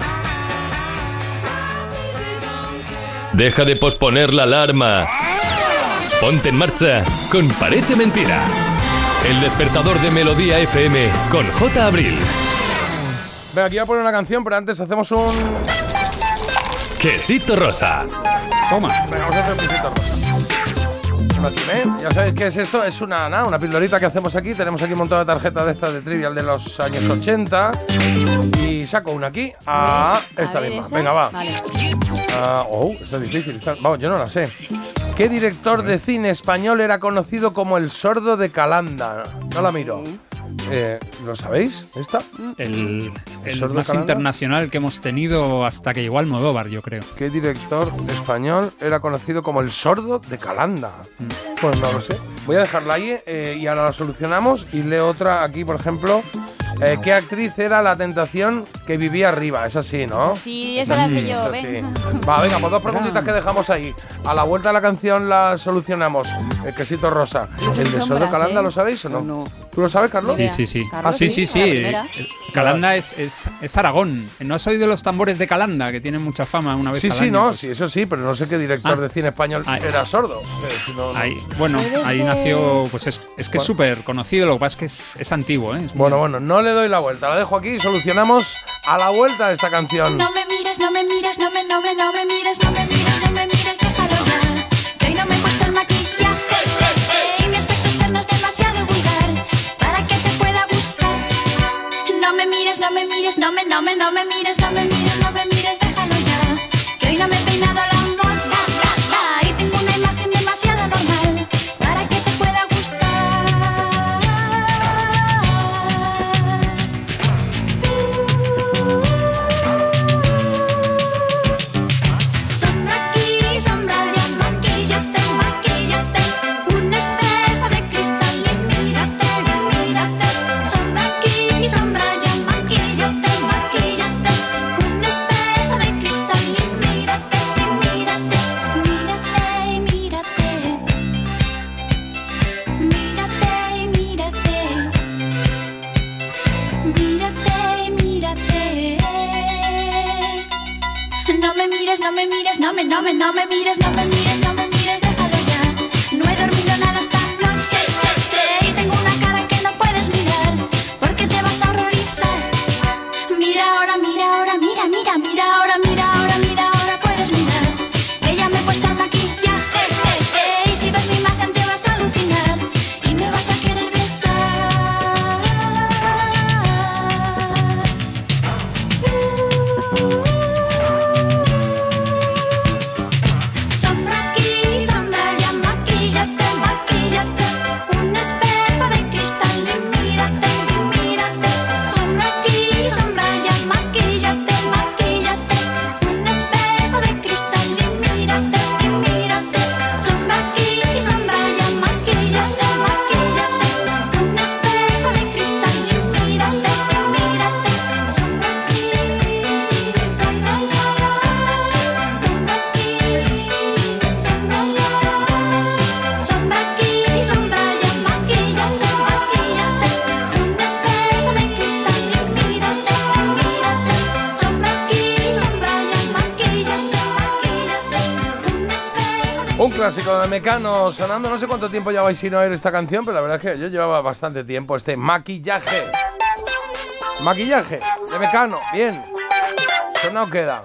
Deja de posponer la alarma. Ponte en marcha con Parece Mentira. El despertador de Melodía F M con J. Abril. Venga, aquí voy a poner una canción, pero antes hacemos un... Quesito rosa. Toma. Venga, vamos a hacer un quesito rosa. Una time, ¿eh? Ya sabéis qué es esto, es una, nada, una pildorita que hacemos aquí. Tenemos aquí un montón de tarjetas de estas de Trivial de los años mm. ochenta. Y saco una aquí. Ah, esta misma. Esa. Venga, va. Vale. Ah, oh, esto es difícil. Está, vamos, yo no la sé. ¿Qué director de cine español era conocido como el sordo de Calanda? No la miro. Eh, ¿Lo sabéis? ¿Esta? El, el, el más internacional que hemos tenido hasta que llegó Almodóvar, yo creo. ¿Qué director español era conocido como el sordo de Calanda? Mm. Pues no lo sé. Voy a dejarla ahí eh, y ahora la solucionamos y leo otra aquí, por ejemplo. Eh, ¿Qué actriz era la tentación que vivía arriba? Esa sí, ¿no? Sí, esa la sé yo, esa ven. sí. Va, venga, pues dos preguntitas que dejamos ahí. A la vuelta de la canción la solucionamos. El quesito rosa. ¿El de Sordo Calanda ¿eh? lo sabéis o no? No. ¿Tú lo sabes, Carlos? Sí, sí, sí. Carlos, Ah, sí, sí, sí, sí. a la primera. Eh, Calanda es, es, es Aragón. ¿No has oído los tambores de Calanda, que tienen mucha fama una vez Sí, al sí, año? no, Pues, sí, eso sí, pero no sé qué director Ah. de cine español Ah. era sordo. Eh, si no, no. ahí, bueno, ahí nació, pues es, es que es súper conocido, lo que pasa es que es, es antiguo, ¿eh? Es muy- Bueno, bueno, no le doy la vuelta, la dejo aquí y solucionamos a la vuelta de esta canción. No me mires, no me mires, no me, no me, no me mires, no me mires, no me mires, déjalo ya. Que hoy no me he puesto el maquillaje y mi aspecto externo es demasiado vulgar para que te pueda gustar. No me mires, no me mires, no me, no me, no me mires, no me mires, no me mires, déjalo ya. Que hoy no me he peinado a la moda y tengo una imagen demasiado normal para que te pueda gustar. Sombra aquí, sombra allá, maquíllate, maquíllate. Un espejo de cristal y mírate, mírate. Sombra aquí, sombra allá, maquíllate, maquíllate. Un espejo de cristal y mírate, mírate. Mírate, mírate. Mírate, mírate. Mírate, mírate. No me mires, no me mires, no me, no me, no me mires, no me mires, no me mires, déjalo ya. No he dormido nada esta noche, che, che, y tengo una cara que no puedes mirar, porque te vas a horrorizar. Mira ahora, mira ahora, mira, mira, mira ahora, mira ahora, mira ahora, puedes mirar. Que ya me he puesto el maquillaje, je, je, y si ves mi imagen te vas a alucinar y me vas a querer besar. Sombra aquí, sombra allá, maquíllate, maquíllate. Un espejo de cristal y mírate, y mírate. Sombra aquí, sombra allá, maquíllate, maquíllate. Un espejo de cristal y mírate, y mírate. Sombra aquí, sombra allá, maquíllate, maquíllate. Un espejo de cristal y mírate, y mírate. Sombra aquí, sombra allá, sombra aquí, sombra allá. Sombra aquí, sombra allá, maquíllate, maquíllate. Un espejo de cristal y mírate, mírate. Sombra aquí, sombra allá, maquíllate, maquíllate. Un espejo de Un clásico de Mecano sonando, no sé cuánto tiempo lleváis sin oír esta canción, pero la verdad es que yo llevaba bastante tiempo, este maquillaje. Maquillaje de Mecano, bien. Sonado queda.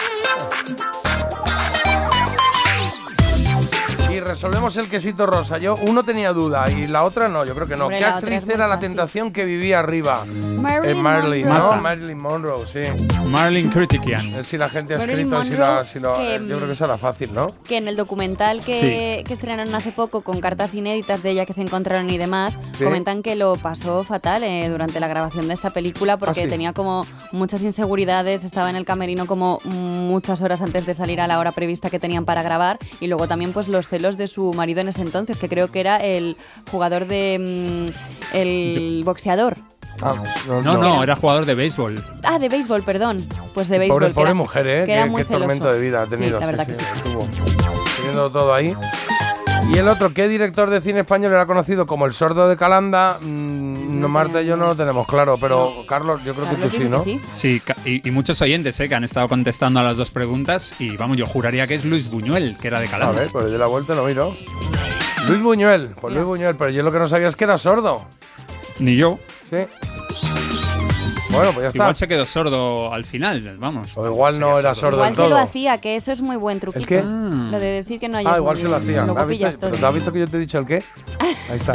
Y resolvemos el quesito rosa. Yo, uno tenía duda y la otra no, yo creo que no. Hombre, ¿Qué la otra actriz es muy era la fácil. tentación que vivía arriba? Marilyn Eh, Marilyn, Monroe. ¿no? Mata. Marilyn Monroe, sí. Marlene Critikian. Eh, Si la gente ha Marilyn escrito, si Monroe, la, si lo- que, eh, yo creo que esa era fácil, ¿no? Que en el documental que, que estrenaron hace poco con cartas inéditas de ella que se encontraron y demás, Sí. comentan que lo pasó fatal eh, durante la grabación de esta película porque Ah, sí. tenía como muchas inseguridades, estaba en el camerino como muchas horas antes de salir a la hora prevista que tenían para grabar y luego también pues los celos de su marido en ese entonces, que creo que era el jugador de... mm, el boxeador. Ah, No, no, era jugador de béisbol. Ah, de béisbol, perdón. Pues de béisbol. Pobre, que pobre era- mujer, ¿eh? Que era Qué, muy qué celoso. tormento de vida ha tenido. Sí, la verdad que sí. estuvo teniendo todo ahí. Y el otro, ¿qué director de cine español era conocido como el sordo de Calanda? Mm, no, Marta y yo no lo tenemos claro, pero Carlos, yo creo que tú sí, ¿no? Sí, ca- y, y muchos oyentes eh, que han estado contestando a las dos preguntas y vamos, yo juraría que es Luis Buñuel, que era de A Calanda. ver, pues yo la vuelta lo miro. Luis Buñuel, pues Luis Buñuel, pero yo lo que no sabía es que era sordo. Ni yo. Sí. Bueno, pues ya está. Igual se quedó sordo al final, vamos. O igual no era sordo Igual del se todo. lo hacía, que eso es muy buen truquito. qué? Lo de decir que no hay. Ah, igual se lo hacía. Luego ¿Has visto, pillas todo. pero ¿te has visto que yo te he dicho el qué? Ahí está.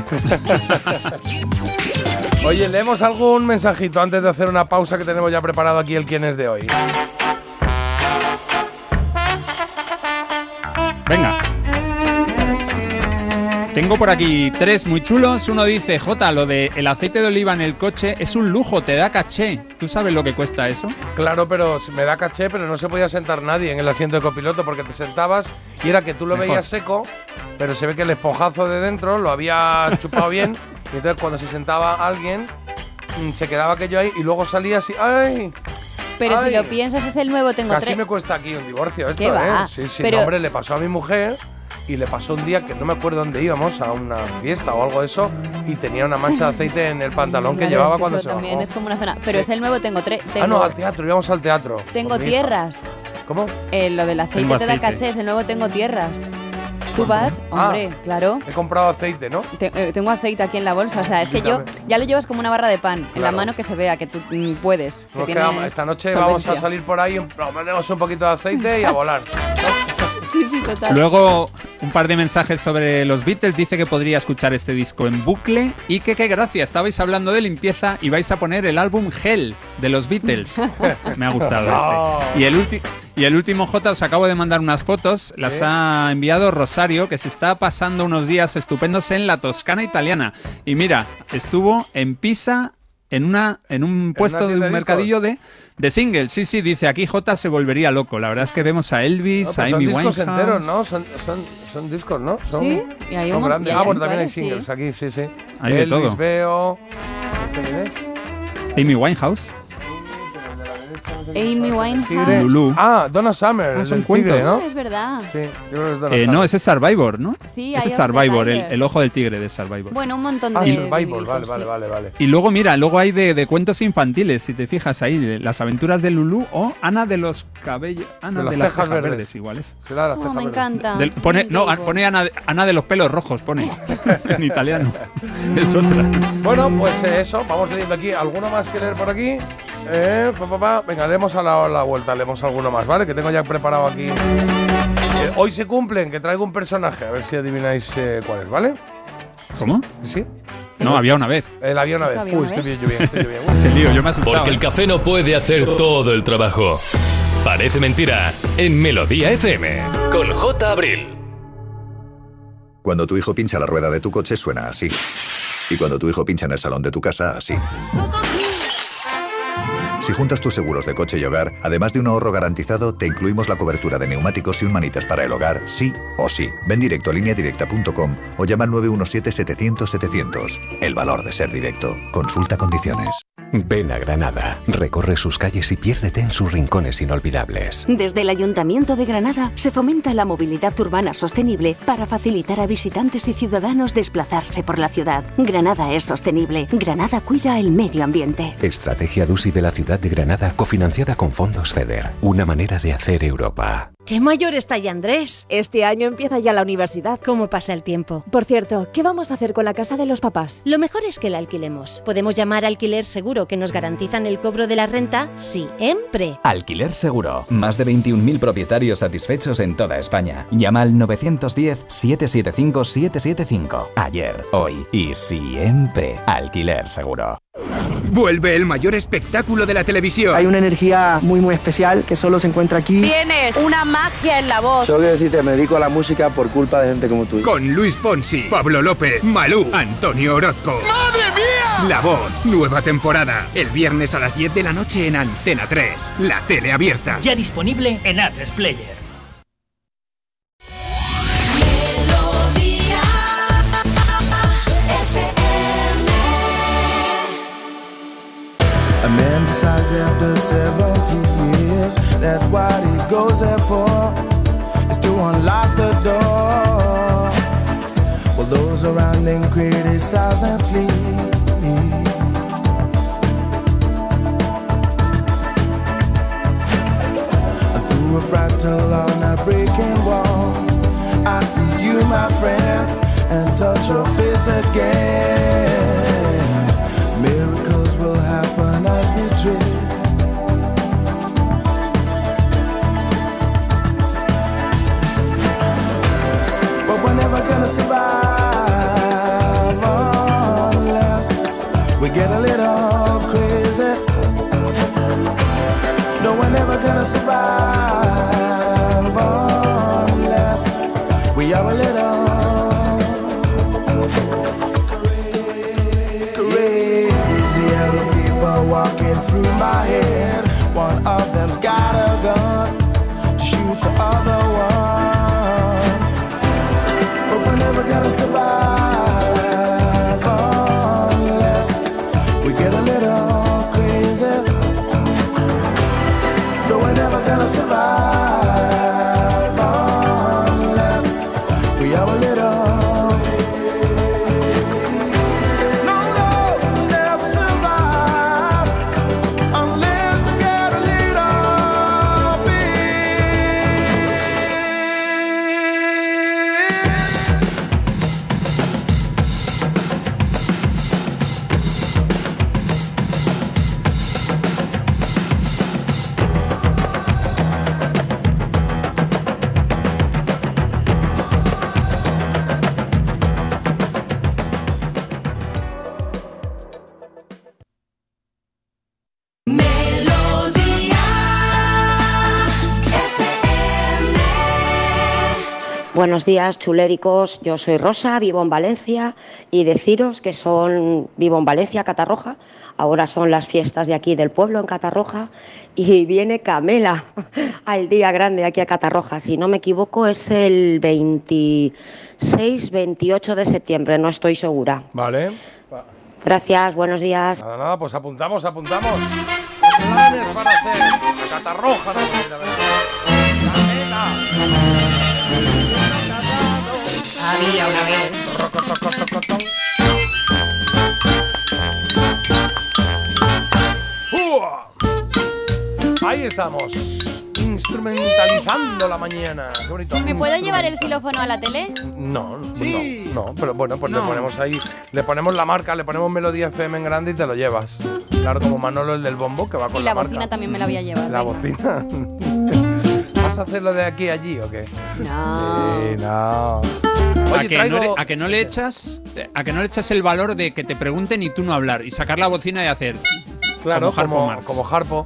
Oye, leemos algún mensajito antes de hacer una pausa que tenemos ya preparado aquí el quién es de hoy. Venga. Tengo por aquí tres muy chulos. Uno dice, Jota, lo de el aceite de oliva en el coche es un lujo, te da caché. ¿Tú sabes lo que cuesta eso? Claro, pero me da caché, pero no se podía sentar nadie en el asiento de copiloto porque te sentabas y era que tú lo Mejor. veías seco, pero se ve que el esponjazo de dentro lo había chupado bien y entonces cuando se sentaba alguien mm, se quedaba aquello ahí y luego salía así. ¡Ay! Pero Ay. si lo piensas, es el nuevo Tengo Casi tres. me cuesta aquí un divorcio esto, ¿Qué va? ¿eh? Sí, sí, Pero- no, hombre, le pasó a mi mujer y le pasó un día que no me acuerdo dónde íbamos, a una fiesta o algo de eso, y tenía una mancha de aceite en el pantalón que Claro, llevaba es que cuando eso se también bajó. es como una zona. Pero Sí. es el nuevo Tengo tres. Ah, Tengo, no, al teatro, íbamos al teatro. tengo con mi hija. tierras. ¿Cómo? Eh, lo del aceite Tengo te da aceite. caché, es el nuevo Tengo tierras. Tú vas, hombre, Ah. claro. He comprado aceite, ¿no? Te- eh, tengo aceite aquí en la bolsa, o sea, es que Yo yo también. ya lo llevas como una barra de pan en la Claro. mano que se vea que tú mm, puedes. Que Nos tienes quedamos- esta noche vamos a solvencia. salir por ahí, ponemos un poquito de aceite y a volar. Sí, sí, total. Luego, un par de mensajes sobre los Beatles. Dice que podría escuchar este disco en bucle y que qué gracia, estabais hablando de limpieza y vais a poner el álbum Hell de los Beatles. Me ha gustado No. este. Y el, ulti- y el último, J, os acabo de mandar unas fotos. Las Sí. ha enviado Rosario, que se está pasando unos días estupendos en la Toscana italiana. Y mira, estuvo en Pisa en una en un puesto de tienda un de mercadillo de, de singles. Sí, sí, dice aquí J se volvería loco. La verdad es que vemos a Elvis, No, a pero son Amy discos Winehouse. enteros, ¿no? Son, son, son discos, ¿no? Son, Sí, y hay son un grandes. montón, Ah, bueno, también hay ¿vale? singles Sí. aquí, sí, sí. Hay de Elvis todo. veo. ¿Quién es? Amy Winehouse. Amy Tigre. Winehouse. Lulú. Ah, Donna Summer, Ah, el son del tigre, cuentos. ¿no? Es verdad. Sí, yo creo que es Donna Eh, Summer. no, ese es Survivor, ¿no? Sí, ese Eye es of the Survivor, el, Tiger. el ojo del tigre de Survivor. Bueno, un montón de. Ah, de Survivor, vinilos, vale, sí. vale, vale, vale. Y luego, mira, luego hay de, de cuentos infantiles, si te fijas ahí, de las aventuras de Lulú o Ana de los cabellos. Ana De de, las las cejas cejas verdes. verdes. iguales. Se da las Oh, cejas me verdes. encanta. Del- pone, no, Gable. pone Ana de, Ana de los pelos rojos, pone en italiano. Es otra. Bueno, pues eh, eso, vamos leyendo aquí. ¿Alguno más que leer por aquí? Eh, pa, pa, pa. Venga, leemos a la, a la vuelta, leemos alguno más, ¿vale? Que tengo ya preparado aquí. Eh, hoy se cumplen, que traigo un personaje, a ver si adivináis eh, cuál es, ¿vale? ¿Cómo? ¿Sí? No, había una vez. El había una vez. ¿Eso había Uy, una estoy vez? bien, yo bien, estoy yo bien. Uy. Qué lío, yo me he asustado. Porque el ¿eh? café no puede hacer todo el trabajo. Parece mentira en Melodía F M con J. Abril. Cuando tu hijo pincha la rueda de tu coche suena así. Y cuando tu hijo pincha en el salón de tu casa, así. Si juntas tus seguros de coche y hogar, además de un ahorro garantizado, te incluimos la cobertura de neumáticos y un manitas para el hogar, sí o sí. Ven directo a línea directa punto com o llama al nueve uno siete, setecientos, setecientos. El valor de ser directo. Consulta condiciones. Ven a Granada, recorre sus calles y piérdete en sus rincones inolvidables. Desde el Ayuntamiento de Granada se fomenta la movilidad urbana sostenible para facilitar a visitantes y ciudadanos desplazarse por la ciudad. Granada es sostenible. Granada cuida el medio ambiente. Estrategia D U S I de la ciudad de Granada cofinanciada con fondos FEDER. Una manera de hacer Europa. ¡Qué mayor está ya Andrés! Este año empieza ya la universidad. ¿Cómo pasa el tiempo? Por cierto, ¿qué vamos a hacer con la casa de los papás? Lo mejor es que la alquilemos. Podemos llamar a Alquiler Seguro, que nos garantizan el cobro de la renta siempre. Alquiler Seguro. Más de veintiún mil propietarios satisfechos en toda España. Llama al nueve uno cero, siete siete cinco, siete siete cinco. Ayer, hoy y siempre. Alquiler Seguro. Vuelve el mayor espectáculo de la televisión. Hay una energía muy muy especial que solo se encuentra aquí. Tienes una magia en la voz. Solo quiero decirte, me dedico a la música por culpa de gente como tú. Con Luis Fonsi, Pablo López, Malú, Antonio Orozco. ¡Madre mía! La Voz, nueva temporada. El viernes a las diez de la noche en Antena tres. La tele abierta. Ya disponible en A tres Player. A man decides after seventy years that what he goes there for is to unlock the door. Well, those around him criticize and sleep. And through a fractal on a breaking wall, I see you, my friend, and touch your face again. Miracles will happen as we drift. But we're never gonna survive unless we get a little crazy. No, we're never gonna survive unless we are a little walking through my head. One of them's got a gun to shoot the other one. But we're never gonna survive unless we get a little Buenos días, chuléricos. Yo soy Rosa, vivo en Valencia y deciros que son vivo en Valencia, Catarroja. Ahora son las fiestas de aquí del pueblo en Catarroja y viene Camela al día grande aquí a Catarroja. Si no me equivoco es el veintiséis, veintiocho de septiembre, no estoy segura. Vale. Gracias, buenos días. Nada, nada, pues apuntamos, apuntamos. Planes para hacer la Catarroja. No, mira, mira. Camela. Había una vez. Rocotocotocotón. ¡Uah! Ahí estamos, instrumentalizando la mañana. Qué bonito. ¿Me puedo llevar el xilófono a la tele? No, Sí. no, no, pero bueno, pues No. le ponemos ahí, le ponemos la marca, le ponemos Melodía F M en grande y te lo llevas. Claro, como Manolo el del bombo, que va con Y la marca. bocina también me la voy a llevar. La venga. bocina. ¿Vas a hacerlo de aquí a allí o qué? No. Sí, no. ¿A, que no le, a que no le echas a que no le echas el valor de que te pregunten y tú no hablar y sacar la bocina y hacer Claro, como Harpo como, Marx. como Harpo.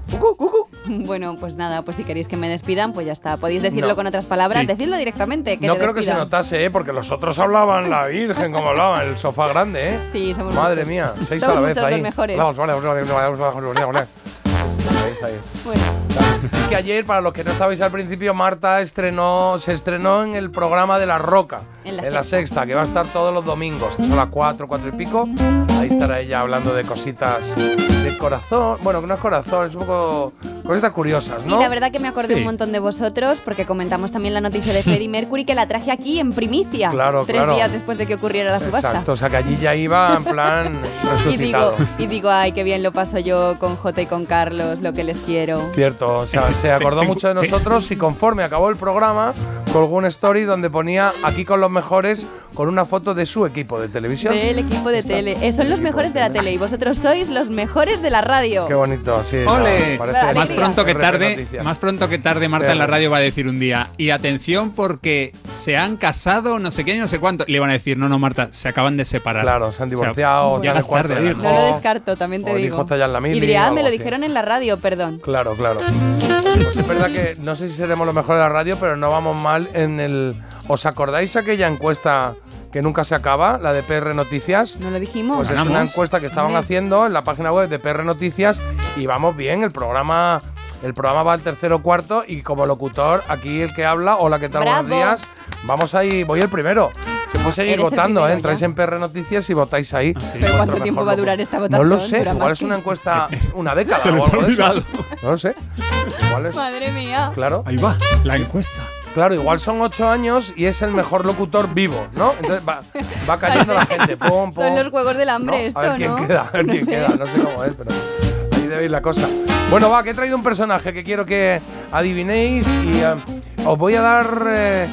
Bueno, pues nada, pues si queréis que me despidan, pues ya está. Podéis decirlo No. con otras palabras, Sí. decidlo directamente. Que No te creo que se despidan. notase, ¿eh? Porque los otros hablaban la Virgen, como hablaban, el sofá grande, ¿eh? Sí, somos Madre muchos. mía, seis Somos a la vez muchos ahí. los mejores. Vamos, vale, vale, vale, vale, vale, vale. Ahí está ahí. Bueno. Es que ayer, para los que no estabais al principio, Marta estrenó, se estrenó en el programa de La Roca, En la sexta. Sexta. que va a estar todos los domingos, que son las cuatro, cuatro y pico. Ahí estará ella hablando de cositas de corazón. Bueno, que no es corazón, es un poco cositas curiosas, ¿no? Y la verdad que me acordé Sí. un montón de vosotros porque comentamos también la noticia de Freddie Mercury que la traje aquí en primicia. Claro, tres claro. días después de que ocurriera la subasta. Exacto, o sea que allí ya iba en plan Y digo, resucitado. y digo, ay, qué bien lo paso yo con Jota y con Carlos, lo que les quiero. Cierto, o sea, se acordó mucho de nosotros y conforme acabó el programa colgó una story donde ponía aquí con los mejores con una foto de su equipo de televisión. Del equipo de tele. Eh, son los mejores de la tele y vosotros sois los mejores de la radio. Qué bonito, sí. ¡Ole! no, parece- más pronto que R P tarde, Noticias. más pronto que tarde Marta en la radio va a decir un día, y atención porque se han casado, no sé qué, y no sé cuánto. Y le van a decir, no, no, Marta, se acaban de separar. Claro, se han O sea, divorciado, llegas tienen tarde. cuatro hijos. No lo descarto, también te O el digo. hijo está ya en la mili y diré, ah, o me lo algo así. dijeron en la radio, perdón. Claro, claro. Pues es verdad que no sé si seremos los mejores de la radio, pero no vamos mal en el... ¿Os acordáis aquella encuesta que nunca se acaba, la de P R Noticias? No lo dijimos. Pues es una encuesta que estaban Hombre. haciendo en la página web de P R Noticias y vamos bien, el programa el programa va al tercero o cuarto y como locutor, aquí el que habla, hola, ¿qué tal? Bravo. Buenos días. Vamos ahí, voy el primero. Se puede seguir Eres el votando, primero ¿eh? Entráis ya. en P R Noticias y votáis ahí. Pero Vuestro ¿cuánto mejor tiempo va a locutor. durar esta No votación? lo sé, Dura igual más es que- una encuesta, una década. Se les o ha algo de eso. olvidado. No lo sé. Igual es, Madre mía. claro. Ahí va, la encuesta. Claro, igual son ocho años y es el mejor locutor vivo, ¿no? Entonces va, va cayendo la gente. Pum, pum. Son los juegos del hambre ¿no? esto, A ver quién ¿no? queda, a ver No quién sé. queda. No sé cómo es, pero ahí debe ir la cosa. Bueno, va, que he traído un personaje que quiero que adivinéis y eh, os voy a dar eh,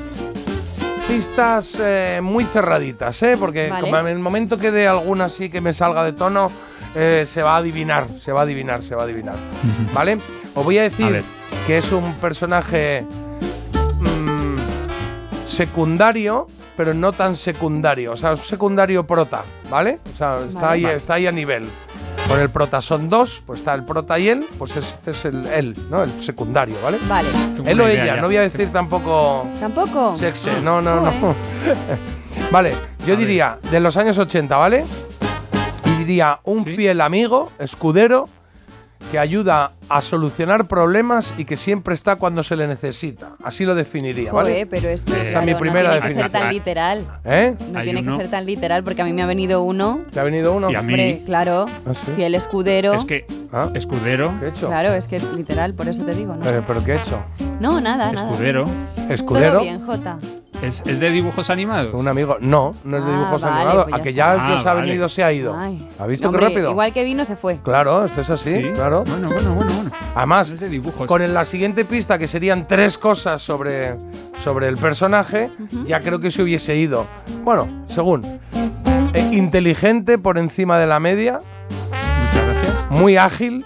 pistas eh, muy cerraditas, ¿eh? Porque Vale. como en el momento que dé alguna así que me salga de tono, eh, se va a adivinar, se va a adivinar, se va a adivinar. ¿Vale? Os voy a decir A ver. que es un personaje mm, secundario, pero no tan secundario. O sea, es un secundario prota, ¿vale? O sea, está, Vale. ahí, Vale. está ahí a nivel. Con el prota son dos, pues está el prota y él, pues este es el él, ¿no? El secundario, ¿vale? Vale. Él o Buena idea ella, ya. no voy a decir tampoco ¿Tampoco? sexy, no, no, no. Joder. Vale, yo diría de los años ochenta, ¿vale? Y diría un fiel amigo, escudero, que ayuda a solucionar problemas y que siempre está cuando se le necesita. Así lo definiría, ¿vale? Joder, pero es que Esa es claro, mi primera no tiene que ser definición. tan literal. ¿Eh? No Hay tiene uno. que ser tan literal porque a mí me ha venido uno. ¿Te ha venido uno? Y a mí. Hombre, claro, ¿Ah, sí? fiel escudero. Es que ¿Ah? escudero, ¿Qué he hecho? Claro, es que es literal, por eso te digo, ¿no? Eh, ¿Pero qué he hecho? No, nada, nada. escudero, ¿Escudero? Todo bien, Jota. ¿es, es de dibujos animados? Un amigo. No, no es de Ah, dibujos vale, animados. pues ya a que está. ya Ah, Dios ha vale. venido, se ha ido. Ay. ¿Has visto Hombre, qué rápido? Igual que vino, se fue. Claro, esto es así, claro. Bueno, bueno, bueno, bueno. Además, Es de dibujos. con el- la siguiente pista, que serían tres cosas sobre, sobre el personaje, ya creo que se hubiese ido. Bueno, según. Eh, inteligente por encima de la media, Muchas gracias. muy ágil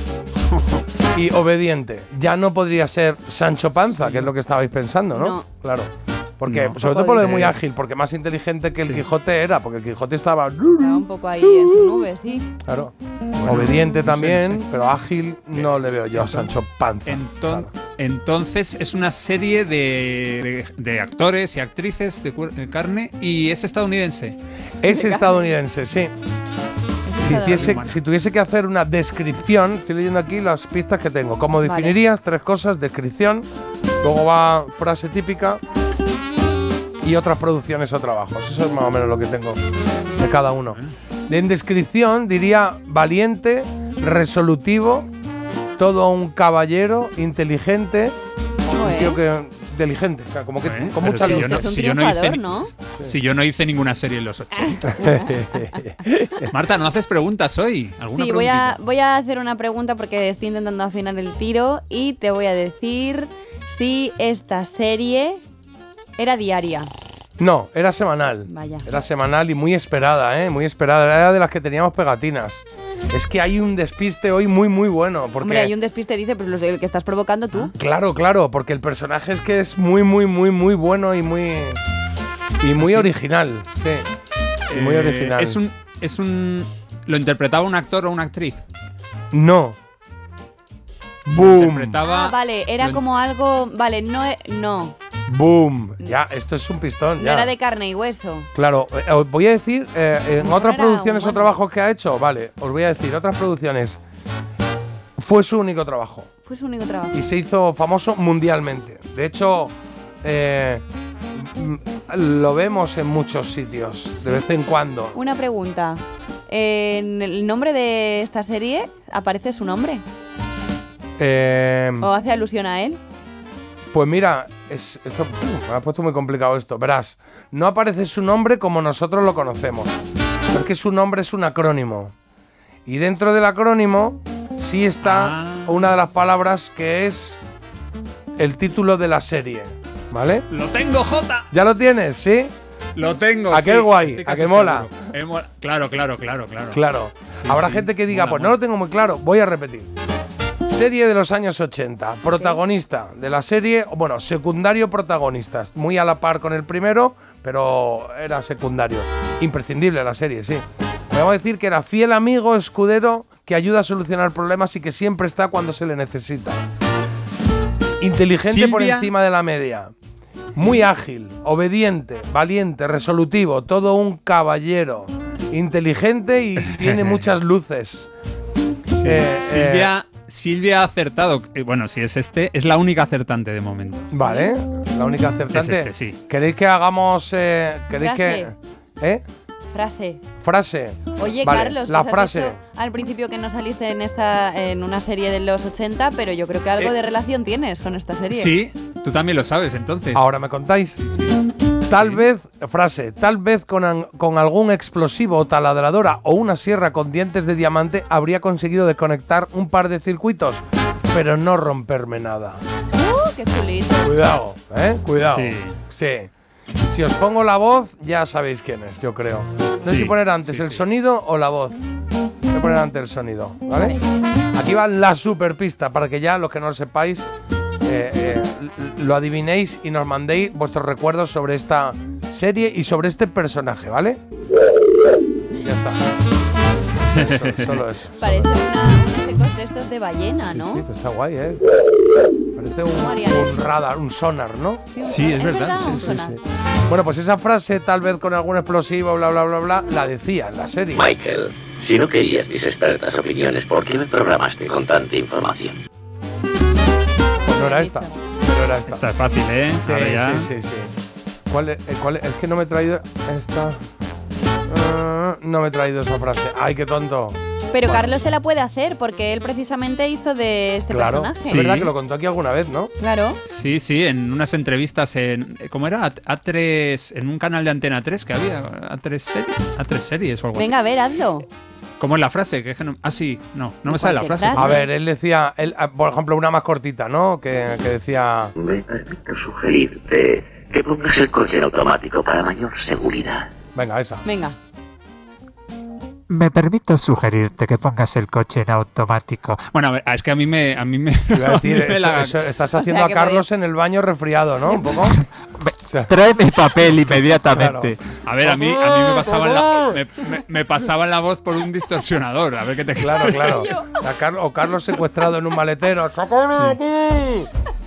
y obediente. Ya no podría ser Sancho Panza, que es lo que estabais pensando, ¿no? No. Claro. Porque, No. sobre todo por lo de muy Eh, ágil, porque más inteligente que el Quijote era, porque el Quijote estaba. Estaba un poco ahí en su nube, sí. Claro. Obediente no sé, también, no sé. pero ágil no le veo yo a Sancho Panza. Enton- Claro. Entonces es una serie de, de, de actores y actrices de, cuer- de carne y es estadounidense. Es estadounidense, sí. Si tuviese, si tuviese que hacer una descripción, estoy leyendo aquí las pistas que tengo. ¿Cómo Vale. definirías? Tres cosas, descripción, luego va frase típica y otras producciones o trabajos. Eso es más o menos lo que tengo de cada uno. En descripción diría valiente, resolutivo, todo un caballero, inteligente, un tío que inteligente, o sea, como que Bueno, con pero mucha si luz. yo no- Es un si yo no hice triunfador, ni- ¿no? Si yo no hice ninguna serie en los ochenta. Marta, ¿no haces preguntas hoy? ¿Alguna Sí, voy a, preguntita? voy a hacer una pregunta porque estoy intentando afinar el tiro y te voy a decir si esta serie era diaria. No, era semanal. Vaya. Era semanal y muy esperada, ¿eh? Muy esperada. Era de las que teníamos pegatinas. Es que hay un despiste hoy muy, muy bueno. Porque, Hombre, hay un despiste, dice, pero el que estás provocando tú. Claro, claro, porque el personaje es que es muy, muy, muy, muy bueno y muy. Y muy ¿Sí? original. Sí. Y muy Eh, original. Es un, es un. ¿Lo interpretaba un actor o una actriz? No. Lo Boom. interpretaba. Ah, vale, era lo- como algo. Vale, no. e- No, Boom. Ya, esto es un pistón. no Ya. era de carne y hueso. Claro, eh, os voy a decir, eh, en No otras era producciones o humano. trabajos que ha hecho, vale, os voy a decir, otras producciones. Fue su único trabajo. Fue su único trabajo. Y se hizo famoso mundialmente. De hecho, eh, m- lo vemos en muchos sitios, de vez en cuando. Una pregunta. ¿En el nombre de esta serie aparece su nombre? Eh, ¿O hace alusión a él? pues mira, es, esto, uh, me ha puesto muy complicado esto. Verás, no aparece su nombre como nosotros lo conocemos, porque su nombre es un acrónimo. Y dentro del acrónimo sí está una de las palabras que es el título de la serie, ¿vale? ¡Lo tengo, Jota! ¿Ya lo tienes? ¿Sí? Lo tengo. ¿A qué sí, guay? estoy ¿A casi qué mola? seguro. Eh, mola. Claro, claro, claro, claro. Claro. Sí, Habrá sí. gente que diga, Mola, pues mola. no lo tengo muy claro. Voy a repetir. Serie de los años ochenta. Protagonista de la serie, bueno, secundario protagonista. Muy a la par con el primero, pero era secundario. Imprescindible la serie, sí. Podemos decir que era fiel amigo, escudero, que ayuda a solucionar problemas y que siempre está cuando se le necesita. Inteligente por Silvia. encima de la media. Muy ágil, obediente, valiente, resolutivo, todo un caballero. Inteligente y tiene muchas luces. Eh, Silvia, Silvia ha acertado. Eh, Bueno, si es este, es la única acertante de momento. Vale, la única acertante. Es este, sí. ¿Queréis que hagamos... Eh, ¿Queréis que...? ¿Eh? Frase. Frase. Oye, Vale, Carlos, la pues has frase. dicho al principio que no saliste en esta en una serie de los ochenta, pero yo creo que algo Eh, de relación tienes con esta serie. Sí, tú también lo sabes, entonces. Ahora me contáis. Tal vez, frase, tal vez con, an- con algún explosivo o taladradora o una sierra con dientes de diamante habría conseguido desconectar un par de circuitos, pero no romperme nada. ¡Uh, qué chulito! Cuidado, ¿eh? Cuidado. Sí. Sí. Si os pongo la voz, ya sabéis quién es, yo creo. No sé Sí, si poner antes sí, el sí. sonido o la voz. Voy a poner antes el sonido, ¿vale? Aquí va la super pista para que ya los que no lo sepáis eh, eh, l- lo adivinéis y nos mandéis vuestros recuerdos sobre esta serie y sobre este personaje, ¿vale? Ya está. Sí, so- solo eso. Parece una, unos ecos de estos de ballena, ¿no? Sí, pues está guay, ¿eh? Parece un, ¿Cómo harían esto? un radar, un sonar, ¿no? Sí, un Sí, sonar. es verdad. un Sí, sí, sonar. Bueno, pues esa frase, tal vez con algún explosivo, bla, bla, bla, bla, la decía en la serie. Michael, si no querías mis expertas opiniones, ¿por qué me programaste con tanta información? Pues no era Bien esta, dicho. pero era esta. Esta es fácil, ¿eh? Sí, Ahora ya. sí, sí, sí. ¿Cuál es, eh, cuál es? Es que no me he traído esta. Ah, no me he traído esa frase. ¡Ay, qué tonto! Pero Carlos te la puede hacer porque él precisamente hizo de este Claro, personaje. es verdad Sí. que lo contó aquí alguna vez, ¿no? Claro. Sí, sí, en unas entrevistas en. ¿Cómo era? A tres. En un canal de Antena tres que había. A tres series. A tres series o algo Venga, a así. ver, hazlo. ¿Cómo es la frase? Que es que no- ah, sí, no, no me sale la Cualquier frase. frase. A ver, él decía, él, ah, por ejemplo, una más cortita, ¿no? Que, que decía. Me permito sugerirte que pongas el coche en automático para mayor seguridad. Venga, esa. Venga. Me permito sugerirte que pongas el coche en automático. Bueno, a ver, es que a mí me. A mí me, Iba a decir, a mí me eso- la- eso- estás O haciendo sea, a que Carlos en el baño resfriado, ¿no? Un poco. O sea, Trae mi papel inmediatamente. A ver, a mí, a mí me, pasaba la, me, me- me pasaba la voz por un distorsionador. A ver qué te claro, claro. A Carlos, o Carlos secuestrado en un maletero. ¡Socorro aquí!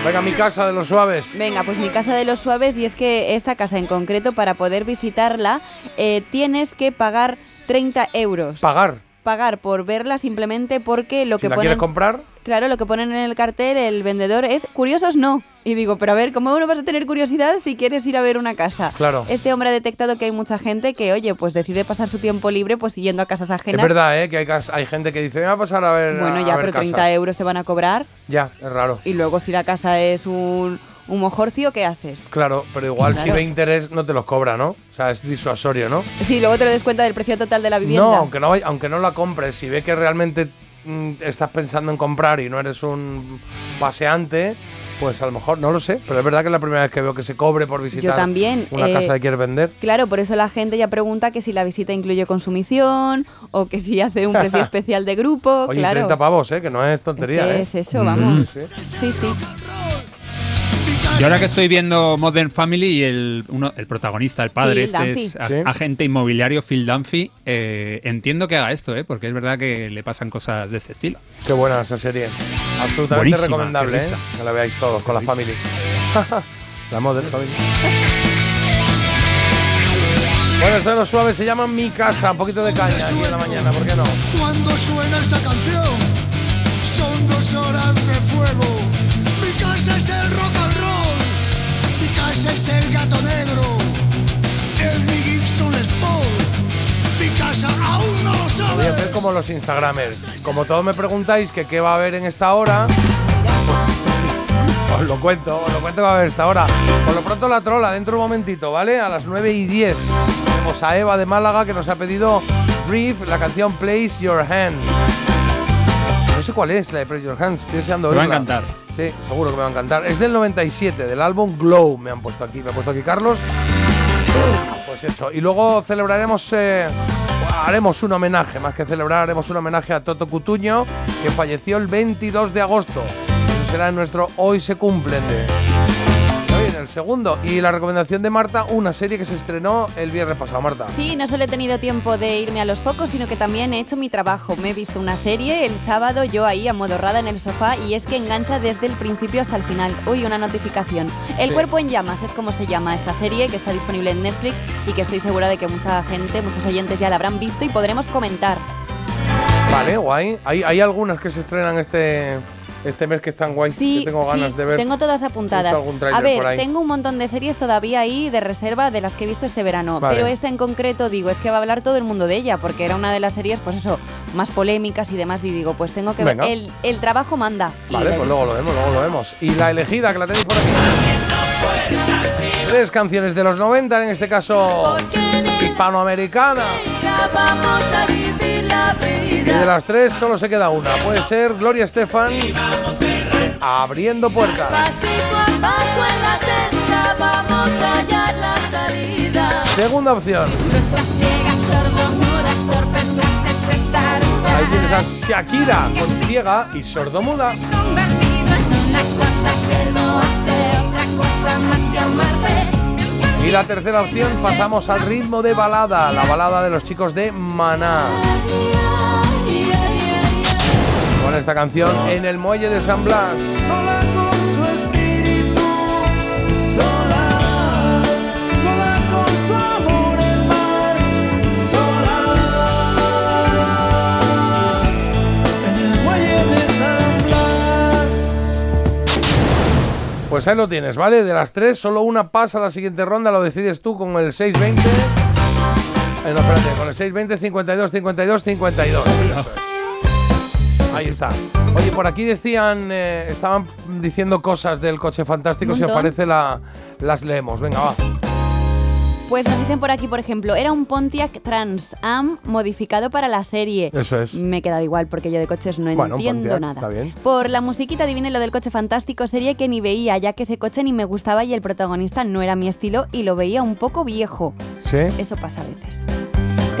Venga, mi casa de los suaves. Venga, pues mi casa de los suaves, y es que esta casa en concreto, para poder visitarla, eh, tienes que pagar treinta euros. ¿Pagar? Pagar por verla simplemente porque lo si que la ponen... quieres comprar... Claro, lo que ponen en el cartel, el vendedor, es curiosos no. Y digo, pero a ver, ¿cómo no vas a tener curiosidad si quieres ir a ver una casa? Claro. Este hombre ha detectado que hay mucha gente que, oye, pues decide pasar su tiempo libre pues yendo a casas ajenas. Es verdad, ¿eh? Que hay, hay gente que dice, me va a pasar a ver Bueno, a, ya, a ver pero treinta casas. euros te van a cobrar. Ya, es raro. Y luego si la casa es un, un mojorcio, ¿qué haces? Claro, pero igual Claro. si ve interés no te los cobra, ¿no? O sea, es disuasorio, ¿no? Sí, luego te lo des cuenta del precio total de la vivienda. No, aunque no, vay- aunque no la compres, si ve que realmente mm, estás pensando en comprar y no eres un paseante, pues a lo mejor, no lo sé, pero es verdad que es la primera vez que veo que se cobre por visitar Yo también, una eh, casa que quieres vender. Claro, por eso la gente ya pregunta que si la visita incluye consumición o que si hace un precio especial de grupo. Oye, claro. treinta pavos, ¿eh? Que no es tontería, Es que ¿eh? es eso, vamos. Sí, sí. Sí, sí. Y ahora que estoy viendo Modern Family y el, uno, el protagonista, el padre, Phil este Dunphy. es a- Sí. agente inmobiliario Phil Dunphy, eh, entiendo que haga esto, ¿eh? Porque es verdad que le pasan cosas de este estilo. Qué buena esa serie. Absolutamente Buenísima, recomendable, qué ¿eh? risa. Que la veáis todos con la family. La Modern Family. Bueno, esto de los suaves se llama Mi Casa. Un poquito de caña aquí en la mañana, ¿por qué no? Cuando suena esta canción, son dos horas de fuego. Mi casa es el rock and roll, mi casa es el gato negro, es mi Gibson Les Paul, mi casa aún no lo Voy a hacer sabes. como los Instagramers. Como todos me preguntáis que qué va a haber en esta hora, pues os lo cuento, os lo cuento que va a haber esta hora. Por lo pronto la trola, dentro de un momentito, ¿vale? A las nueve y diez. Tenemos a Eva de Málaga que nos ha pedido Brief, la canción Place Your Hand. No sé cuál es la de Place Your Hand, estoy deseando Te va a oírla. encantar. Sí, seguro que me va a encantar. Es del noventa y siete, del álbum Glow, me han puesto aquí. Me ha puesto aquí Carlos. Pues eso. Y luego celebraremos, eh, haremos un homenaje, más que celebrar, haremos un homenaje a Toto Cutuño, que falleció el veintidós de agosto. Eso será en nuestro Hoy se cumplen de... Está bien, el segundo. Y la recomendación de Marta, una serie que se estrenó el viernes pasado, Marta. Sí, no solo he tenido tiempo de irme a los focos, sino que también he hecho mi trabajo. Me he visto una serie el sábado, yo ahí amodorrada en el sofá, y es que engancha desde el principio hasta el final. Uy, una notificación. El Sí. cuerpo en llamas es como se llama esta serie, que está disponible en Netflix y que estoy segura de que mucha gente, muchos oyentes ya la habrán visto y podremos comentar. Vale, guay. Hay, hay algunas que se estrenan este, este mes que están guays, Sí, que tengo ganas sí, de ver. tengo todas He apuntadas. visto algún tráiler A ver, por ahí. tengo un montón de series todavía ahí de reserva de las que he visto este verano, Vale. pero esta en concreto, digo, es que va a hablar todo el mundo de ella, porque era una de las series, pues eso, más polémicas y demás, y digo, pues tengo que Venga. ver, el, el trabajo manda. Y Vale, la he pues visto. luego lo vemos, luego lo vemos. Y la elegida, que la tenéis por aquí. Tres canciones de los noventa, en este caso hispanoamericana. Vamos a vivir la Y vida. de las tres solo se queda una. Puede ser Gloria Estefan, Abriendo Puertas. Pasito a paso en la senda, vamos a hallar la salida. Segunda opción. Ciegas, sordomudas, torpes, de prestar Ahí tienes a Shakira, con ciega y sordomuda. convertido en una cosa que no hace otra cosa más que amarte. Y la tercera opción, pasamos al ritmo de balada, la balada de los chicos de Maná. Con esta canción, En el muelle de San Blas. Sola con su espíritu, sola, sola con su amor en mar, sola, en el muelle de San Blas. Pues ahí lo tienes, ¿vale? De las tres, solo una pasa a la siguiente ronda, lo decides tú con el seis veinte. Eh, no, espérate, con el seis veinte, cincuenta y dos, cincuenta y dos, cincuenta y dos. Eso es. Ahí está. Oye, por aquí decían, eh, estaban diciendo cosas del coche fantástico. Un Si os montón. parece, la, las leemos. Venga, va. Pues nos dicen por aquí, por ejemplo, era un Pontiac Trans Am modificado para la serie. Eso es. Me he quedado igual porque yo de coches no Bueno, un entiendo Pontiac, nada. está bien. Por la musiquita adivine lo del coche fantástico, serie que ni veía, ya que ese coche ni me gustaba y el protagonista no era mi estilo y lo veía un poco viejo. ¿Sí? Eso pasa a veces.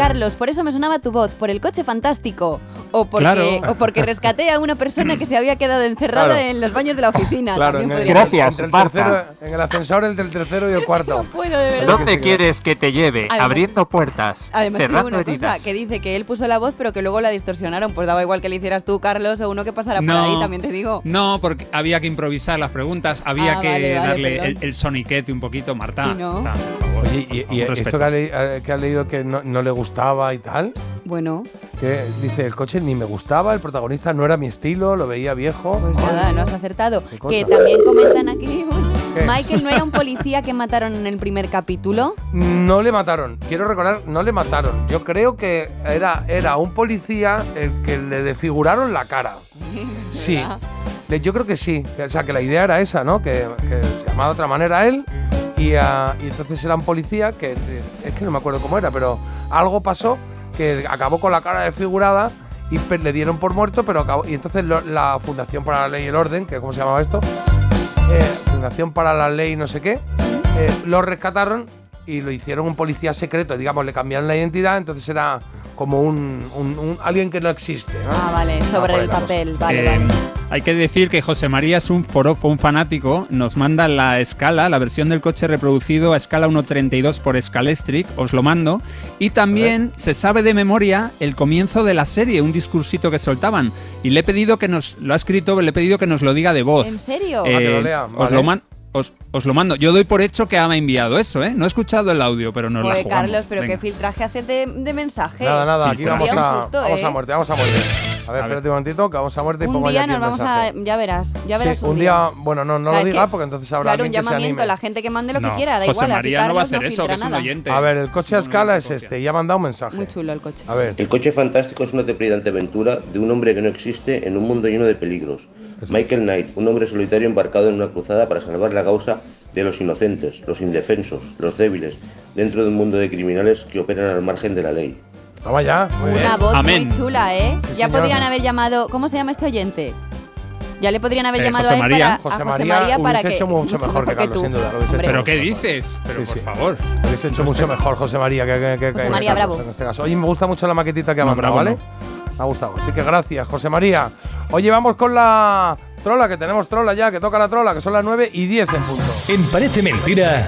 Carlos, por eso me sonaba tu voz, por el coche fantástico. O porque, Claro. o porque rescaté a una persona que se había quedado encerrada Claro. en los baños de la oficina. Claro, También en el, podría Gracias, entre el Marta. tercero, en el ascensor entre el tercero y el cuarto. No puedo, de verdad. ¿Dónde quieres que te lleve? Además- Abriendo puertas, Además, te digo cerrando una cosa, heridas. que dice que él puso la voz, pero que luego la distorsionaron. Pues daba igual que le hicieras tú, Carlos, o uno que pasara por No. ahí, también te digo. No, porque había que improvisar las preguntas, había Ah, que vale, vale, darle perdón. el, el soniquete un poquito, Marta. Y no. Marta, por favor. Oye, y, y Un esto respeto. que ha, le- eh, que ha leído que no, no le gustaba y tal, Bueno, que dice, el coche ni me gustaba, el protagonista no era mi estilo, lo veía viejo. pues nada, no has acertado. Qué cosa. Que también comentan aquí. ¿Qué? Michael no era un policía que mataron en el primer capítulo. No le mataron, quiero recordar, no le mataron. Yo creo que era, era un policía el que le desfiguraron la cara. Sí, ¿Verdad? Le- yo creo que sí. O sea, que la idea era esa, ¿no? Que, que se llamaba de otra manera él y, ah, y entonces era un policía que, es que no me acuerdo cómo era, pero algo pasó que acabó con la cara desfigurada y pe- le dieron por muerto, pero acabó. Y entonces lo- la Fundación para la Ley y el Orden, que ¿cómo se llamaba esto? Eh, Fundación para la Ley no sé qué, eh, lo rescataron y lo hicieron un policía secreto, digamos, le cambiaron la identidad, entonces era como un, un- un- alguien que no existe, ¿no? Ah, vale, Ah, sobre por ahí el la cosa. papel, vale, Eh, vale. Hay que decir que José María es un forofo, un fanático, nos manda la escala, la versión del coche reproducido a escala uno treinta y dos por Scalestric, os lo mando, y también se sabe de memoria el comienzo de la serie, un discursito que soltaban, y le he pedido que nos, lo ha escrito, le he pedido que nos lo diga de voz. ¿En serio? Eh, Ah, que lo lea, os, vale. lo man- os, os lo mando. Yo doy por hecho que ha enviado eso, ¿eh? No he escuchado el audio, pero nos la Joder, jugamos. Carlos, pero Venga. qué filtraje haces de, de mensaje. Nada, nada, aquí Filtra. vamos Sería un a, susto, vamos ¿eh? a muerte, vamos a muerte. A ver, A espérate un momentito, que vamos a muerte y Un pongo día ya aquí nos el vamos mensaje. a... Ya verás, ya verás Sí, un, un día, bueno, no, no O sea, lo es digas que, porque entonces habrá Claro, un alguien que se llamamiento, anime. la gente que mande lo No, que quiera, da José igual. María aquí no va a Carlos hacer eso, que filtra es un nada. oyente. A ver, el coche a Es un escala es oyente este, ya me han dado un mensaje. Muy chulo el coche. A ver, El coche fantástico es una trepidante aventura de un hombre que no existe en un mundo lleno de peligros. Michael Knight, un hombre solitario embarcado en una cruzada para salvar la causa de los inocentes, los indefensos, los débiles, dentro de un mundo de criminales que operan al margen de la ley. toma ya. Muy bien. Una voz Amén. muy chula, ¿eh? Sí, ya señor. podrían haber llamado... ¿Cómo se llama este oyente? Ya le podrían haber Eh, llamado José a él María. para, a José José María María para hubiese que... hecho mucho mejor que Carlos, tú. sin duda, lo hubiese Hombre, ¿Pero hecho. qué dices? Pero Sí, por sí. favor. Lo hubiese hecho mucho mejor José María que, que, que, José que María Carlos, Bravo. en este caso. Oye, me gusta mucho la maquetita que ha No, mandado, Bravo ¿vale? Me ha gustado. Así que gracias, José María. Oye, vamos con la trola, que tenemos trola ya, que toca la trola, que son las nueve y diez en punto. En Parece Mentira,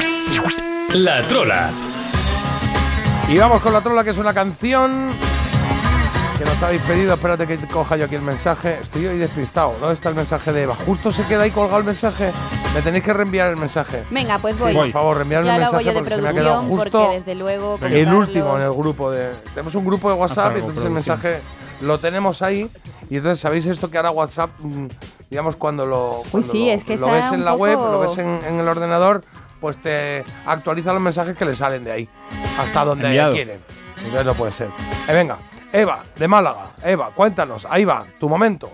La Trola. Y vamos con la trola, que es una canción que nos habéis pedido. Espérate que coja yo aquí el mensaje. Estoy hoy despistado. ¿Dónde está el mensaje de Eva? Justo se queda ahí colgado el mensaje. Me tenéis que reenviar el mensaje. Venga, pues voy. Sí, por favor, reenviarme Ya el lo hago mensaje yo de porque se me ha quedado producción, justo porque desde luego... como el Carlos- último en el grupo de... Tenemos un grupo de WhatsApp Hasta y luego, entonces el producción. mensaje lo tenemos ahí. Y entonces, ¿sabéis esto que ahora WhatsApp, mm, digamos, cuando lo, cuando sí, lo, es que lo está ves en un la web, poco- lo ves en, en el ordenador, pues te actualiza los mensajes que le salen de ahí, hasta donde Enviado. quieren. Entonces no puede ser. Eh, venga, Eva, de Málaga. Eva, cuéntanos, ahí va, tu momento.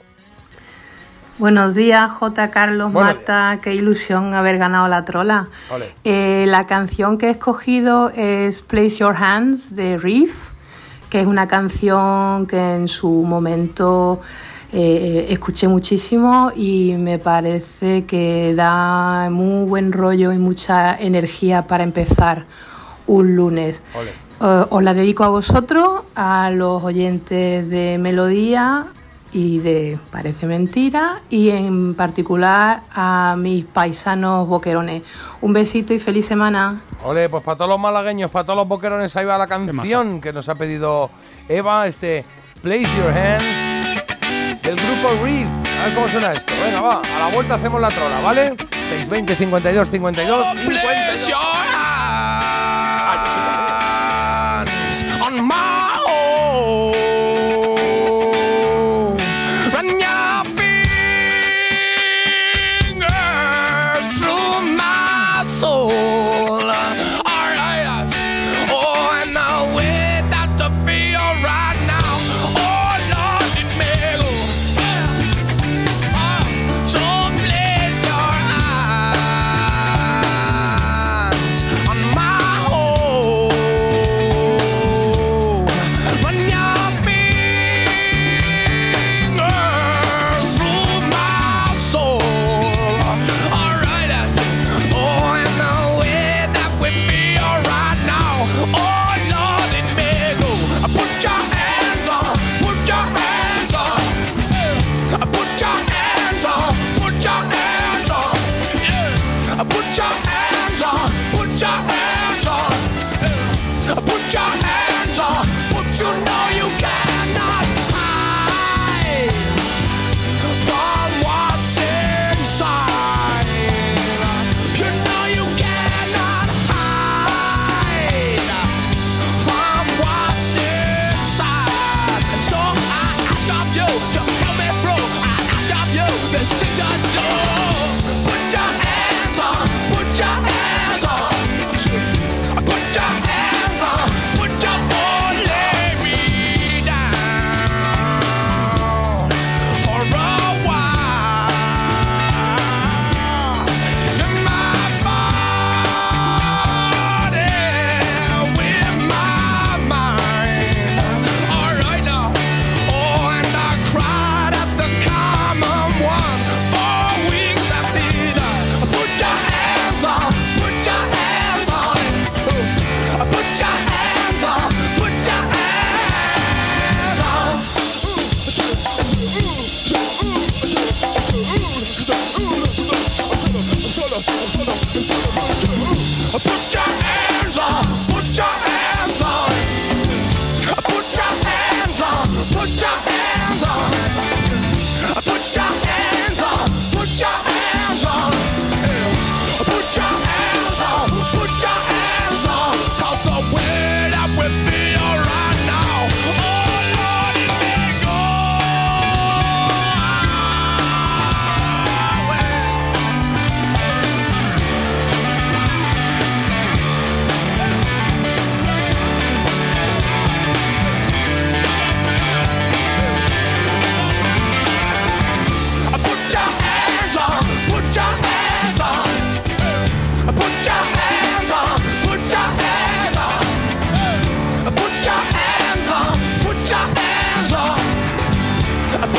Buenos días, J. Carlos, Buenos Marta, qué ilusión haber ganado la trola. Ole. Eh, la canción que he escogido es Place Your Hands de Riff, que es una canción que en su momento eh, escuché muchísimo y me parece que da muy buen rollo y mucha energía para empezar un lunes. Ole. Eh, os la dedico a vosotros, a los oyentes de Melodía y de Parece Mentira, y en particular a mis paisanos boquerones. Un besito y feliz semana. Ole, pues para todos los malagueños, para todos los boquerones, ahí va la canción que nos ha pedido Eva, este Place Your Hands del grupo Reef. A ver cómo suena esto. Venga, va, a la vuelta hacemos la trola, ¿vale? seis veinte, cincuenta y dos, cincuenta y dos, cincuenta y dos. On my own, run your fingers through my soul. Alright, oh, and the way that I feel right now. Oh Lord, it's me. So place your hands on my home. Run your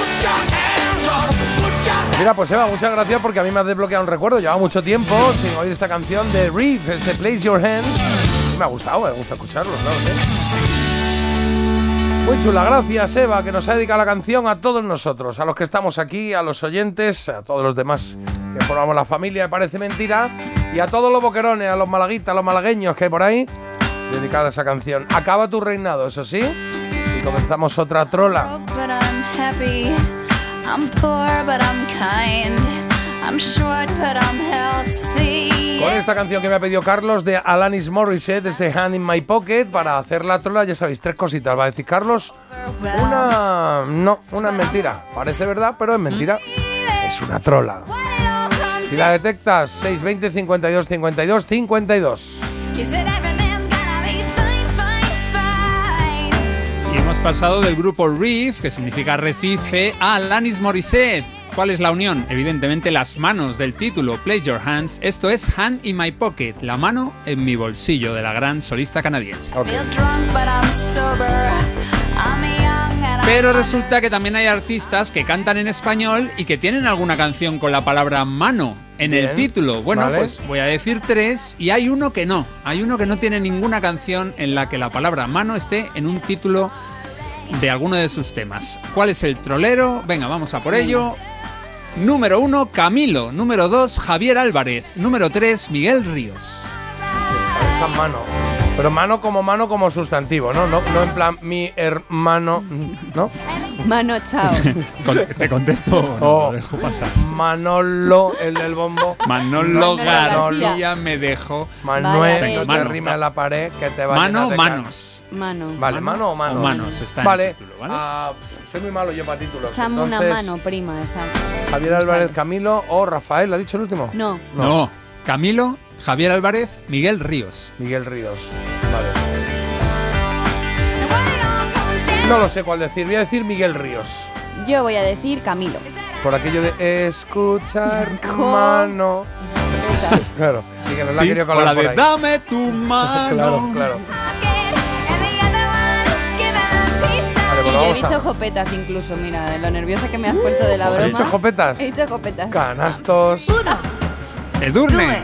Mira, pues Eva, muchas gracias porque a mí me has desbloqueado un recuerdo. Llevaba mucho tiempo sin oír esta canción de Reef, este Place Your Hands. Me ha gustado, me gusta escucharlo, claro, ¿sí? Muy chula, gracias Eva, que nos ha dedicado la canción a todos nosotros, a los que estamos aquí, a los oyentes, a todos los demás que formamos la familia, me parece mentira, y a todos los boquerones, a los malaguitas, a los malagueños que hay por ahí, dedicada a esa canción. Acaba tu reinado, eso sí, y comenzamos otra trola. Con esta canción que me ha pedido Carlos de Alanis Morissette, desde Hand in My Pocket, para hacer la trola, ya sabéis, tres cositas. Va a decir Carlos, una... no, una es mentira. Parece verdad, pero es mentira. Es una trola. Si la detectas, seis veinte, cincuenta y dos, cincuenta y dos, cincuenta y dos. Y hemos pasado del grupo Reef, que significa Recife, a Alanis Morissette. ¿Cuál es la unión? Evidentemente las manos del título, Place Your Hands. Esto es Hand in My Pocket, la mano en mi bolsillo, de la gran solista canadiense. Okay. Pero resulta que también hay artistas que cantan en español y que tienen alguna canción con la palabra mano en Bien. el título. Bueno, vale. Pues voy a decir tres y hay uno que no. Hay uno que no tiene ninguna canción en la que la palabra mano esté en un título de alguno de sus temas. ¿Cuál es el trolero? Venga, vamos a por ello. Número uno, Camilo. Número dos, Javier Álvarez. Número tres, Miguel Ríos. Esta mano. Pero mano como mano como sustantivo, ¿no? No, no en plan mi hermano, ¿no? Mano, chao. Te contesto, no, oh, lo dejo pasar. Manolo, el del bombo. Manolo García me dejó. Manuel, vale, no te rime a la pared que te va mano, a Mano, manos. Mano. Vale, mano, mano o manos. O manos, está vale. en el título, ¿vale? Uh, soy muy malo yo para títulos. Echame una mano, prima, esa. Javier Álvarez, Camilo o Rafael, ¿ha dicho el último? No. No. no. Camilo, Javier Álvarez, Miguel Ríos. Miguel Ríos. Vale. No lo sé cuál decir. Voy a decir Miguel Ríos. Yo voy a decir Camilo. Por aquello de escuchar mano. Claro. Y que no la sí, quería colar o la de por ahí. Dame tu mano. Claro, claro. Vale, pues y yo he dicho a... jopetas incluso, mira, de lo nerviosa que me has puesto de la broma. ¿Has dicho jopetas? He dicho jopetas. Canastos. Uno. Edurne.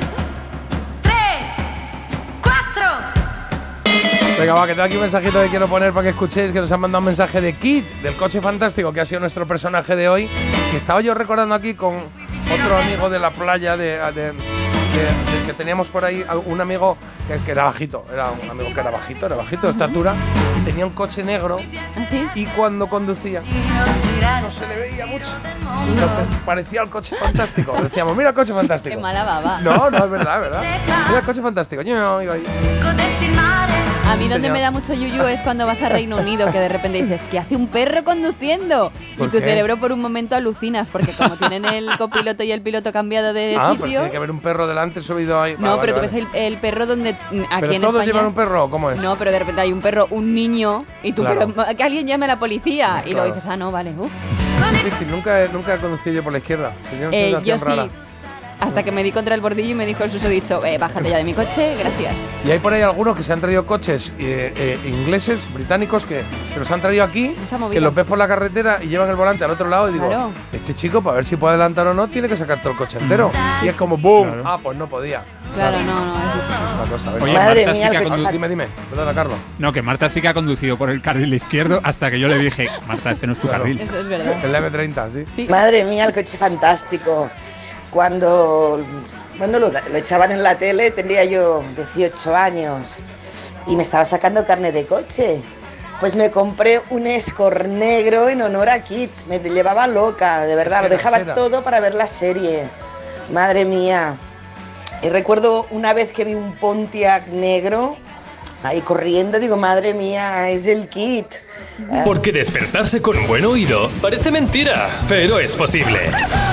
Venga, va, que tengo aquí un mensajito que quiero poner para que escuchéis, que nos han mandado un mensaje de Kit, del coche fantástico, que ha sido nuestro personaje de hoy, que estaba yo recordando aquí con otro amigo de la playa, de, de, de, de que teníamos por ahí, un amigo que, que era bajito, era un amigo que era bajito, era bajito de estatura, tenía un coche negro. ¿Así? Y cuando conducía no se le veía mucho. Entonces parecía el coche fantástico. Decíamos, mira el coche fantástico. Qué mala baba. No, no, es verdad, es verdad. Mira el coche fantástico. Yo no iba ahí. A mí donde me da mucho yuyu es cuando vas a Reino Unido, que de repente dices, ¿qué hace un perro conduciendo? Y tu qué? cerebro por un momento alucinas, porque como tienen el copiloto y el piloto cambiado de ah, sitio... Ah, tiene que haber un perro delante subido ahí. No, ah, pero vale, tú vale. ves el, el perro donde aquí ¿Pero en todos España... llevan un perro? ¿Cómo es? No, pero de repente hay un perro, un niño, y tú, claro. pero, que alguien llame a la policía. Claro. Y luego dices, ah, no, vale, uff. Difícil, nunca, nunca he conducido yo por la izquierda. Eh, yo sí. Rara. Hasta que me di contra el bordillo y me dijo el susodicho, eh, bájate ya de mi coche, gracias. Y hay por ahí algunos que se han traído coches eh, eh, ingleses, británicos, que se los han traído aquí, que los ves por la carretera y llevan el volante al otro lado y digo, claro. Este chico, para ver si puede adelantar o no, tiene que sacar todo el coche entero. Y es como, ¡boom! Claro. Ah, pues no podía. Claro, no, no. Es una cosa, Oye, Madre Marta mía, sí que ha conducido. Dime, dime. Perdona, Carlos. No, que Marta sí que ha conducido por el carril izquierdo hasta que yo le dije, Marta, este no es tu claro. carril. Eso es verdad. El eme treinta, ¿sí? sí. Madre mía, el coche fantástico. Cuando... Bueno, lo, lo echaban en la tele, tendría yo dieciocho años y me estaba sacando carne de coche. Pues me compré un Escort negro en honor a Kit. Me llevaba loca, de verdad. Lo dejaba todo para ver la serie. Madre mía. Y recuerdo una vez que vi un Pontiac negro ahí corriendo, digo, madre mía, es el Kit. Porque despertarse con un buen oído parece mentira, pero es posible.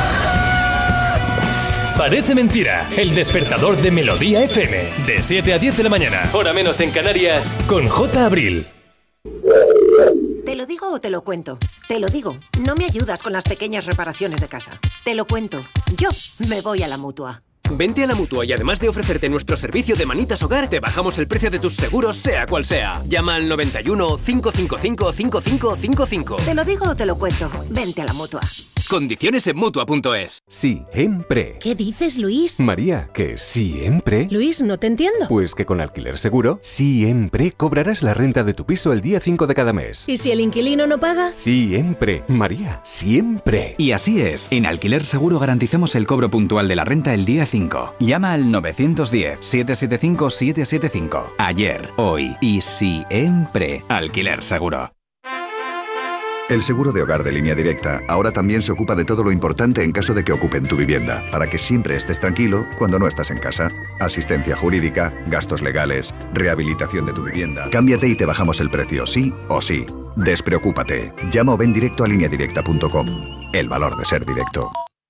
Parece mentira, el despertador de Melodía F M, de siete a diez de la mañana, hora menos en Canarias, con J. Abril. ¿Te lo digo o te lo cuento? Te lo digo, no me ayudas con las pequeñas reparaciones de casa. Te lo cuento, yo me voy a la Mutua. Vente a la Mutua y además de ofrecerte nuestro servicio de manitas hogar, te bajamos el precio de tus seguros, sea cual sea. Llama al noventa y uno, cinco cinco cinco, cinco cinco cinco cinco. ¿Te lo digo o te lo cuento? Vente a la Mutua. Condiciones en Mutua punto es. Siempre. ¿Qué dices, Luis? María, que siempre. Luis, no te entiendo. Pues que con Alquiler Seguro, siempre cobrarás la renta de tu piso el día cinco de cada mes. ¿Y si el inquilino no paga? Siempre. María, siempre. Y así es. En Alquiler Seguro garantizamos el cobro puntual de la renta el día cinco. Llama al nueve uno cero, siete siete cinco, siete siete cinco. Ayer, hoy y siempre. Alquiler Seguro. El seguro de hogar de Línea Directa ahora también se ocupa de todo lo importante en caso de que ocupen tu vivienda, para que siempre estés tranquilo cuando no estás en casa. Asistencia jurídica, gastos legales, rehabilitación de tu vivienda. Cámbiate y te bajamos el precio, sí o sí. Despreocúpate. Llama o ven directo a línea directa punto com. El valor de ser directo.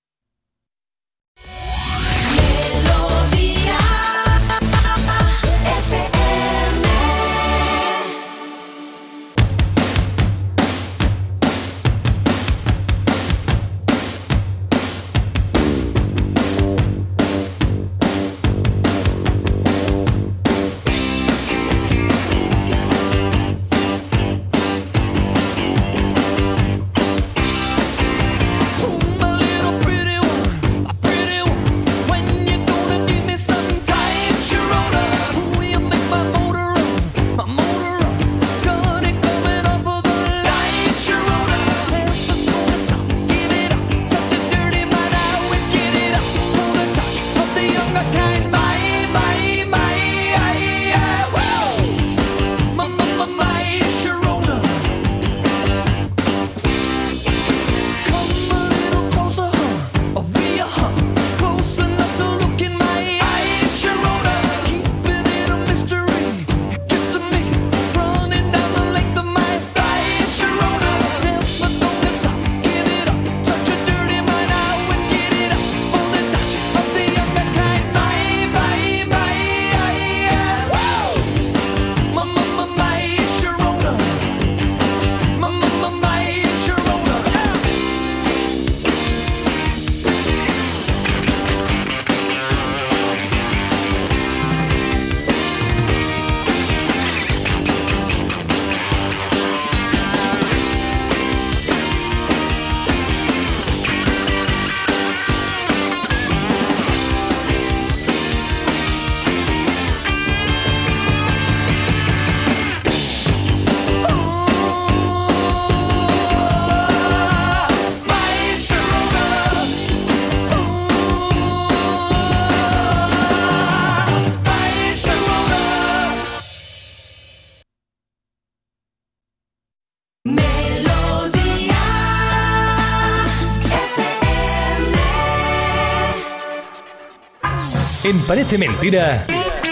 En Parece Mentira,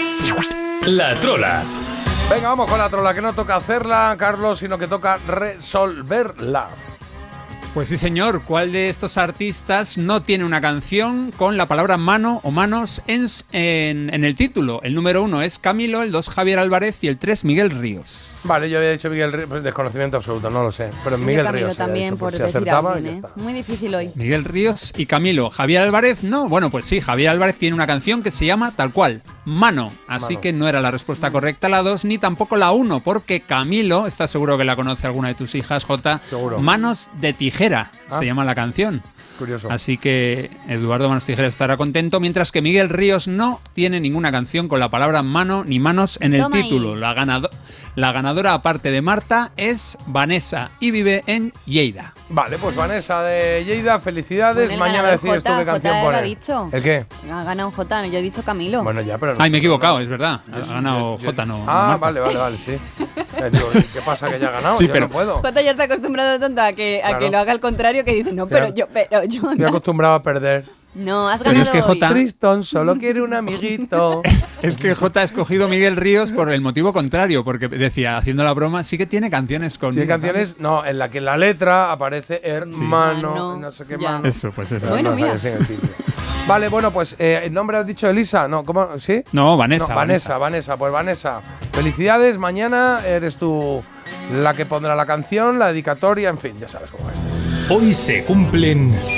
La Trola. Venga, vamos con la trola, que no toca hacerla, Carlos, sino que toca resolverla. Pues sí, señor. ¿Cuál de estos artistas no tiene una canción con la palabra mano o manos en, en, en el título? El número uno es Camilo, el dos Javier Álvarez y el tres Miguel Ríos. Vale, yo había dicho Miguel Ríos, pues desconocimiento absoluto, no lo sé. Pero Miguel Camilo Ríos también, dicho, por si decir acertaba, alguien, y ¿eh? ya está. Muy difícil hoy. Miguel Ríos y Camilo. Javier Álvarez no. Bueno, pues sí, Javier Álvarez tiene una canción que se llama tal cual, Mano. Así Mano. que no era la respuesta correcta la dos, ni tampoco la uno, porque Camilo, estás seguro que la conoce alguna de tus hijas, Jota. Seguro. Manos de tijera, Ah. se llama la canción. Curioso. Así que Eduardo Manos Tijeras estará contento, mientras que Miguel Ríos no tiene ninguna canción con la palabra mano ni manos en el Toma ahí. título. La, ganado- la ganadora, aparte de Marta, es Vanessa y vive en Lleida. Vale, pues Vanessa de Lleida, felicidades. Pon el Mañana ganador, decides tú Jota, qué canción Jota lo ha poner. dicho. ¿El qué? Ha ganado un J, yo he dicho Camilo. Bueno, ya, pero no. Ay, me he equivocado, es verdad. Yo- Ha ganado yo- Jota, no. no Ah, Marta. vale, vale, vale, sí. Eh, digo, ¿qué pasa que ya ha ganado? Sí, Yo pero- no puedo. Jota ya está acostumbrado tanto a que, a Claro. que lo haga al contrario que dice, no, pero Claro. yo, pero yo. Estoy No, acostumbrado a perder. no has Pero ganado es que hoy. Jota- Tristón solo quiere un amiguito. Es que Jota ha escogido Miguel Ríos por el motivo contrario, porque decía, haciendo la broma, sí que tiene canciones con... Tiene canciones, no, en la que en la letra aparece hermano, Mano, no sé qué ya. mano. Eso, pues eso. Pero Bueno, no mira. sabía sin el título. Vale, bueno, pues eh, el nombre has dicho Elisa, ¿no? ¿Cómo? ¿Sí? No, Vanessa. No, Vanessa, Vanessa, pues Vanessa, felicidades, mañana eres tú la que pondrá la canción, la dedicatoria, en fin, ya sabes cómo es. Hoy se cumplen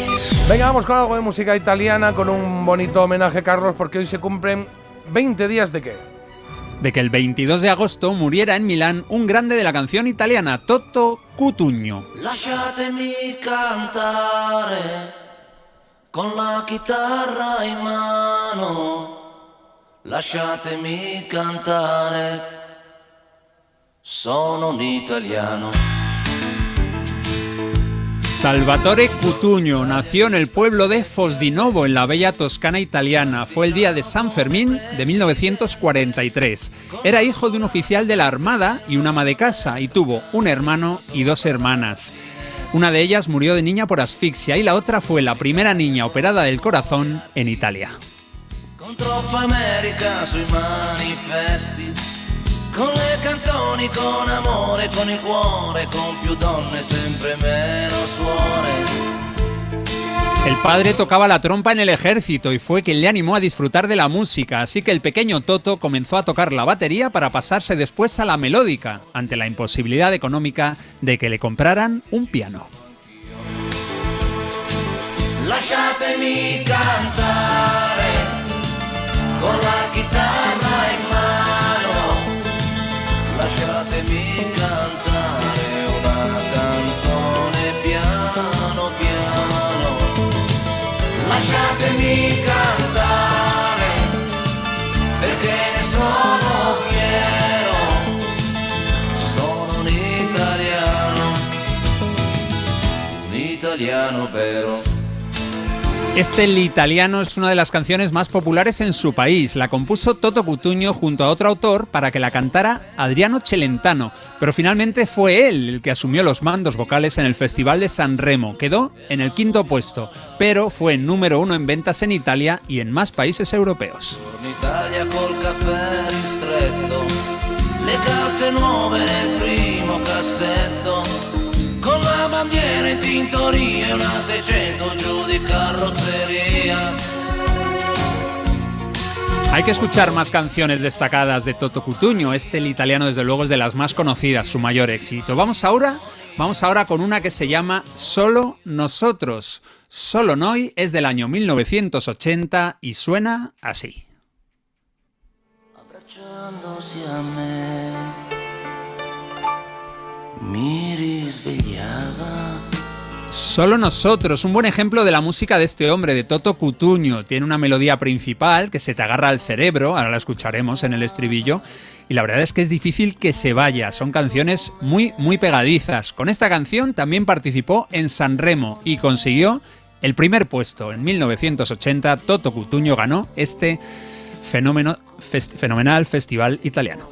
Venga, vamos con algo de música italiana, con un bonito homenaje, Carlos, porque hoy se cumplen veinte días de qué. De que el veintidós de agosto muriera en Milán un grande de la canción italiana, Toto Cutugno. Lasciatemi cantare con la chitarra in mano, lasciatemi cantare, sono un italiano. Salvatore Cutugno nació en el pueblo de Fosdinovo, en la bella Toscana italiana. Fue el día de San Fermín de mil novecientos cuarenta y tres. Era hijo de un oficial de la Armada y un ama de casa, y tuvo un hermano y dos hermanas. Una de ellas murió de niña por asfixia y la otra fue la primera niña operada del corazón en Italia. Con troppa America sui manifesti, con le canzoni, con amore, con il cuore, con più donne, sempre meno suore. El padre tocaba la trompa en el ejército y fue quien le animó a disfrutar de la música, así que el pequeño Toto comenzó a tocar la batería para pasarse después a la melódica, ante la imposibilidad económica de que le compraran un piano. Lasciatemi cantare con la chitarra in mano, lasciatemi cantare una canzone piano piano, lasciatemi cantare perché ne sono fiero, sono un italiano, un italiano vero. Este L'Italiano es una de las canciones más populares en su país. La compuso Toto Cutugno junto a otro autor para que la cantara Adriano Celentano, pero finalmente fue él el que asumió los mandos vocales en el Festival de Sanremo. Quedó en el quinto puesto, pero fue número uno en ventas en Italia y en más países europeos. In Italia col caffè ristretto, le calze nuove nel primo cassetto, con la bandiera in tintoria e una seicento giù di carrozzeria. Hay que escuchar más canciones destacadas de Toto Cutugno. Este L'Italiano desde luego es de las más conocidas, su mayor éxito. Vamos ahora, vamos ahora con una que se llama Solo Nosotros. Solo Noi es del año mil novecientos ochenta y suena así. Abbracciandosi a me mi risvegliava. Solo Nosotros, un buen ejemplo de la música de este hombre, de Toto Cutugno. Tiene una melodía principal que se te agarra al cerebro, ahora la escucharemos en el estribillo, y la verdad es que es difícil que se vaya. Son canciones muy, muy pegadizas. Con esta canción también participó en Sanremo y consiguió el primer puesto. En mil novecientos ochenta, Toto Cutugno ganó este fenómeno, fest, fenomenal festival italiano.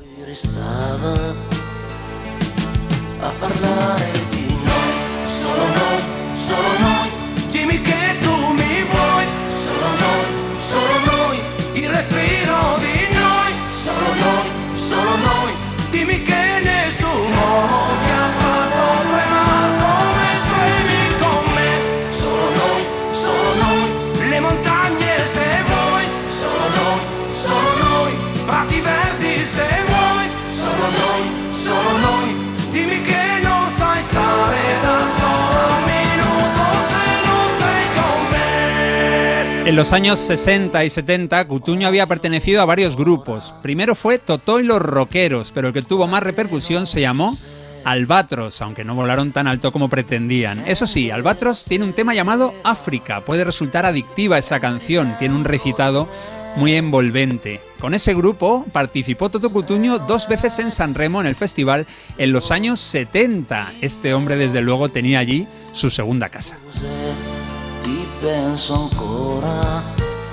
A parlare di noi, solo noi, solo noi, dimmi che tu mi vuoi, solo noi, solo noi, il respiro di noi, solo noi, solo noi, dimmi che nessuno ti ha fatto tremare come tremi con me, solo noi, solo noi, le montagne se vuoi, solo noi, solo noi, prati verdi se vuoi, solo noi, solo noi. Dimmi che non sai stare da solo un minuto se non sei con me. En los años sesenta y setenta, Cutugno había pertenecido a varios grupos. Primero fue Totó y los Rockeros, pero el que tuvo más repercusión se llamó Albatros, aunque no volaron tan alto como pretendían. Eso sí, Albatros tiene un tema llamado África. Puede resultar adictiva esa canción, tiene un recitado muy envolvente. Con ese grupo participó Toto Cutugno dos veces en Sanremo en el festival en los años setenta. Este hombre desde luego tenía allí su segunda casa. Ti penso ancora,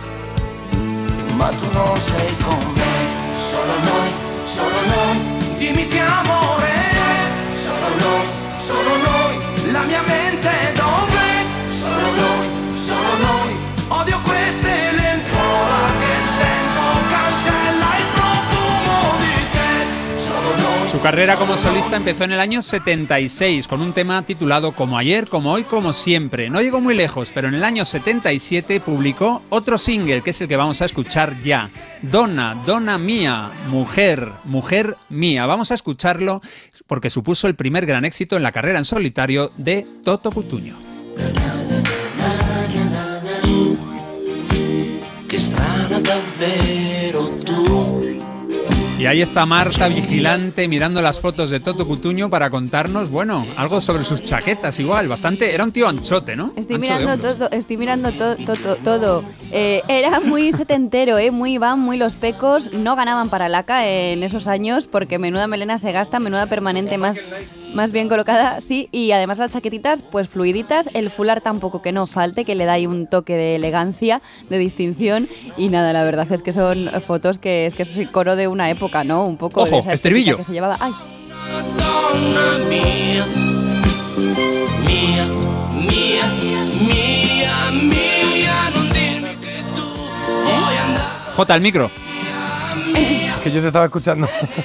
ma tu non sei con me, solo noi, solo noi, dimmi che amore, solo noi, solo noi, la mia mente dov'è, solo noi, solo noi, odio queste lenzuola che il tempo cancella il profumo di te, solo noi. Su carrera como solista empezó en el año setenta y seis con un tema titulado Como ayer, como hoy, como siempre. No llegó muy lejos, pero en el año setenta y siete publicó otro single, que es el que vamos a escuchar ya. Donna, Donna Mía, Mujer, Mujer Mía. Vamos a escucharlo porque supuso el primer gran éxito en la carrera en solitario de Toto Cutugno. Y ahí está Marta, vigilante, mirando las fotos de Toto Cutugno para contarnos, bueno, algo sobre sus chaquetas igual, bastante... Era un tío anchote, ¿no? Estoy Ancho mirando de todo, estoy mirando to, to, to, todo. Eh, era muy setentero, ¿eh? Muy Iván, muy Los Pecos. No ganaban para laca en esos años porque menuda melena se gasta, menuda permanente más, más bien colocada, sí. Y además las chaquetitas, pues fluiditas. El fular tampoco que no falte, que le da ahí un toque de elegancia, de distinción. Y nada, la verdad es que son fotos que es que es icono de una época, ¿no? Un poco Ojo, de esa estribillo. que se llevaba. ¡Ay! Mía, mía, mía, mía, mía, non dirmi che tu vuoi andare. Jota, el micro. Que yo te estaba escuchando.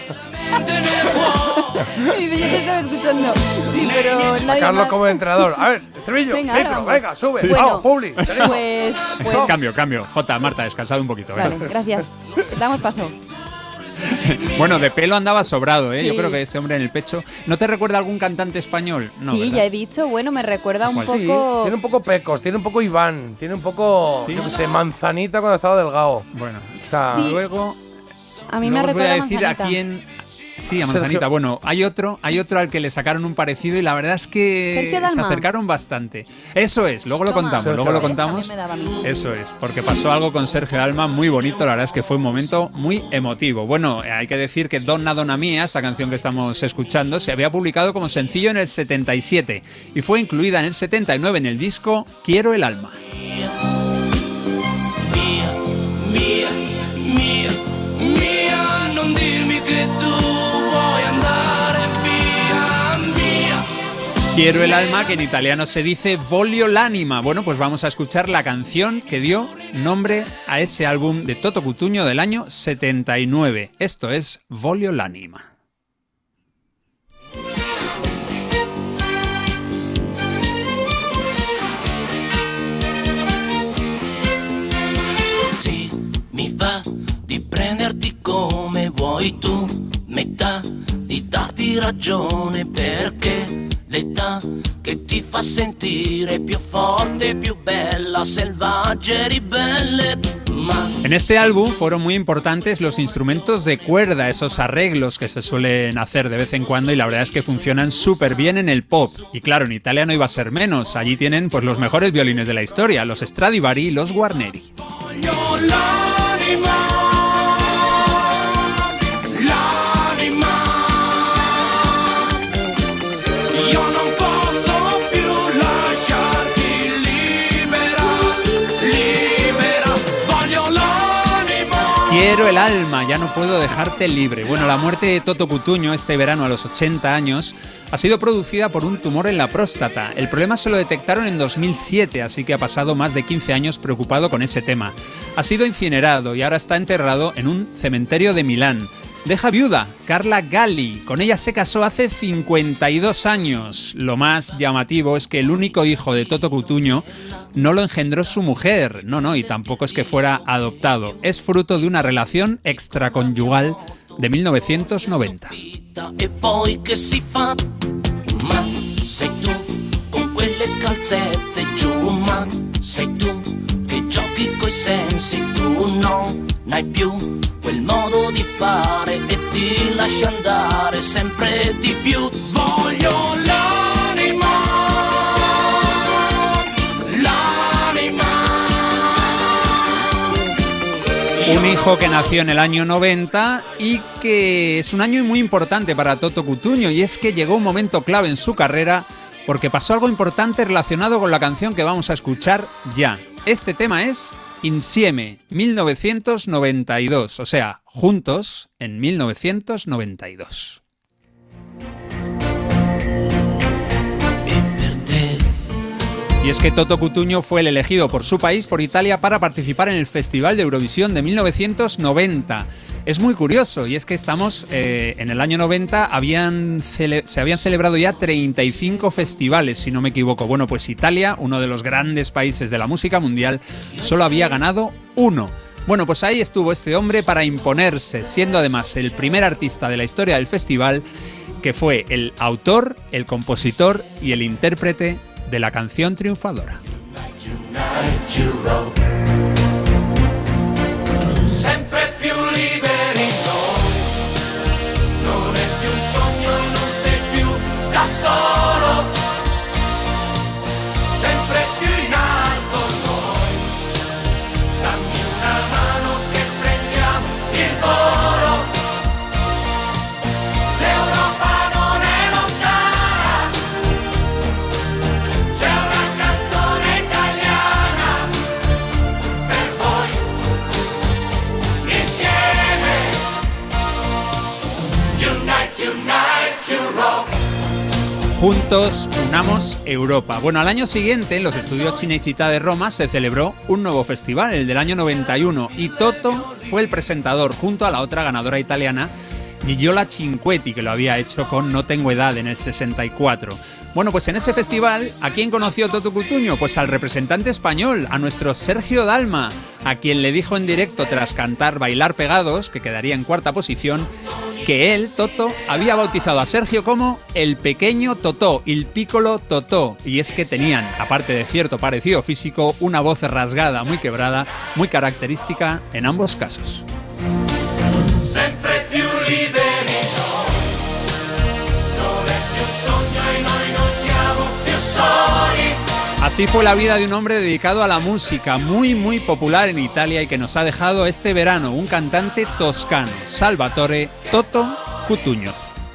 Y yo te estaba escuchando. Sí, pero nadie Carlos más. como entrenador. A ver, estribillo, Venga, micro, ahora vamos. venga, sube. Sí. Vamos, Bueno, Publi. Pues, pues Cambio, cambio. Jota, Marta, descansad un poquito. vale, venga. gracias. Damos paso. Bueno, de pelo andaba sobrado, ¿eh? Sí. Yo creo que este hombre en el pecho... ¿No te recuerda algún cantante español? No, sí, ¿verdad? ya he dicho, bueno, me recuerda un Sí, poco... tiene un poco Pecos, tiene un poco Iván, tiene un poco, yo qué sé, Manzanita cuando estaba delgado. Bueno, o sea, Sí. luego... A mí me luego os voy recuerda a a decir Manzanita. a quién... Sí, a Sergio. Manzanita. Bueno, hay otro, hay otro al que le sacaron un parecido y la verdad es que Sergio se Dalma. acercaron bastante. Eso es, luego lo Toma. contamos, Sergio luego lo Dalma. contamos. Eso a mí me daba a mí. Eso es, porque pasó algo con Sergio Dalma muy bonito, la verdad es que fue un momento muy emotivo. Bueno, hay que decir que Donna Donna Mía, esta canción que estamos escuchando, se había publicado como sencillo en el setenta y siete y fue incluida en el setenta y nueve en el disco Quiero el alma. Mia, mia, mia, mia, non dirmi che tu vuoi andare via, mia. Quiero el alma, que en italiano se dice Voglio l'anima. Bueno, pues vamos a escuchar la canción que dio nombre a ese álbum de Toto Cutugno del año setenta y nueve. Esto es Voglio l'anima. Sì, mi va di prenderti come vuoi tu, metà di darti ragione perché l'età che ti fa sentire più forte, più bella, selvaggia e ribelle. Ma En este álbum fueron muy importantes los instrumentos de cuerda, esos arreglos que se suelen hacer de vez en cuando y la verdad es que funcionan súper bien en el pop. Y claro, en Italia no iba a ser menos, allí tienen pues los mejores violines de la historia, los Stradivari y los Guarneri. voglio l'anima, l'anima. Io non posso più lasciarti libera, libera. Voglio l'anima. Quiero el alma, ya no puedo dejarte libre. Bueno, la muerte de Toto Cutugno este verano a los ochenta años ha sido producida por un tumor en la próstata. El problema se lo detectaron en dos mil siete, así que ha pasado más de quince años preocupado con ese tema. Ha sido incinerado y ahora está enterrado en un cementerio de Milán. Deja viuda, Carla Galli. Con ella se casó hace cincuenta y dos años. Lo más llamativo es que el único hijo de Toto Cutugno no lo engendró su mujer. No, no, y tampoco es que fuera adoptado. Es fruto de una relación extraconyugal de mil novecientos noventa. E poi che si fa? Ma sei tu con quelle calzette giù, ma sei tu che giochi coi sensi, tu non hai più quel modo di fare e ti lasci andare sempre di più. Voglio l'anima, l'anima. Un hijo que nació en el año noventa y que es un año muy importante para Toto Cutugno, y es que llegó un momento clave en su carrera porque pasó algo importante relacionado con la canción que vamos a escuchar ya. Este tema es Insieme, mil novecientos noventa y dos, o sea, juntos en mil novecientos noventa y dos. Y es que Toto Cutugno fue el elegido por su país, por Italia, para participar en el Festival de Eurovisión de mil novecientos noventa. Es muy curioso, y es que estamos eh, en el año noventa, habían cele- se habían celebrado ya treinta y cinco festivales, si no me equivoco. Bueno, pues Italia, uno de los grandes países de la música mundial, solo había ganado uno. Bueno, pues ahí estuvo este hombre para imponerse, siendo además el primer artista de la historia del festival que fue el autor, el compositor y el intérprete de la canción triunfadora. Sempre più liberi noi, Juntos unamos Europa. Bueno, al año siguiente, en los estudios Cinecittà de Roma, se celebró un nuevo festival, el del año noventa y uno, y Toto fue el presentador, junto a la otra ganadora italiana, Gigliola Cinquetti, que lo había hecho con No tengo edad en el sesenta y cuatro. Bueno, pues en ese festival, ¿a quién conoció Toto Cutugno? Pues al representante español, a nuestro Sergio Dalma, a quien le dijo en directo tras cantar Bailar Pegados, que quedaría en cuarta posición, que él, Toto, había bautizado a Sergio como el pequeño Totó, il piccolo Totó. Y es que tenían, aparte de cierto parecido físico, una voz rasgada, muy quebrada, muy característica en ambos casos. Sempre più liberi, non è più un sogno e noi non siamo più soli. Así fue la vida de un hombre dedicado a la música, muy muy popular en Italia y que nos ha dejado este verano, un cantante toscano, Salvatore Toto Cutugno.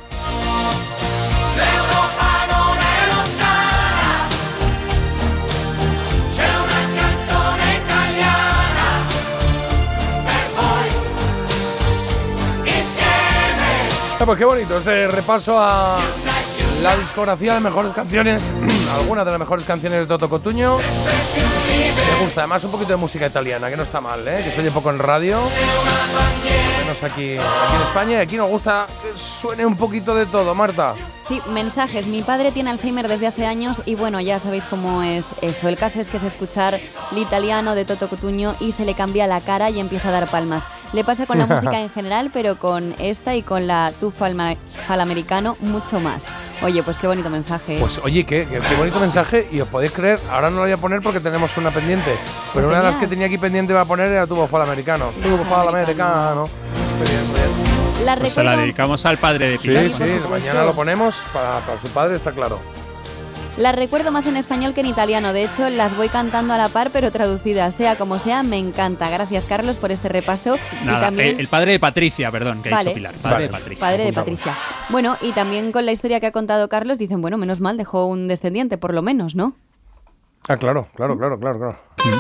Pues qué bonito este repaso a la discografía de mejores canciones, algunas de las mejores canciones de Toto Cutugno. Me gusta, además un poquito de música italiana, que no está mal, ¿eh? Que se oye poco en radio, menos aquí, aquí en España, y aquí nos gusta que suene un poquito de todo, Marta. Sí, mensajes. Mi padre tiene Alzheimer desde hace años y bueno, ya sabéis cómo es eso. El caso es que es escuchar el italiano de Toto Cutugno y se le cambia la cara y empieza a dar palmas. Le pasa con la música en general, pero con esta y con la tufa al americano mucho más. Oye, pues qué bonito mensaje. Pues oye, qué, qué, qué bonito mensaje, y os podéis creer, ahora no lo voy a poner porque tenemos una pendiente, pero una de las que tenía aquí pendiente va a poner era tubo al americano. Tubo al americano. Muy bien, muy bien. La pues se la dedicamos al padre de Pilar. Sí, sí, mañana lo ponemos para, para su padre, está claro. Las recuerdo más en español que en italiano. De hecho, las voy cantando a la par, pero traducidas. Sea como sea, me encanta. Gracias, Carlos, por este repaso. Nada, y también... el, el padre de Patricia, perdón, que vale. ha dicho Pilar. Padre vale. de Patricia. Padre de Patricia. Bueno, y también con la historia que ha contado Carlos, dicen, bueno, menos mal, dejó un descendiente, por lo menos, ¿no? Ah, claro, claro, claro, claro, claro.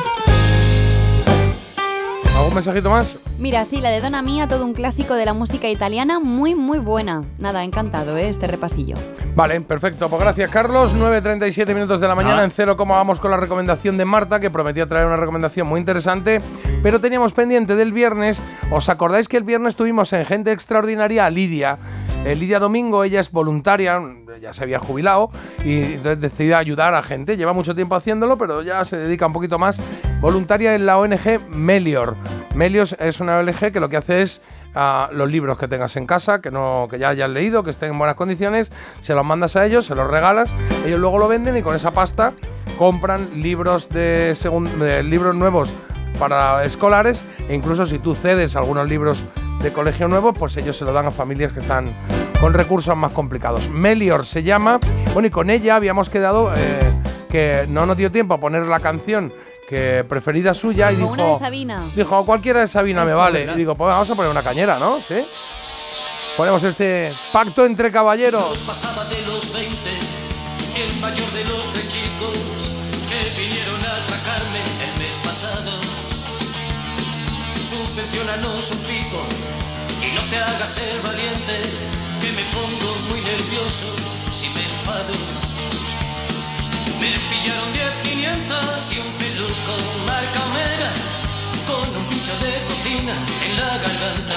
¿Algún mensajito más? Mira, sí, la de Donna Mia, todo un clásico de la música italiana, muy, muy buena. Nada, encantado, ¿eh? Este repasillo. Vale, perfecto. Pues gracias, Carlos. nueve treinta y siete minutos de la mañana. Ah. En Cero Coma vamos con la recomendación de Marta, que prometía traer una recomendación muy interesante, pero teníamos pendiente del viernes. ¿Os acordáis que el viernes tuvimos en Gente Extraordinaria a Lidia? Eh, Lidia Domingo, ella es voluntaria, ya se había jubilado y entonces decidió ayudar a gente. Lleva mucho tiempo haciéndolo, pero ya se dedica un poquito más. Voluntaria en la O N G Melior. Melior es una O N G que lo que hace es uh, los libros que tengas en casa, que no que ya hayas leído, que estén en buenas condiciones, se los mandas a ellos, se los regalas, ellos luego lo venden y con esa pasta compran libros de, segun, de libros nuevos para escolares, e incluso si tú cedes algunos libros de colegio nuevos, pues ellos se lo dan a familias que están con recursos más complicados. Melior se llama. Bueno, y con ella habíamos quedado eh, que no nos dio tiempo a poner la canción que preferida suya y dijo, una de Sabina. Dijo, cualquiera de Sabina Eso, me vale. ¿verdad? Y digo, pues vamos a poner una cañera, ¿no? ¿Sí? Ponemos este pacto entre caballeros. Pasaba de los veinte, el mayor de los tres chicos que vinieron a atracarme el mes pasado. Subvencionanos un pico y no te hagas el valiente, que me pongo muy nervioso si me enfado. Me pillaron diez quinientas y un peluco marca Omega, con un pincho de cocina en la garganta.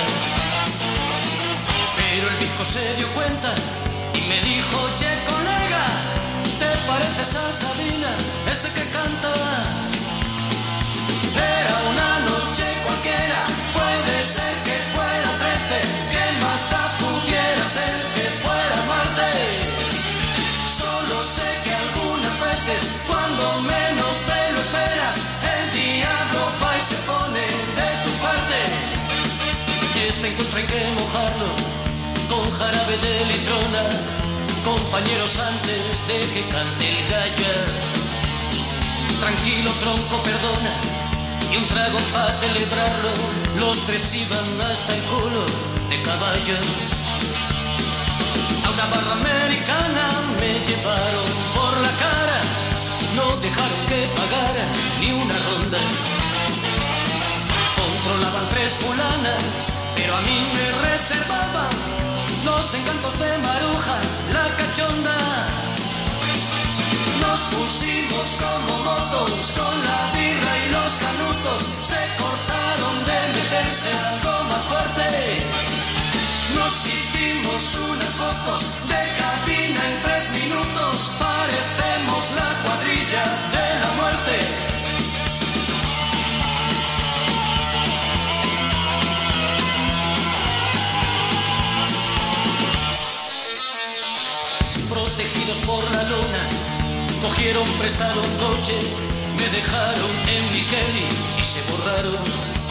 Pero el bizco se dio cuenta y me dijo, oye colega, ¿te pareces a Sabina, ese que canta? Era una noche cualquiera, puede ser que fuera trece, que más da pudiera ser que fuera martes. Solo sé que algunas veces, cuando menos te lo esperas, el diablo va y se pone de tu parte. Y este encuentro hay que mojarlo con jarabe de litrona, compañeros, antes de que cante el gallo. Tranquilo tronco, perdona, y un trago para celebrarlo. Los tres iban hasta el culo de caballo. A una barra americana me llevaron por la cara, no dejaron que pagara ni una ronda. Controlaban tres fulanas, pero a mí me reservaban los encantos de Maruja, la cachonda. Nos pusimos como motos con la birra y los canutos. Se cortaron de meterse algo más fuerte. Nos hicimos unas fotos de cabina en tres minutos. Parecemos la cuadrilla de la muerte. Protegidos por la luna, cogieron prestado un coche, me dejaron en mi Kelly y se borraron.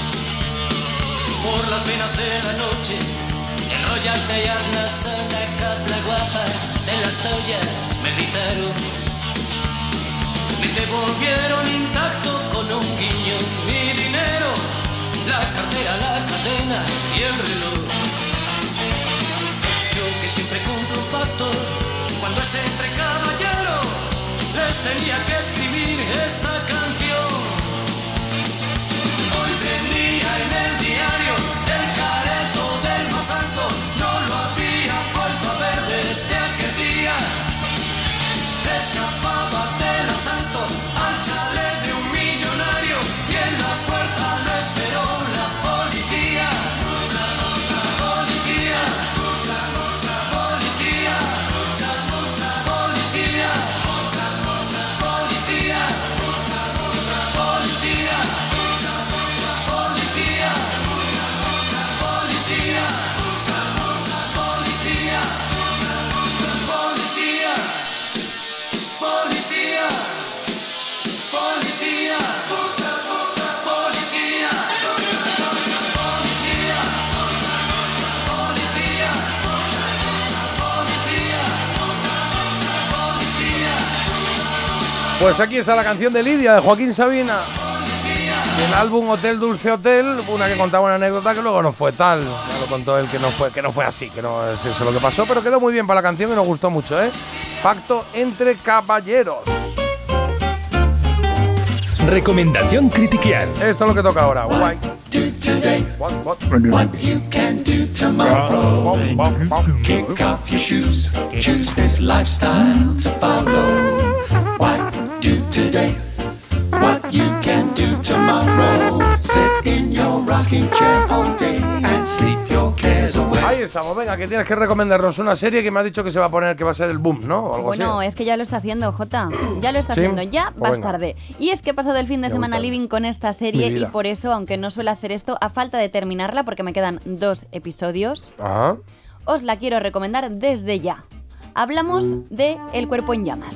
Por las venas de la noche, enrollate y hazlas a la cabla guapa de las toallas, me gritaron. Me devolvieron intacto con un guiño mi dinero, la cartera, la cadena y el reloj. Yo que siempre cumplo un pacto, cuando es entre caballeros, les tenía que escribir esta canción. Hoy venía en el diario el careto del más alto, no lo había vuelto a ver desde aquel día. Escapaba del asalto al chalet de un millonario y en la puerta le esperó la policía. Mucha, mucha policía, mucha, mucha policía, mucha, mucha policía, mucha, mucha policía, mucha, mucha policía, mucha, mucha policía, mucha, mucha policía, mucha, mucha policía, mucha, mucha policía, policía, policía, mucha, mucha policía, mucha, mucha policía, mucha, mucha policía, mucha, mucha policía, mucha, mucha policía. Pues aquí está la canción de Lidia, de Joaquín Sabina. El álbum Hotel Dulce Hotel, una que contaba una anécdota que luego no fue tal. Ya lo contó él que no fue, que no fue así, que no es eso lo que pasó, pero quedó muy bien para la canción y nos gustó mucho, ¿eh? Pacto entre caballeros. Recomendación critiquial. Esto es lo que toca ahora. Guay. What, what? What you can do tomorrow. Kick off your shoes. Choose this lifestyle to follow. What do today? What you can do tomorrow. Sit in your rocking chair all day and sleep your cares away. Ahí estamos, venga, que tienes que recomendarnos una serie que me has dicho que se va a poner, que va a ser el boom, ¿no? O algo Bueno, así. es que ya lo está haciendo, Jota. Ya lo está ¿Sí? haciendo, ya Pues vas venga. tarde. Y es que he pasado el fin de Ya semana voy tarde. living con esta serie Mi y vida. por eso, aunque no suele hacer esto, a falta de terminarla, porque me quedan dos episodios, Ajá. os la quiero recomendar desde ya. Hablamos de El cuerpo en llamas.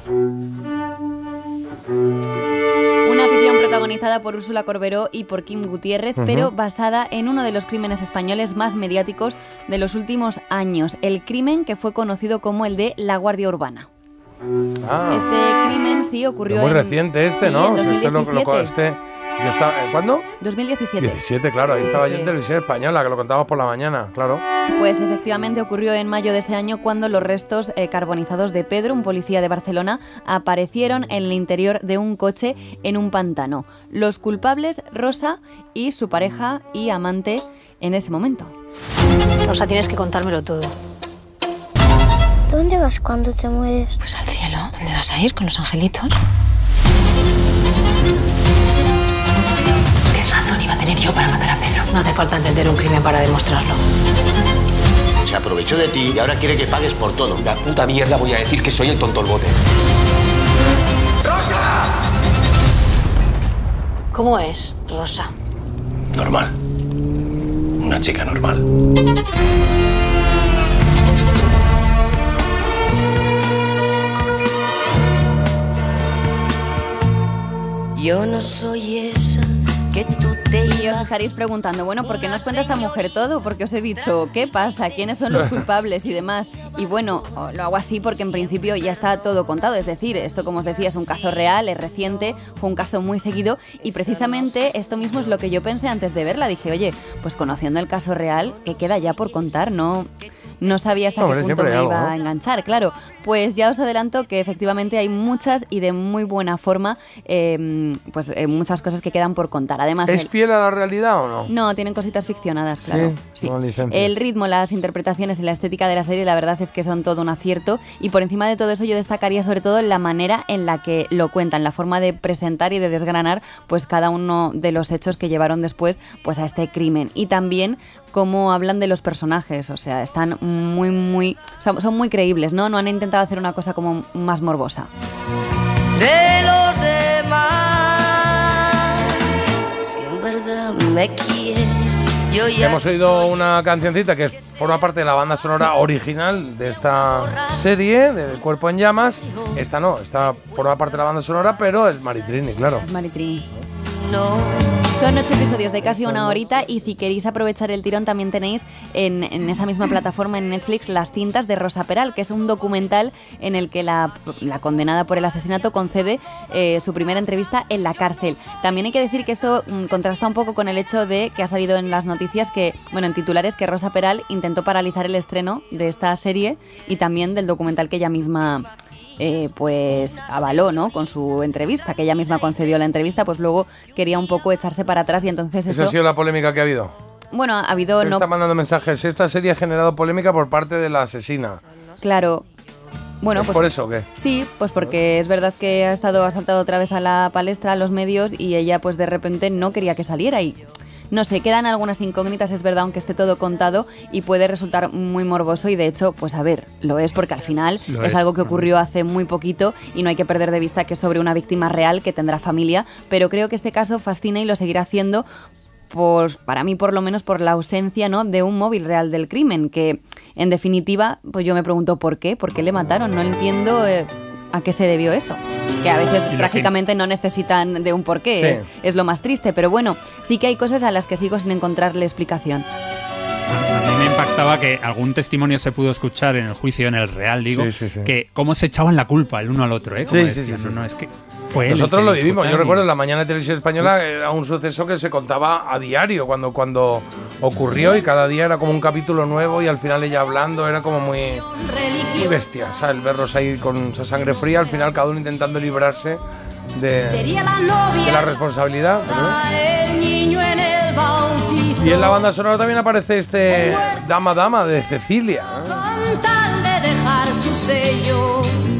Una ficción protagonizada por Úrsula Corberó y por Kim Gutiérrez, Ujú. pero basada en uno de los crímenes españoles más mediáticos de los últimos años, el crimen que fue conocido como el de la Guardia Urbana. Ah. Este crimen sí ocurrió Es muy en... reciente este, sí, ¿no? en O sea, este lo- lo- dos mil diecisiete. este- yo estaba, ¿cuándo? dos mil diecisiete. diecisiete, claro, ahí estaba yo en televisión española, que lo contábamos por la mañana, claro. Pues efectivamente ocurrió en mayo de ese año cuando los restos eh, carbonizados de Pedro, un policía de Barcelona, aparecieron en el interior de un coche en un pantano. Los culpables, Rosa y su pareja y amante en ese momento. Rosa, tienes que contármelo todo. ¿Dónde vas cuando te mueres? Pues al cielo. ¿Dónde vas a ir? ¿Con los angelitos? ¿Qué razón iba a tener yo para matar a Pedro? No hace falta entender un crimen para demostrarlo. Se aprovechó de ti y ahora quiere que pagues por todo. La puta mierda voy a decir que soy el tonto del bote. ¡Rosa! ¿Cómo es, Rosa? Normal. Una chica normal. Yo no soy esa que tú te... Y os estaréis preguntando, bueno, ¿por qué nos cuenta esta mujer todo? Porque os he dicho, ¿qué pasa? ¿Quiénes son los culpables y demás? Y bueno, lo hago así porque en principio ya está todo contado. Es decir, esto, como os decía, es un caso real, es reciente, fue un caso muy seguido y precisamente esto mismo es lo que yo pensé antes de verla. Dije, oye, pues conociendo el caso real, ¿qué queda ya por contar? No... no sabía hasta Hombre, qué punto siempre me hay iba algo, ¿no? a enganchar, claro. Pues ya os adelanto que efectivamente hay muchas y de muy buena forma, eh, pues eh, muchas cosas que quedan por contar. Además, ¿Es el- fiel a la realidad o no? no, tienen cositas ficcionadas, claro. Sí, no licencias. El ritmo, las interpretaciones y la estética de la serie, la verdad es que son todo un acierto. Y por encima de todo eso, yo destacaría sobre todo la manera en la que lo cuentan, la forma de presentar y de desgranar pues cada uno de los hechos que llevaron después pues a este crimen. Y también cómo hablan de los personajes, o sea, están muy, muy... Son, son muy creíbles, ¿no? No han intentado hacer una cosa como más morbosa. De los demás, si en verdad me quieres, yo ya. Hemos oído una cancioncita que es, forma parte de la banda sonora original de esta serie, de Cuerpo en Llamas. Esta no, esta forma parte de la banda sonora, pero es Maritrini, claro. Es Maritrini. Son ocho episodios de casi una horita y si queréis aprovechar el tirón también tenéis en, en esa misma plataforma en Netflix las cintas de Rosa Peral, que es un documental en el que la, la condenada por el asesinato concede eh, su primera entrevista en la cárcel. También hay que decir que esto mm, contrasta un poco con el hecho de que ha salido en las noticias que, bueno, en titulares, que Rosa Peral intentó paralizar el estreno de esta serie y también del documental que ella misma... Eh, pues avaló, ¿no? Con su entrevista, que ella misma concedió la entrevista, pues luego quería un poco echarse para atrás y entonces Esa eso... ha sido la polémica que ha habido. Bueno, ha habido... No... Está mandando mensajes. Esta serie ha generado polémica por parte de la asesina. Claro. Bueno, ¿Es pues, por eso o qué? Sí, pues porque es verdad que ha estado ha saltado otra vez a la palestra, a los medios, y ella pues de repente no quería que saliera y... No sé, quedan algunas incógnitas, es verdad, aunque esté todo contado y puede resultar muy morboso y de hecho, pues a ver, lo es porque al final Lo es, es. algo que ocurrió hace muy poquito y no hay que perder de vista que es sobre una víctima real que tendrá familia, pero creo que este caso fascina y lo seguirá haciendo, pues para mí por lo menos por la ausencia, ¿no?, de un móvil real del crimen, que en definitiva, pues yo me pregunto por qué, por qué le mataron, no entiendo... Eh, ¿a qué se debió eso? Que a veces trágicamente no necesitan de un porqué, Sí. es, es lo más triste, pero bueno, sí que hay cosas a las que sigo sin encontrarle explicación. A mí me impactaba que algún testimonio se pudo escuchar en el juicio, en el real, digo, Sí, sí, sí. que cómo se echaban la culpa el uno al otro, ¿eh? Como Sí, sí, decían, sí, sí. No, no, es que fue él el Nosotros que lo hizo vivimos. Yo tal y- recuerdo en la mañana de Televisión Española era un suceso que se contaba a diario cuando, cuando ocurrió y cada día era como un capítulo nuevo y al final ella hablando era como muy, muy bestia. ¿Sabes? Verlos ahí con esa sangre fría, al final cada uno intentando librarse de, Sería la novia, de la responsabilidad. ¿no? el niño en el bautizo. Y en la banda sonora también aparece este Dama Dama de Cecilia. ¿eh? Con tal de dejar su sello.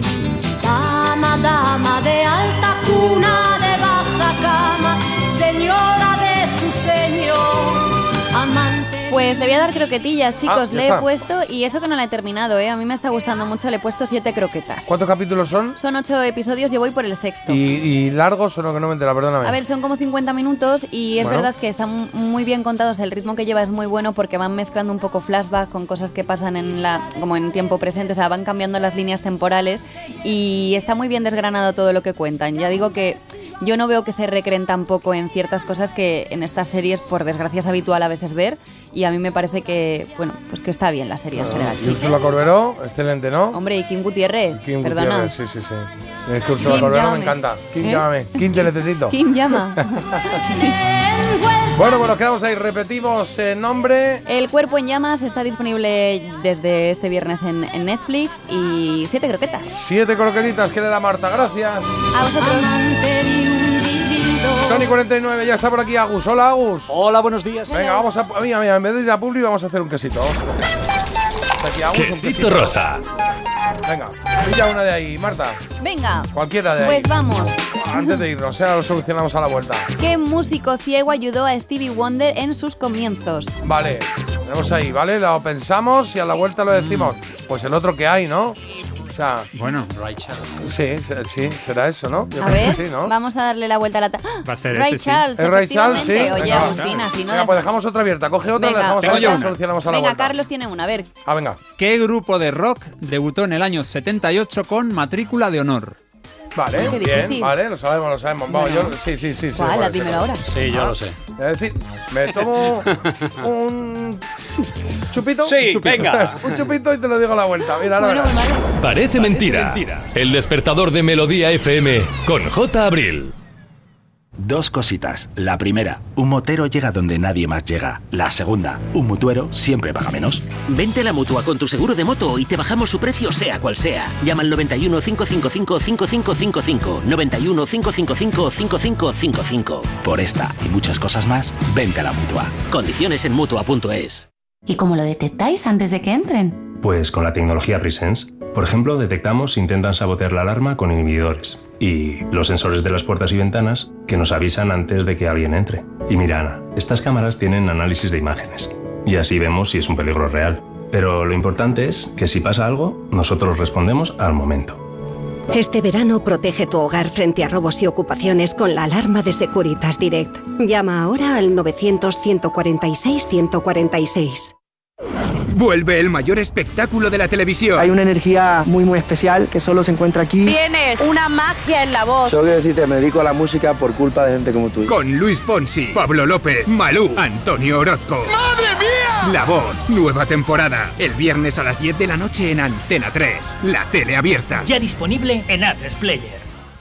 Dama, dama de alta cuna, de baja cama, señora de su señor, amante. Pues le voy a dar croquetillas, chicos, Ah, ya le he está. puesto, y eso que no la he terminado, ¿eh? A mí me está gustando mucho, le he puesto siete croquetas. ¿Cuántos capítulos son? Son ocho episodios, yo voy por el sexto. ¿Y, y largos o no? Que no me entera, perdóname. A ver, son como cincuenta minutos y es Bueno. verdad que están muy bien contados, el ritmo que lleva es muy bueno porque van mezclando un poco flashback con cosas que pasan en la como en tiempo presente, o sea, van cambiando las líneas temporales y está muy bien desgranado todo lo que cuentan. Ya digo que yo no veo que se recreen tampoco en ciertas cosas que en estas series, por desgracia, es habitual a veces ver y a mí me parece que, bueno, pues que está bien la serie en general. Y Sí. Úrsula Corberó, excelente, ¿no? Hombre, y Kim Gutiérrez, Kim perdona. Gutiérrez, sí, sí, sí. Es que Úrsula Kim, Corberó me llámame. encanta. Kim, ¿Eh? llámame. Kim, te necesito. Kim llama. Bueno, pues nos quedamos ahí. Repetimos el nombre. El Cuerpo en Llamas está disponible desde este viernes en, en Netflix y siete croquetas. Siete croquetitas que le da Marta, gracias. A vosotros. Sony cuarenta y nueve, ya está por aquí Agus. Hola, Agus. Hola, buenos días. Venga, vamos a... Mira, mira, en vez de ir a Publi vamos a hacer un quesito. Vamos a hacer. Está aquí Agus, un Quesito quesito rosa. Venga, pilla una de ahí, Marta. Venga, Cualquiera de ahí. pues vamos. Antes de irnos, ya lo solucionamos a la vuelta. ¿Qué músico ciego ayudó a Stevie Wonder en sus comienzos? Vale, tenemos ahí, ¿vale? Lo pensamos y a la vuelta lo decimos. Pues el otro que hay, ¿no? O sea, bueno, Ray Charles. Sí, se- sí, será eso, ¿no? Yo A creo ver, que sí, ¿no? vamos a darle la vuelta a la... ta- ¡Ah! Va a ser Ray ese, sí. Charles, ¿Es Ray Charles? Sí. efectivamente. Oye, Venga, Agustina, si no... Venga, pues dejamos otra abierta. Coge otra, Venga. la dejamos Tengo abierta yo y una. solucionamos a la Venga, vuelta. Carlos tiene una, a ver. Ah, venga. ¿Qué grupo de rock debutó en el año setenta y ocho con matrícula de honor? Vale, Qué bien, difícil. vale, lo sabemos, lo sabemos. Vamos, Bueno. yo, sí, sí, sí. sí ¿Cuál? bueno, Dímelo sí, ahora. Sí, yo Ah, lo sé. Es decir, me tomo un chupito. Sí, un chupito. venga. Un chupito y te lo digo a la vuelta. Mira, ahora Bueno, verás. pues vale. Parece mentira. El despertador de Melodía F M con J. Abril. Dos cositas. La primera, un motero llega donde nadie más llega. La segunda, un mutuero siempre paga menos. Vente a la Mutua con tu seguro de moto y te bajamos su precio sea cual sea. Llama al noventa y uno, cinco cinco cinco, cinco cinco cinco cinco. noventa y uno, cinco cinco cinco, cinco cinco cinco cinco. Por esta y muchas cosas más, vente a la Mutua. Condiciones en Mutua punto es. ¿Y cómo lo detectáis antes de que entren? Pues con la tecnología Presence. Por ejemplo, detectamos si intentan sabotear la alarma con inhibidores. Y los sensores de las puertas y ventanas que nos avisan antes de que alguien entre. Y mira, Ana, estas cámaras tienen análisis de imágenes. Y así vemos si es un peligro real. Pero lo importante es que si pasa algo, nosotros respondemos al momento. Este verano protege tu hogar frente a robos y ocupaciones con la alarma de Securitas Direct. Llama ahora al novecientos, ciento cuarenta y seis, ciento cuarenta y seis. Vuelve el mayor espectáculo de la televisión. Hay una energía muy muy especial que solo se encuentra aquí. Tienes una magia en la voz. Solo quiero decirte, me dedico a la música por culpa de gente como tú. Con Luis Fonsi, Pablo López, Malú, Antonio Orozco. ¡Madre mía! La Voz, nueva temporada. El viernes a las diez de la noche en Antena tres. La tele abierta. Ya disponible en A tres Player.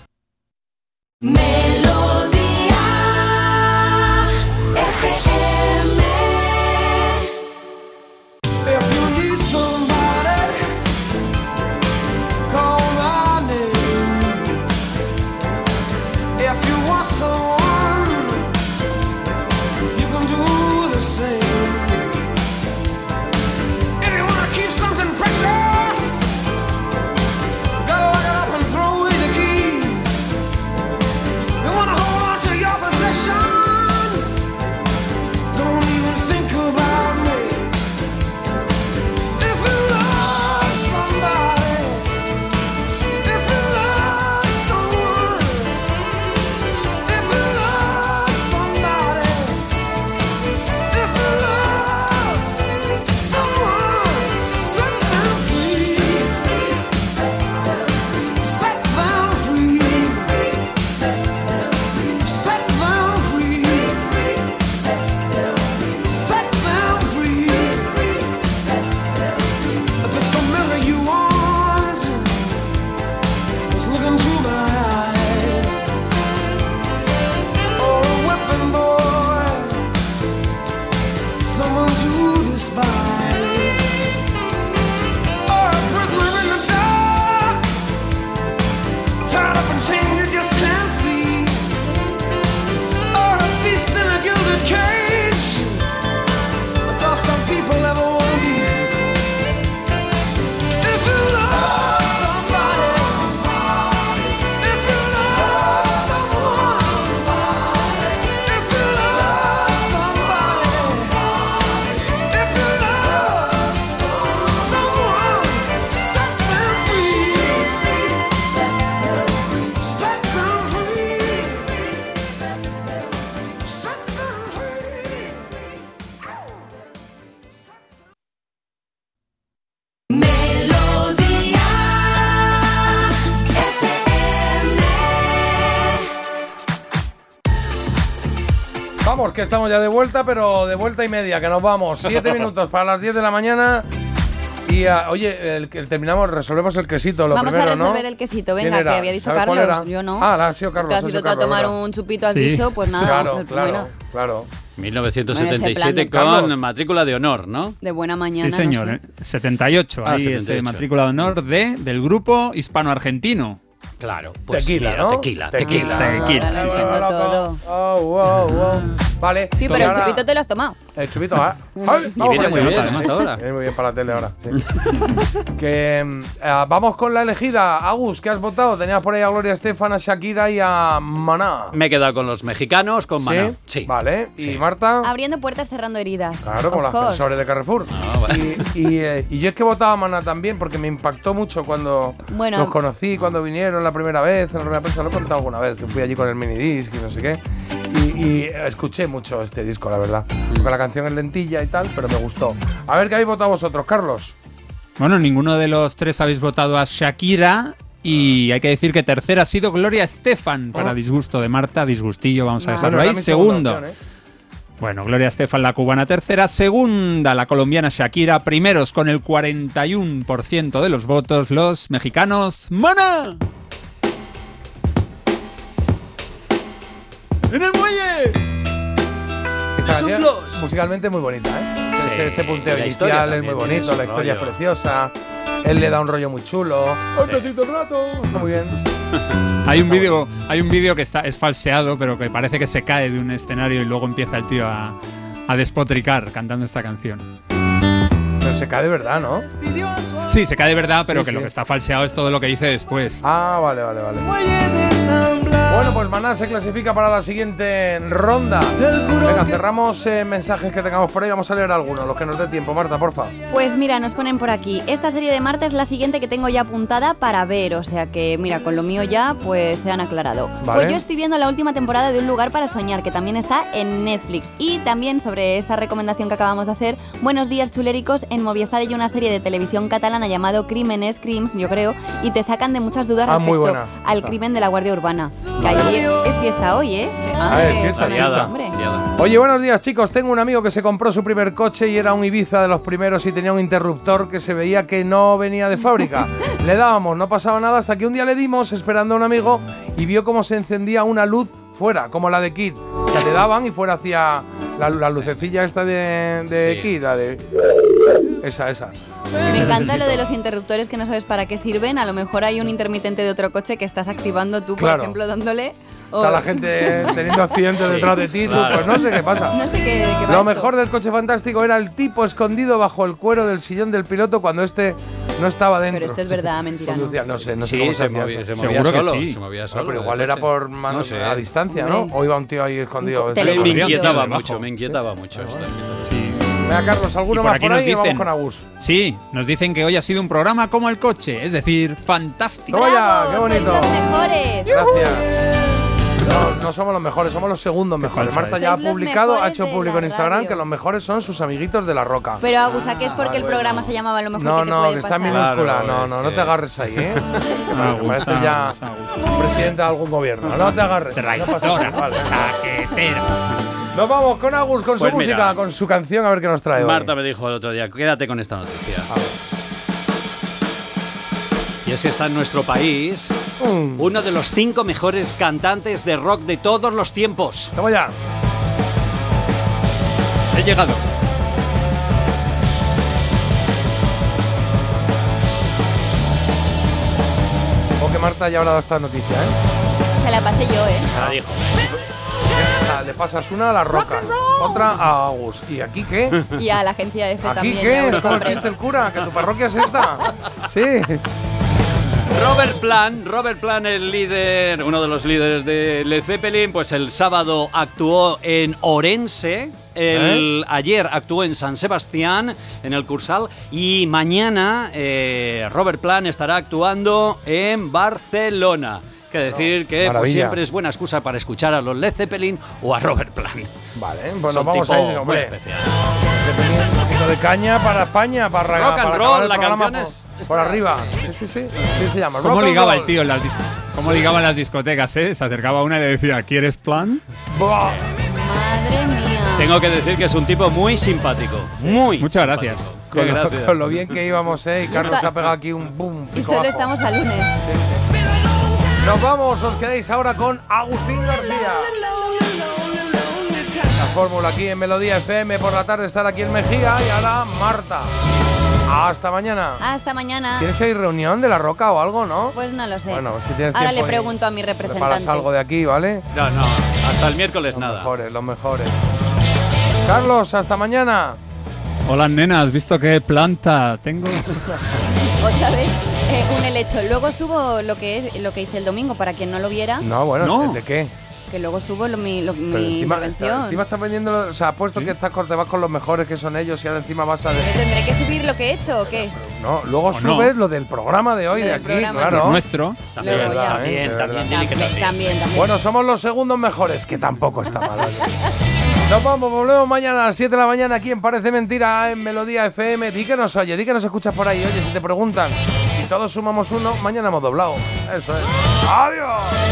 Vamos, que estamos ya de vuelta, pero de vuelta y media, que nos vamos. Siete minutos para las diez de la mañana. Y uh, oye, el, el, terminamos, resolvemos el quesito, lo Vamos primero, a resolver ¿no? el quesito, venga, que había dicho Carlos, yo no. Ah, ha sido Carlos. Te has ido a tomar un chupito, has sí. dicho, pues nada. Claro, pues, claro, bueno. claro. mil novecientos setenta y siete con Carlos. Matrícula de honor, ¿no? De buena mañana. Sí, señor, no sé. setenta y ocho, ah, ahí setenta y ocho. es matrícula de honor de, del grupo hispano-argentino. Claro, pues tequila, mira, ¿no? Tequila, tequila. Tequila, tequila. Sí, todo. Oh, wow, wow. Vale. Sí, pero el ahora... chupito te lo has tomado. El chupito, ¿ah? Ay, y viene muy bien hasta ahora. Viene muy bien para la tele ahora. Sí. que uh, vamos con la elegida. Agus, ¿qué has votado? Tenías por ahí a Gloria Estefan, a Shakira y a Maná. Me he quedado con los mexicanos, con Maná. Sí. sí. Vale. ¿Y sí. Marta? Abriendo puertas, cerrando heridas. Claro, con las ascensores de Carrefour. Ah, vale. y, y, eh, y yo es que votaba a Maná también porque me impactó mucho cuando bueno, los conocí, cuando vinieron la primera vez, en la primera prensa, lo he contado alguna vez, que fui allí con el minidisc y no sé qué. Y, y escuché mucho este disco, la verdad. Porque la canción es lentilla y tal, pero me gustó. A ver, ¿qué habéis votado vosotros, Carlos? Bueno, ninguno de los tres habéis votado a Shakira. Y hay que decir que tercera ha sido Gloria Estefan, para oh. disgusto de Marta, disgustillo, vamos a no, dejarlo ahí. Segundo. Opción, ¿eh? Bueno, Gloria Estefan, la cubana, tercera. Segunda, la colombiana Shakira. Primeros con el cuarenta y uno por ciento de los votos, los mexicanos. ¡Maná! ¡En el muelle! Esta Es un canción, blues. musicalmente muy bonita, ¿eh? Sí, Este, este punteo la historia inicial es también muy tiene bonito, su la historia es rollo. preciosa. Él le da un rollo muy chulo. ¡Ay, casito el rato! Está muy bien. Hay un vídeo, hay un vídeo que está es falseado, pero que parece que se cae de un escenario y luego empieza el tío a, a despotricar cantando esta canción. Pero se cae de verdad, ¿no? Sí, se cae de verdad, pero Sí, que sí. lo que está falseado es todo lo que dice después. Ah, vale, vale, vale. Bueno, pues Maná se clasifica para la siguiente ronda. Venga, cerramos eh, mensajes que tengamos por ahí. Vamos a leer algunos, los que nos dé tiempo. Marta, porfa. Pues mira, nos ponen por aquí. Esta serie de Marta es la siguiente que tengo ya apuntada para ver. O sea que, mira, con lo mío ya, pues se han aclarado. Vale. Pues yo estoy viendo la última temporada de Un lugar para soñar, que también está en Netflix. Y también sobre esta recomendación que acabamos de hacer, Buenos días, chuléricos. En Movistar hay una serie de televisión catalana llamado Crímenes, Crims, yo creo, y te sacan de muchas dudas Ah, muy respecto buena. al crimen de la Guardia Urbana. Que allí es fiesta hoy, ¿eh? A ver, que fiesta, con el fiesta. nombre. Oye, buenos días, chicos. Tengo un amigo que se compró su primer coche y era un Ibiza de los primeros y tenía un interruptor que se veía que no venía de fábrica. Le dábamos, no pasaba nada hasta que un día le dimos esperando a un amigo y vio cómo se encendía una luz fuera, como la de Kid. Que le daban y fuera hacia la, la lucecilla esta de, de Sí. Kid, la de... Esa, esa. Me encanta lo de los interruptores que no sabes para qué sirven. A lo mejor hay un intermitente de otro coche que estás activando tú, por Claro. ejemplo, dándole. o- Está la gente teniendo accidentes Sí, detrás de ti, tú, claro. pues no sé qué pasa. No sé qué, qué va Lo esto. mejor del coche fantástico era el tipo escondido bajo el cuero del sillón del piloto cuando este no estaba dentro. Pero esto es verdad, mentira. ¿no? Conducía, no sé, no sé Sí, cómo se hacía movía, eso. se movía Seguro que solo. sí. Se movía Bueno, solo. pero el igual era coche. por mano No sé. a distancia, ¿no? Hombre. O iba un tío ahí escondido. Te- Me, me Telecontrol. inquietaba Debajo. mucho, me inquietaba mucho esto. Sí. Venga, Carlos, ¿alguno Y por más aquí por ahí? nos Y vamos dicen- con Agus. Sí, nos dicen que hoy ha sido un programa como el coche, es decir, fantástico. Toma ya, ¡Bravo! qué ¡Sois bonito. los mejores! Gracias. No, no somos los mejores, somos los segundos mejores. falsa Marta es. ya ha Sois los publicado, ha mejores hecho de público en la Instagram radio. que los mejores son sus amiguitos de la Roca. Pero Agusa, que es porque Ah, el bueno. programa se llamaba Lo mejor No, que te no, puede que está en pasar. minúscula. Claro, no, es no, no que- te agarres ahí, ¿eh? Agus, Me parece ya Agus, Agus. presidente de algún gobierno. No te agarres. No pasa nada. Vale. Chaquetera. Nos vamos con Agus, con Pues su mira. música, con su canción, a ver qué nos trae hoy. Marta me dijo el otro día, quédate con esta noticia. Y es que está en nuestro país Mm. uno de los cinco mejores cantantes de rock de todos los tiempos. Vamos ya. He llegado. Supongo que Marta ya habrá dado esta noticia, ¿eh? Se la pasé yo, ¿eh? La dijo. Ah, le pasas una a la Roca, otra a Agus. ¿Y aquí qué? Y a la agencia F ¿Aquí también. qué? de ¿Es como el Eurocompres. chiste del cura? ¿Que tu parroquia es esta? Sí. Robert Plant, Robert Plant, el líder, uno de los líderes de Led Zeppelin, pues el sábado actuó en Orense, el, ¿Eh? ayer actuó en San Sebastián, en el Cursal, y mañana eh, Robert Plant estará actuando en Barcelona. Que decir que pues, maravilla. siempre es buena excusa para escuchar a los Led Zeppelin o a Robert Plant. Vale, pues Son nos vamos tipo a ir, muy hombre. especial. Le tenía un poquito de caña para España, para Rock and para roll, acabar el la programa canción por, es- por está- arriba. Sí, sí, sí. Sí se llama. ¿Cómo Rock and ligaba roll. el tío en las discotecas? ¿Cómo ligaba en las discotecas, eh? Se acercaba a una y le decía, ¿quieres plan? Buah. Madre mía. Tengo que decir que es un tipo muy simpático. Muy. Muchas gracias. simpático. Con Qué lo, gracias. con lo bien que íbamos, ¿eh? Y Carlos está- se ha pegado aquí un boom. Y pico solo bajo. estamos a lunes. Nos vamos, os quedáis ahora con Agustín García. La fórmula aquí en Melodía F M por la tarde, estar aquí en Mejía y ahora Marta. Hasta mañana. Hasta mañana. ¿Tienes ahí reunión de la Roca o algo, no? Pues no lo sé. Bueno, si tienes Ahora le tiempo y pregunto a mi Preparas representante. algo de aquí, ¿vale? No, no, hasta el miércoles Los nada. mejores, los mejores. Carlos, hasta mañana. Hola, nena, ¿has visto qué planta tengo? Otra vez eh, un helecho. Luego subo lo que es lo que hice el domingo para quien no lo viera. No, bueno, No. ¿de qué? Que luego subo lo- mi, lo- Pero mi encima, intervención. encima estás vendiendo, o sea, apuesto que estás con- te vas con los mejores que son ellos y ahora encima vas a... de- ¿Me tendré que subir lo que he hecho o qué? No, luego ¿O no? subes lo del programa de hoy, Lo de del aquí, programa. claro. Nuestro. También, Luego ya. también, De verdad. también, dile que También, también. también, también. Bueno, somos los segundos mejores, que tampoco está mal. oye. Nos vamos, volvemos mañana a las siete de la mañana aquí en Parece Mentira en Melodía F M. Di que nos oye, di que nos escuchas por ahí. Oye, si te preguntan si todos sumamos uno, mañana hemos doblado. Eso es. ¡Adiós!